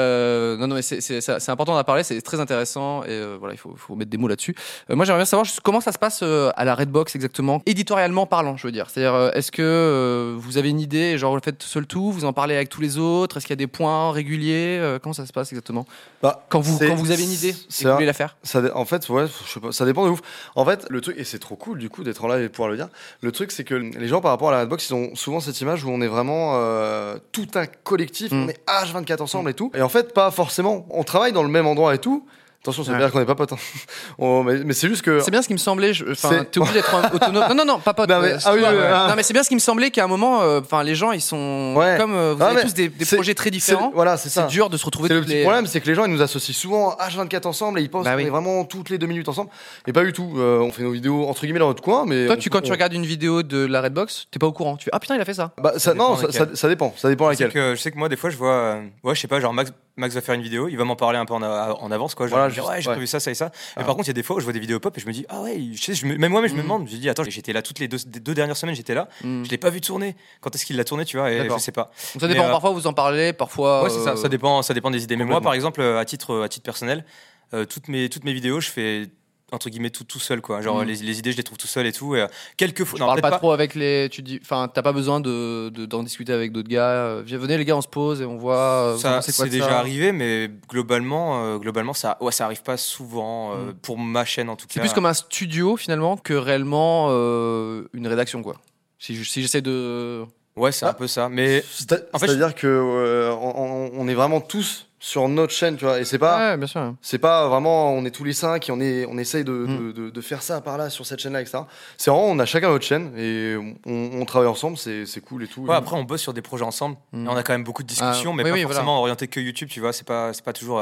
non mais c'est important d'en parler, c'est très intéressant et voilà il faut mettre des mots là-dessus. Moi j'aimerais bien savoir juste comment ça se passe à la Redbox exactement, éditorialement parlant, je veux dire. C'est-à-dire est-ce que vous avez une idée, genre vous le faites seul tout? Vous en parlez avec tous les autres? Est-ce qu'il y a des points réguliers? Comment ça se passe exactement? Quand vous avez une idée et que vous voulez la faire? En fait, ouais, je sais pas, ça dépend de ouf. En fait, le truc, et c'est trop cool du coup d'être en live et de pouvoir le dire, le truc c'est que les gens par rapport à la Redbox, ils ont souvent cette image où on est vraiment tout un collectif, on est H24 ensemble et tout. Et en fait, pas forcément. On travaille dans le même endroit et tout. Attention, ça veut dire qu'on n'est pas potes. Hein. Mais c'est juste que. C'est bien ce qui me semblait. T'es obligé d'être autonome. Non, pas pote. Non, mais c'est bien ce qui me semblait qu'à un moment, les gens, ils sont comme vous avez tous des projets très différents. Voilà, c'est ça. C'est dur de se retrouver. Le petit problème, c'est que les gens, ils nous associent souvent H24 ensemble et ils pensent qu'on est vraiment toutes les 2 minutes ensemble. Et pas du tout. On fait nos vidéos entre guillemets dans notre coin, mais. Toi, quand tu regardes une vidéo de la Redbox, t'es pas au courant. Tu fais ah putain, il a fait ça. Ça dépend. Ça dépend laquelle. Je sais que moi, des fois, je vois, je sais pas, genre Max va faire une vidéo, il va m'en parler un peu en avance, quoi. Genre, j'ai prévu ça et ça. Mais par contre, il y a des fois où je vois des vidéos pop et je me dis, ah ouais, même moi, mais je me demande, je me dis, attends, j'étais là toutes les deux dernières semaines, j'étais là, je l'ai pas vu tourner. Quand est-ce qu'il l'a tourné, tu vois, et je sais pas. Donc ça dépend, parfois vous en parlez, parfois. Ouais, c'est ça, ça dépend des idées. Mais moi, par exemple, à titre personnel, toutes mes vidéos, je fais entre guillemets tout seul, quoi. Genre les idées je les trouve tout seul et tout, et quelques fois tu parles pas trop avec tu dis, enfin t'as pas besoin d'en discuter avec d'autres gars. Venez les gars, on se pose et on voit ça. C'est déjà arrivé, mais globalement ça arrive pas souvent pour ma chaîne en tout cas. C'est plus comme un studio finalement que réellement une rédaction, quoi. Si j'essaie de c'est un peu ça, mais en fait c'est-à-dire que on est vraiment tous sur notre chaîne, tu vois, et c'est pas, bien sûr. C'est pas vraiment, on est tous les 5 et on essaye de faire ça par là sur cette chaîne-là, etc. C'est vraiment, on a chacun notre chaîne et on travaille ensemble, c'est cool et tout. Ouais, après on bosse sur des projets ensemble. Et on a quand même beaucoup de discussions, mais pas forcément orienté que YouTube, tu vois. C'est pas toujours.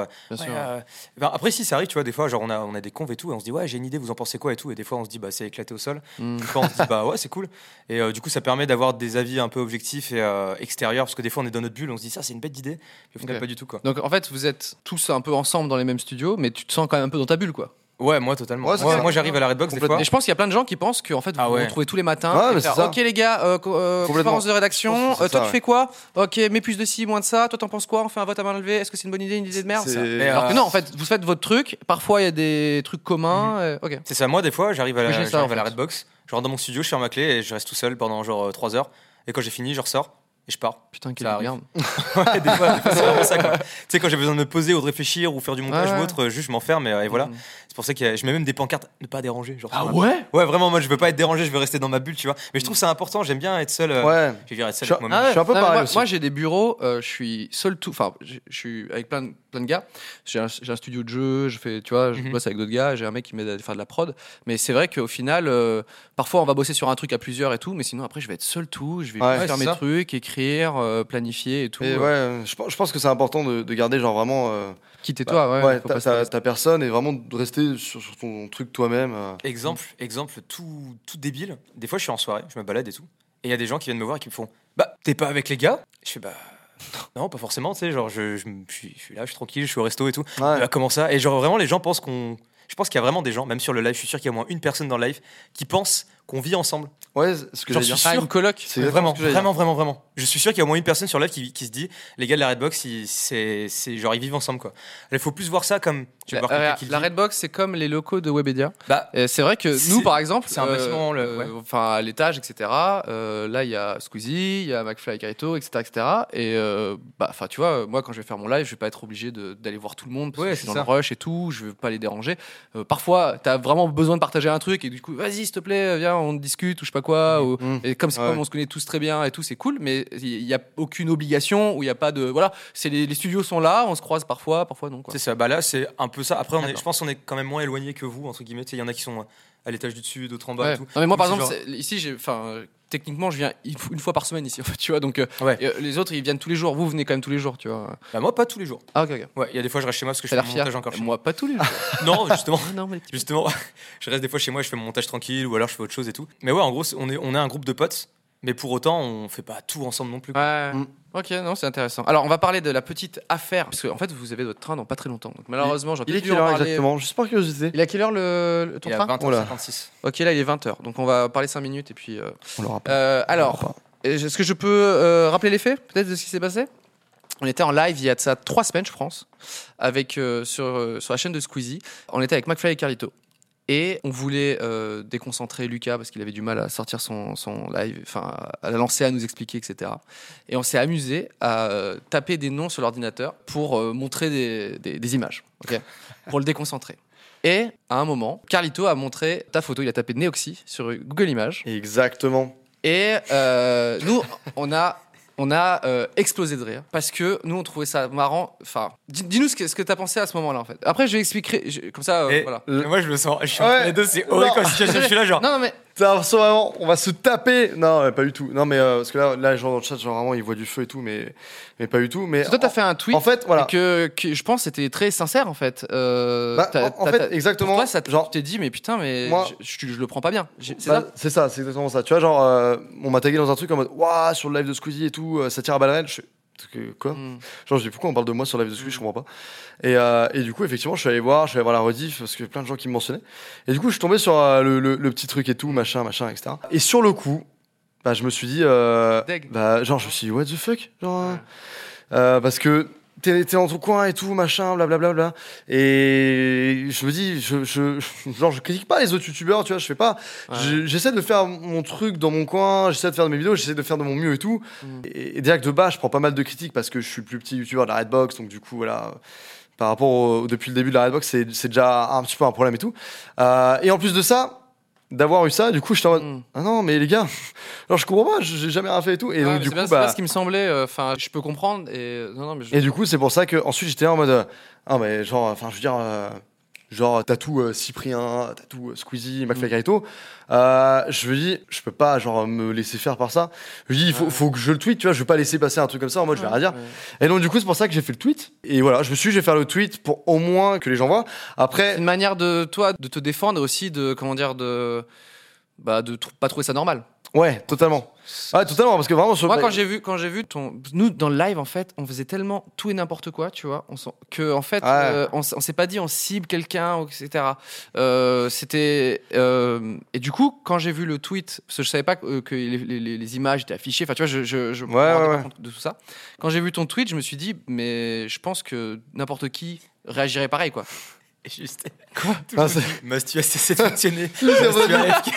Après si ça arrive, tu vois, des fois, genre on a des conves et tout, et on se dit ouais, j'ai une idée, vous en pensez quoi et tout, et des fois on se dit bah c'est éclaté au sol. Des fois on se dit bah ouais, c'est cool. Et du coup ça permet d'avoir des avis un peu objectifs et extérieurs, parce que des fois on est dans notre bulle, on se dit ça c'est une bête d'idée, et au final pas du tout, quoi. Donc en fait vous êtes tous un peu ensemble dans les mêmes studios, mais tu te sens quand même un peu dans ta bulle, quoi. Ouais, moi totalement. Moi j'arrive à la Redbox des fois. Et je pense qu'il y a plein de gens qui pensent qu'en fait vous vous retrouvez tous les matins et faire, ok les gars, conférence de rédaction, toi tu fais quoi? Ok, mets plus de ci, moins de ça, toi t'en penses quoi? On fait un vote à main levée, est-ce que c'est une bonne idée, une idée de merde? Alors que non, en fait vous faites votre truc, parfois il y a des trucs communs. Ok. C'est ça, moi des fois j'arrive à la Redbox, je rentre dans mon studio, je ferme ma clé et je reste tout seul pendant genre 3 heures, et quand j'ai fini je ressors et je pars. Putain, quelle merde. Ouais, des fois c'est vraiment ça, quoi. Tu sais, quand j'ai besoin de me poser ou de réfléchir ou faire du montage ou autre, juste je m'enferme et voilà. C'est pour ça que je mets même des pancartes ne pas déranger, genre. Ah ouais? Ouais, vraiment, moi je veux pas être dérangé, je veux rester dans ma bulle, tu vois. Mais je trouve ça important, j'aime bien être seul. Je vais dire être seul avec moi-même. Je suis un peu pareil aussi. Moi j'ai des bureaux, je suis seul tout, enfin je suis avec plein de gars. J'ai un studio de jeu, je bosse avec d'autres gars, j'ai un mec qui m'aide à faire de la prod. Mais c'est vrai qu'au final, parfois on va bosser sur un truc à plusieurs et tout, mais sinon après je vais être seul tout, je vais faire mes trucs, écrire, planifier et tout. Et je pense que c'est important de garder genre vraiment quitter toi, ta personne et vraiment de rester sur ton truc toi-même. Exemple tout débile. Des fois je suis en soirée, je me balade et tout, et il y a des gens qui viennent me voir et qui me font bah t'es pas avec les gars? Je fais bah non, pas forcément, tu sais, genre je suis là, je suis tranquille, je suis au resto et tout. Bah, comment ça? Et genre vraiment les gens pensent je pense qu'il y a vraiment des gens, même sur le live, je suis sûr qu'il y a au moins une personne dans le live qui pense qu'on vit ensemble. Ouais, ce que j'allais dire. Ah, une coloc. C'est vraiment. Je suis sûr qu'il y a au moins une personne sur le live qui se dit, les gars de la Redbox, c'est genre ils vivent ensemble, quoi. Il faut plus voir ça comme. La Redbox, c'est comme les locaux de Webedia. C'est vrai que nous, par exemple, c'est un bâtiment, enfin à l'étage, etc. Là, il y a Squeezie, il y a McFly et Carlito, etc. Et enfin, tu vois, moi, quand je vais faire mon live, je vais pas être obligé d'aller voir tout le monde parce que je suis dans le rush et tout. Je veux pas les déranger. Parfois, t'as vraiment besoin de partager un truc et du coup, vas-y, s'il te plaît, viens, on discute ou je sais pas quoi. Et comme on se connaît tous très bien et tout, c'est cool. Mais il y a aucune obligation ou il y a pas de voilà. C'est les studios sont là, on se croise parfois non. Quoi. C'est ça. Bah là, c'est un peu ça. Après, je pense qu'on est quand même moins éloigné que vous entre guillemets. Il y en a qui sont à l'étage du dessus, d'autres en bas et tout. Non mais moi par Donc, exemple c'est genre- ici techniquement je viens une fois par semaine ici en fait, tu vois, donc Ouais. les autres ils viennent tous les jours, vous venez quand même tous les jours, tu vois. Bah, moi, pas tous les jours. Ah ok. Ouais, il y a des fois, je reste chez moi parce que je T'as fais l'air mon fier. montage encore chez moi. Moi pas tous les jours. Non, justement. Non mais Justement, je reste des fois chez moi, je fais mon montage tranquille ou alors je fais autre chose et tout. Mais ouais, en gros, on est un groupe de potes, mais pour autant, on fait pas tout ensemble non plus. quoi. Ouais. Ok, non, c'est intéressant. Alors, on va parler de la petite affaire, parce qu'en fait, vous avez votre train dans pas très longtemps. Donc, malheureusement, j'aurais Il est peut-être dû quelle en heure parler. exactement? Juste par curiosité. Il est à quelle heure ton Il est train à Oh là. 20h56. Ok, là, il est 20h. Donc, on va parler 5 minutes et puis. On le rappelle. Alors, est-ce que je peux rappeler les faits, peut-être, de ce qui s'est passé? On était en live il y a de ça 3 semaines, je pense, avec, sur la chaîne de Squeezie. On était avec McFly et Carlito. Et on voulait déconcentrer Lucas parce qu'il avait du mal à sortir son live, enfin à la lancer, à nous expliquer, etc. Et on s'est amusé à taper des noms sur l'ordinateur pour montrer des images, ok, pour le déconcentrer. Et à un moment, Carlito a montré ta photo, il a tapé Neoxy sur Google Images. Exactement. Et nous, on a explosé de rire parce que nous on trouvait ça marrant. Enfin, dis-nous ce que t'as pensé à ce moment-là en fait. Après, je vais expliquer comme ça. Et Voilà. moi, je me sens. Je suis Ouais. entre les deux, c'est horrible Non. comme situation. Je suis là, genre. Non, mais T'as l'impression vraiment, on va se taper. Non, pas du tout. Non, mais parce que là, les gens dans le chat, genre vraiment, ils voient du feu et tout, mais pas du tout. Mais toi, t'as fait un tweet en fait, voilà. que je pense c'était très sincère en fait. Bah, en fait, exactement. Pour toi, ça genre, tu t'es dit, mais putain, mais moi- je le prends pas bien. C'est bah, ça. c'est ça, c'est exactement ça. Tu vois, genre, on m'a tagué dans un truc en mode, waouh, sur le live de Squeezie et tout, ça tire à balles réelles. Je fais, quoi Mm. Genre, je dis, pourquoi on parle de moi sur le live de Squeezie, je comprends pas. Et du coup, effectivement, je suis allé voir la rediff parce que plein de gens qui me mentionnaient. Et du coup, je suis tombé sur le petit truc et tout, machin, etc. Et sur le coup, bah, je me suis dit, Deg. bah, genre, je me suis dit, what the fuck? Genre, parce que t'es dans ton coin et tout, machin, blablabla. Et je me dis, je critique pas les autres youtubeurs, tu vois, je fais pas. Ouais. J'essaie de faire mon truc dans mon coin, j'essaie de faire de mes vidéos, j'essaie de faire de mon mieux et tout. Et direct de bas, je prends pas mal de critiques parce que je suis le plus petit youtubeur de la Redbox, donc du coup, voilà. Par rapport depuis le début de la Redbox, c'est déjà un petit peu un problème et tout. Et en plus de ça, d'avoir eu ça, du coup, j'étais en mode, ah non, mais les gars, alors je comprends pas, j'ai jamais rien fait et tout. Et donc, du coup, c'est bien ce qui me semblait. Enfin, je peux comprendre. Et non, mais et du coup, c'est pour ça que ensuite j'étais en mode, ah mais genre, enfin, je veux dire, genre tatou Cyprien, tatou Squeezie, McFly Carlito. Je me dis, je peux pas genre me laisser faire par ça. Je me dis, il faut que je le tweet, tu vois, je vais pas laisser passer un truc comme ça en mode je vais rien dire. Et donc du coup, c'est pour ça que j'ai fait le tweet. Et voilà, je vais faire le tweet pour au moins que les gens voient. Après, c'est une manière de toi de te défendre et aussi de comment dire de pas trouver ça normal. ouais, totalement. Ouais, totalement, parce que vraiment sur Moi, quand j'ai vu nous dans le live, en fait, on faisait tellement tout et n'importe quoi, tu vois, que en fait, Ouais. on s'est pas dit on cible quelqu'un, etc. C'était et du coup, quand j'ai vu le tweet, parce que je savais pas que les images étaient affichées, enfin, tu vois, je me rendais pas compte de tout ça. Quand j'ai vu ton tweet, je me suis dit, mais je pense que n'importe qui réagirait pareil, quoi. Et juste. Ah, c'est- Mastu a cessé de fonctionner. C'est Mastu vrai. AFK.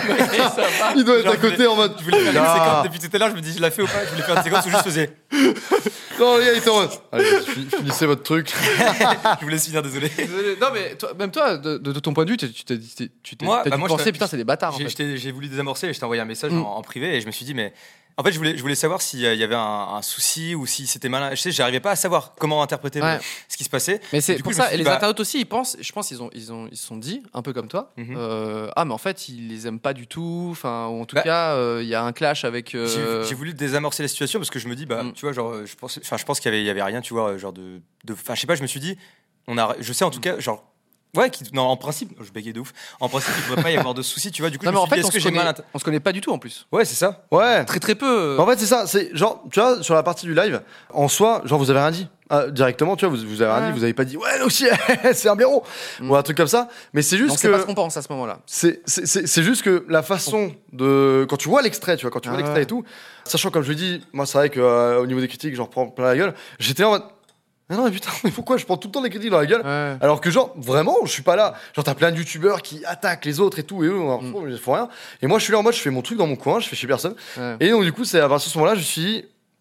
il doit être Genre, à côté en mode. Je voulais faire une Ah. séquence depuis tout à l'heure, je me dis, je la fais ou pas? Je voulais faire une séquence où je faisais. Non, les gars, il était en mode. Allez, finissez votre truc. Je voulais finir, désolé. Désolé. Non, mais même toi, de ton point de vue, tu t'es Moi, t'as bah dû moi, penser, je- putain, c'est des bâtards. En fait. J'ai voulu désamorcer et je t'ai envoyé un message Mm. en privé et je me suis dit, mais en fait, je voulais savoir s'il y avait un souci ou si c'était malin. Je sais, j'arrivais pas à savoir comment interpréter Ouais. ce qui se passait. Mais c'est Du pour coup, je me ça, suis et dit, les bah- internautes aussi, ils pensent, je pense, ils se sont dit, un peu comme toi, Mhm. ah, mais en fait, ils les aiment pas du tout, enfin, ou en tout Bah, cas, il y a un clash avec. J'ai voulu désamorcer la situation parce que je me dis, bah, Mm. tu vois, genre, je pense qu'il y avait rien, tu vois, genre enfin, je sais pas, je me suis dit, je sais en tout cas, genre. Ouais, non, en principe, je bégayais de ouf. En principe, il ne devrait pas y avoir de soucis, tu vois. Du coup, Non, je mais me en suis dit, fait, est-ce que j'ai mal on se connaît pas du tout en plus. Ouais, c'est ça. Ouais. Très très peu. En fait, c'est ça. C'est genre, tu vois, sur la partie du live, en soi, genre, vous avez rien dit. Directement, tu vois, vous avez rien Ouais. dit. Vous avez pas dit, ouais, nous aussi, c'est un blaireau. Mm. Ou un truc comme ça. Mais c'est juste on sait pas ce que. qu'on pense à ce moment-là. C'est juste que la façon de. Quand tu vois l'extrait, tu vois, quand tu vois Ah l'extrait ouais. et tout, sachant, comme je le dis, moi, c'est vrai que au niveau des critiques, j'en prends plein la gueule. J'étais en mode. Mais non, mais putain, mais pourquoi je prends tout le temps des critiques dans la gueule Ouais. alors que genre vraiment je suis pas là, genre t'as plein de youtubeurs qui attaquent les autres et tout et eux ils font rien et moi je suis là en mode je fais mon truc dans mon coin, je fais chez personne Ouais. et donc du coup c'est à partir de ce moment là je me suis dit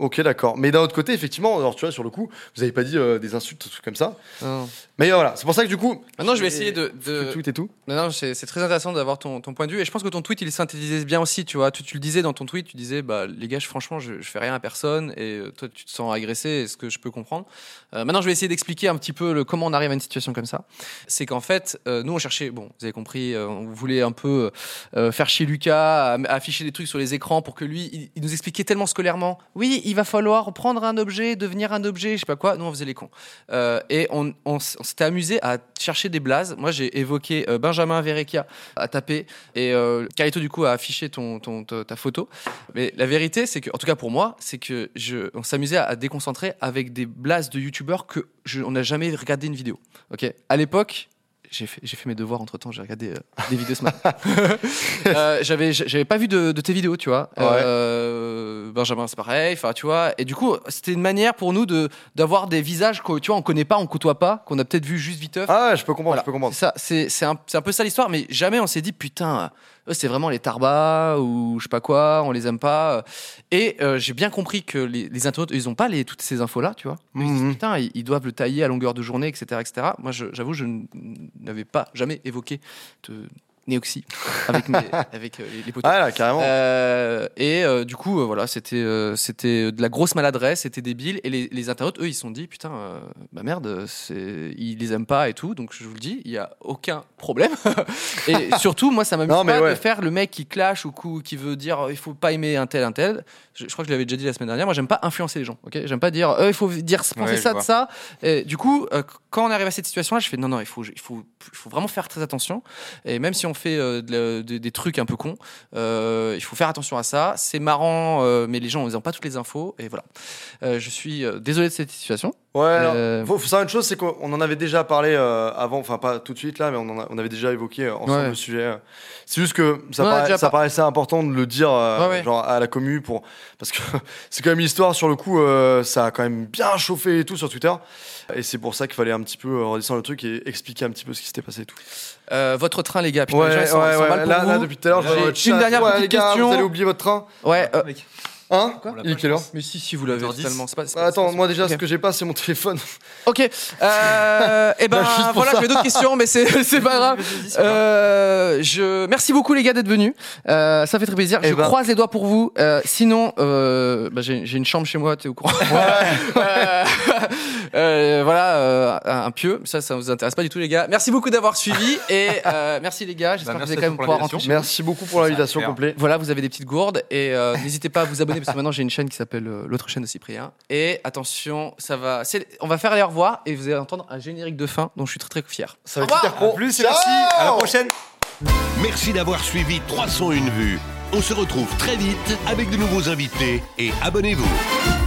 Ok, d'accord. Mais d'un autre côté, effectivement, alors tu vois, sur le coup, vous avez pas dit des insultes, des trucs comme ça. Non. Mais voilà, c'est pour ça que du coup. Maintenant, je vais essayer de... Tweet et tout. Non, c'est très intéressant d'avoir ton point de vue. Et je pense que ton tweet, il synthétisait bien aussi, tu vois. Tu le disais dans ton tweet, tu disais, bah, les gars, franchement, je fais rien à personne. Et toi, tu te sens agressé, est ce que je peux comprendre. Maintenant, je vais essayer d'expliquer un petit peu comment on arrive à une situation comme ça. C'est qu'en fait, nous, on cherchait, bon, vous avez compris, on voulait un peu faire chier Lucas, afficher des trucs sur les écrans pour que lui, il nous expliquait tellement scolairement, oui, il va falloir prendre un objet, devenir un objet, je sais pas quoi. Nous, on faisait les cons. Et on s'était amusé à chercher des blazes. Moi, j'ai évoqué Benjamin Verrecchia à taper et Carlito, du coup, a affiché ta photo. Mais la vérité, c'est que, en tout cas pour moi, c'est que on s'amusait à déconcentrer avec des blazes de youtubeurs on n'a jamais regardé une vidéo. Ok. À l'époque, j'ai fait mes devoirs entre temps, j'ai regardé des vidéos ce matin. J'avais pas vu de tes vidéos, tu vois. Ouais. Benjamin, c'est pareil, enfin, tu vois. Et du coup, c'était une manière pour nous d'avoir des visages que, tu vois, on connaît pas, on côtoie pas, qu'on a peut-être vu juste viteuf. Ah, ouais, je peux comprendre, Voilà. je peux comprendre. C'est un peu ça l'histoire, mais jamais on s'est dit, putain, eux, c'est vraiment les tarbas ou je sais pas quoi, on les aime pas. Et j'ai bien compris que les internautes, ils ont pas toutes ces infos-là, tu vois. Ils se disent, putain, ils doivent le tailler à longueur de journée, etc. etc. Moi, j'avoue, je n'avais pas jamais évoqué de Néoxy avec les potos. Ah là, carrément. Du coup, voilà, c'était de la grosse maladresse, c'était débile. Et les internautes, eux, ils se sont dit, putain, bah merde, ils les aiment pas et tout. Donc je vous le dis, il y a aucun problème. Et surtout, moi, ça m'amuse pas de faire le mec qui clash ou qui veut dire, il faut pas aimer un tel. Je crois que je l'avais déjà dit la semaine dernière. Moi, j'aime pas influencer les gens. Ok, j'aime pas dire, il faut dire, penser ça de ça. Et du coup, quand on arrive à cette situation-là, je fais, non, il faut vraiment faire très attention. Et même si on fait des trucs un peu cons, il faut faire attention à ça. C'est marrant, mais les gens n'ont pas toutes les infos. Et voilà. Je suis désolé de cette situation. Ouais, faut savoir une chose, c'est qu'on en avait déjà parlé avant, enfin pas tout de suite là, mais on avait déjà évoqué ensemble le sujet. C'est juste que ça paraissait important de le dire genre à la commu parce que c'est quand même l'histoire sur le coup, ça a quand même bien chauffé et tout sur Twitter. Et c'est pour ça qu'il fallait un petit peu redescendre le truc et expliquer un petit peu ce qui s'était passé et tout. Votre train, les gars. Putain, les gens, ils sont mal pour là, vous. depuis tout à l'heure, j'ai une dernière petite question. Vous allez oublier votre train. Ouais. Hein? Quoi? Il est quelle heure? Mais si vous l'avez totalement. Attends, moi déjà, ce que j'ai pas, c'est mon téléphone. Ok. Et ben voilà, j'avais d'autres questions, mais c'est pas grave. Merci beaucoup les gars d'être venus. Ça fait très plaisir. Je croise les doigts pour vous. Sinon, j'ai une chambre chez moi, t'es au courant? Voilà, un pieu. Ça vous intéresse pas du tout les gars. Merci beaucoup d'avoir suivi et merci les gars. J'espère que vous allez quand même pouvoir rentrer. Merci beaucoup pour l'invitation complète. Voilà, vous avez des petites gourdes et n'hésitez pas à vous abonner parce que maintenant j'ai une chaîne qui s'appelle l'autre chaîne de Cyprien. Et attention, on va faire les au revoir et vous allez entendre un générique de fin dont je suis très très fier. Ça va être hyper pro. Plus et merci. À la prochaine. Merci d'avoir suivi 301 vues. On se retrouve très vite avec de nouveaux invités et abonnez-vous.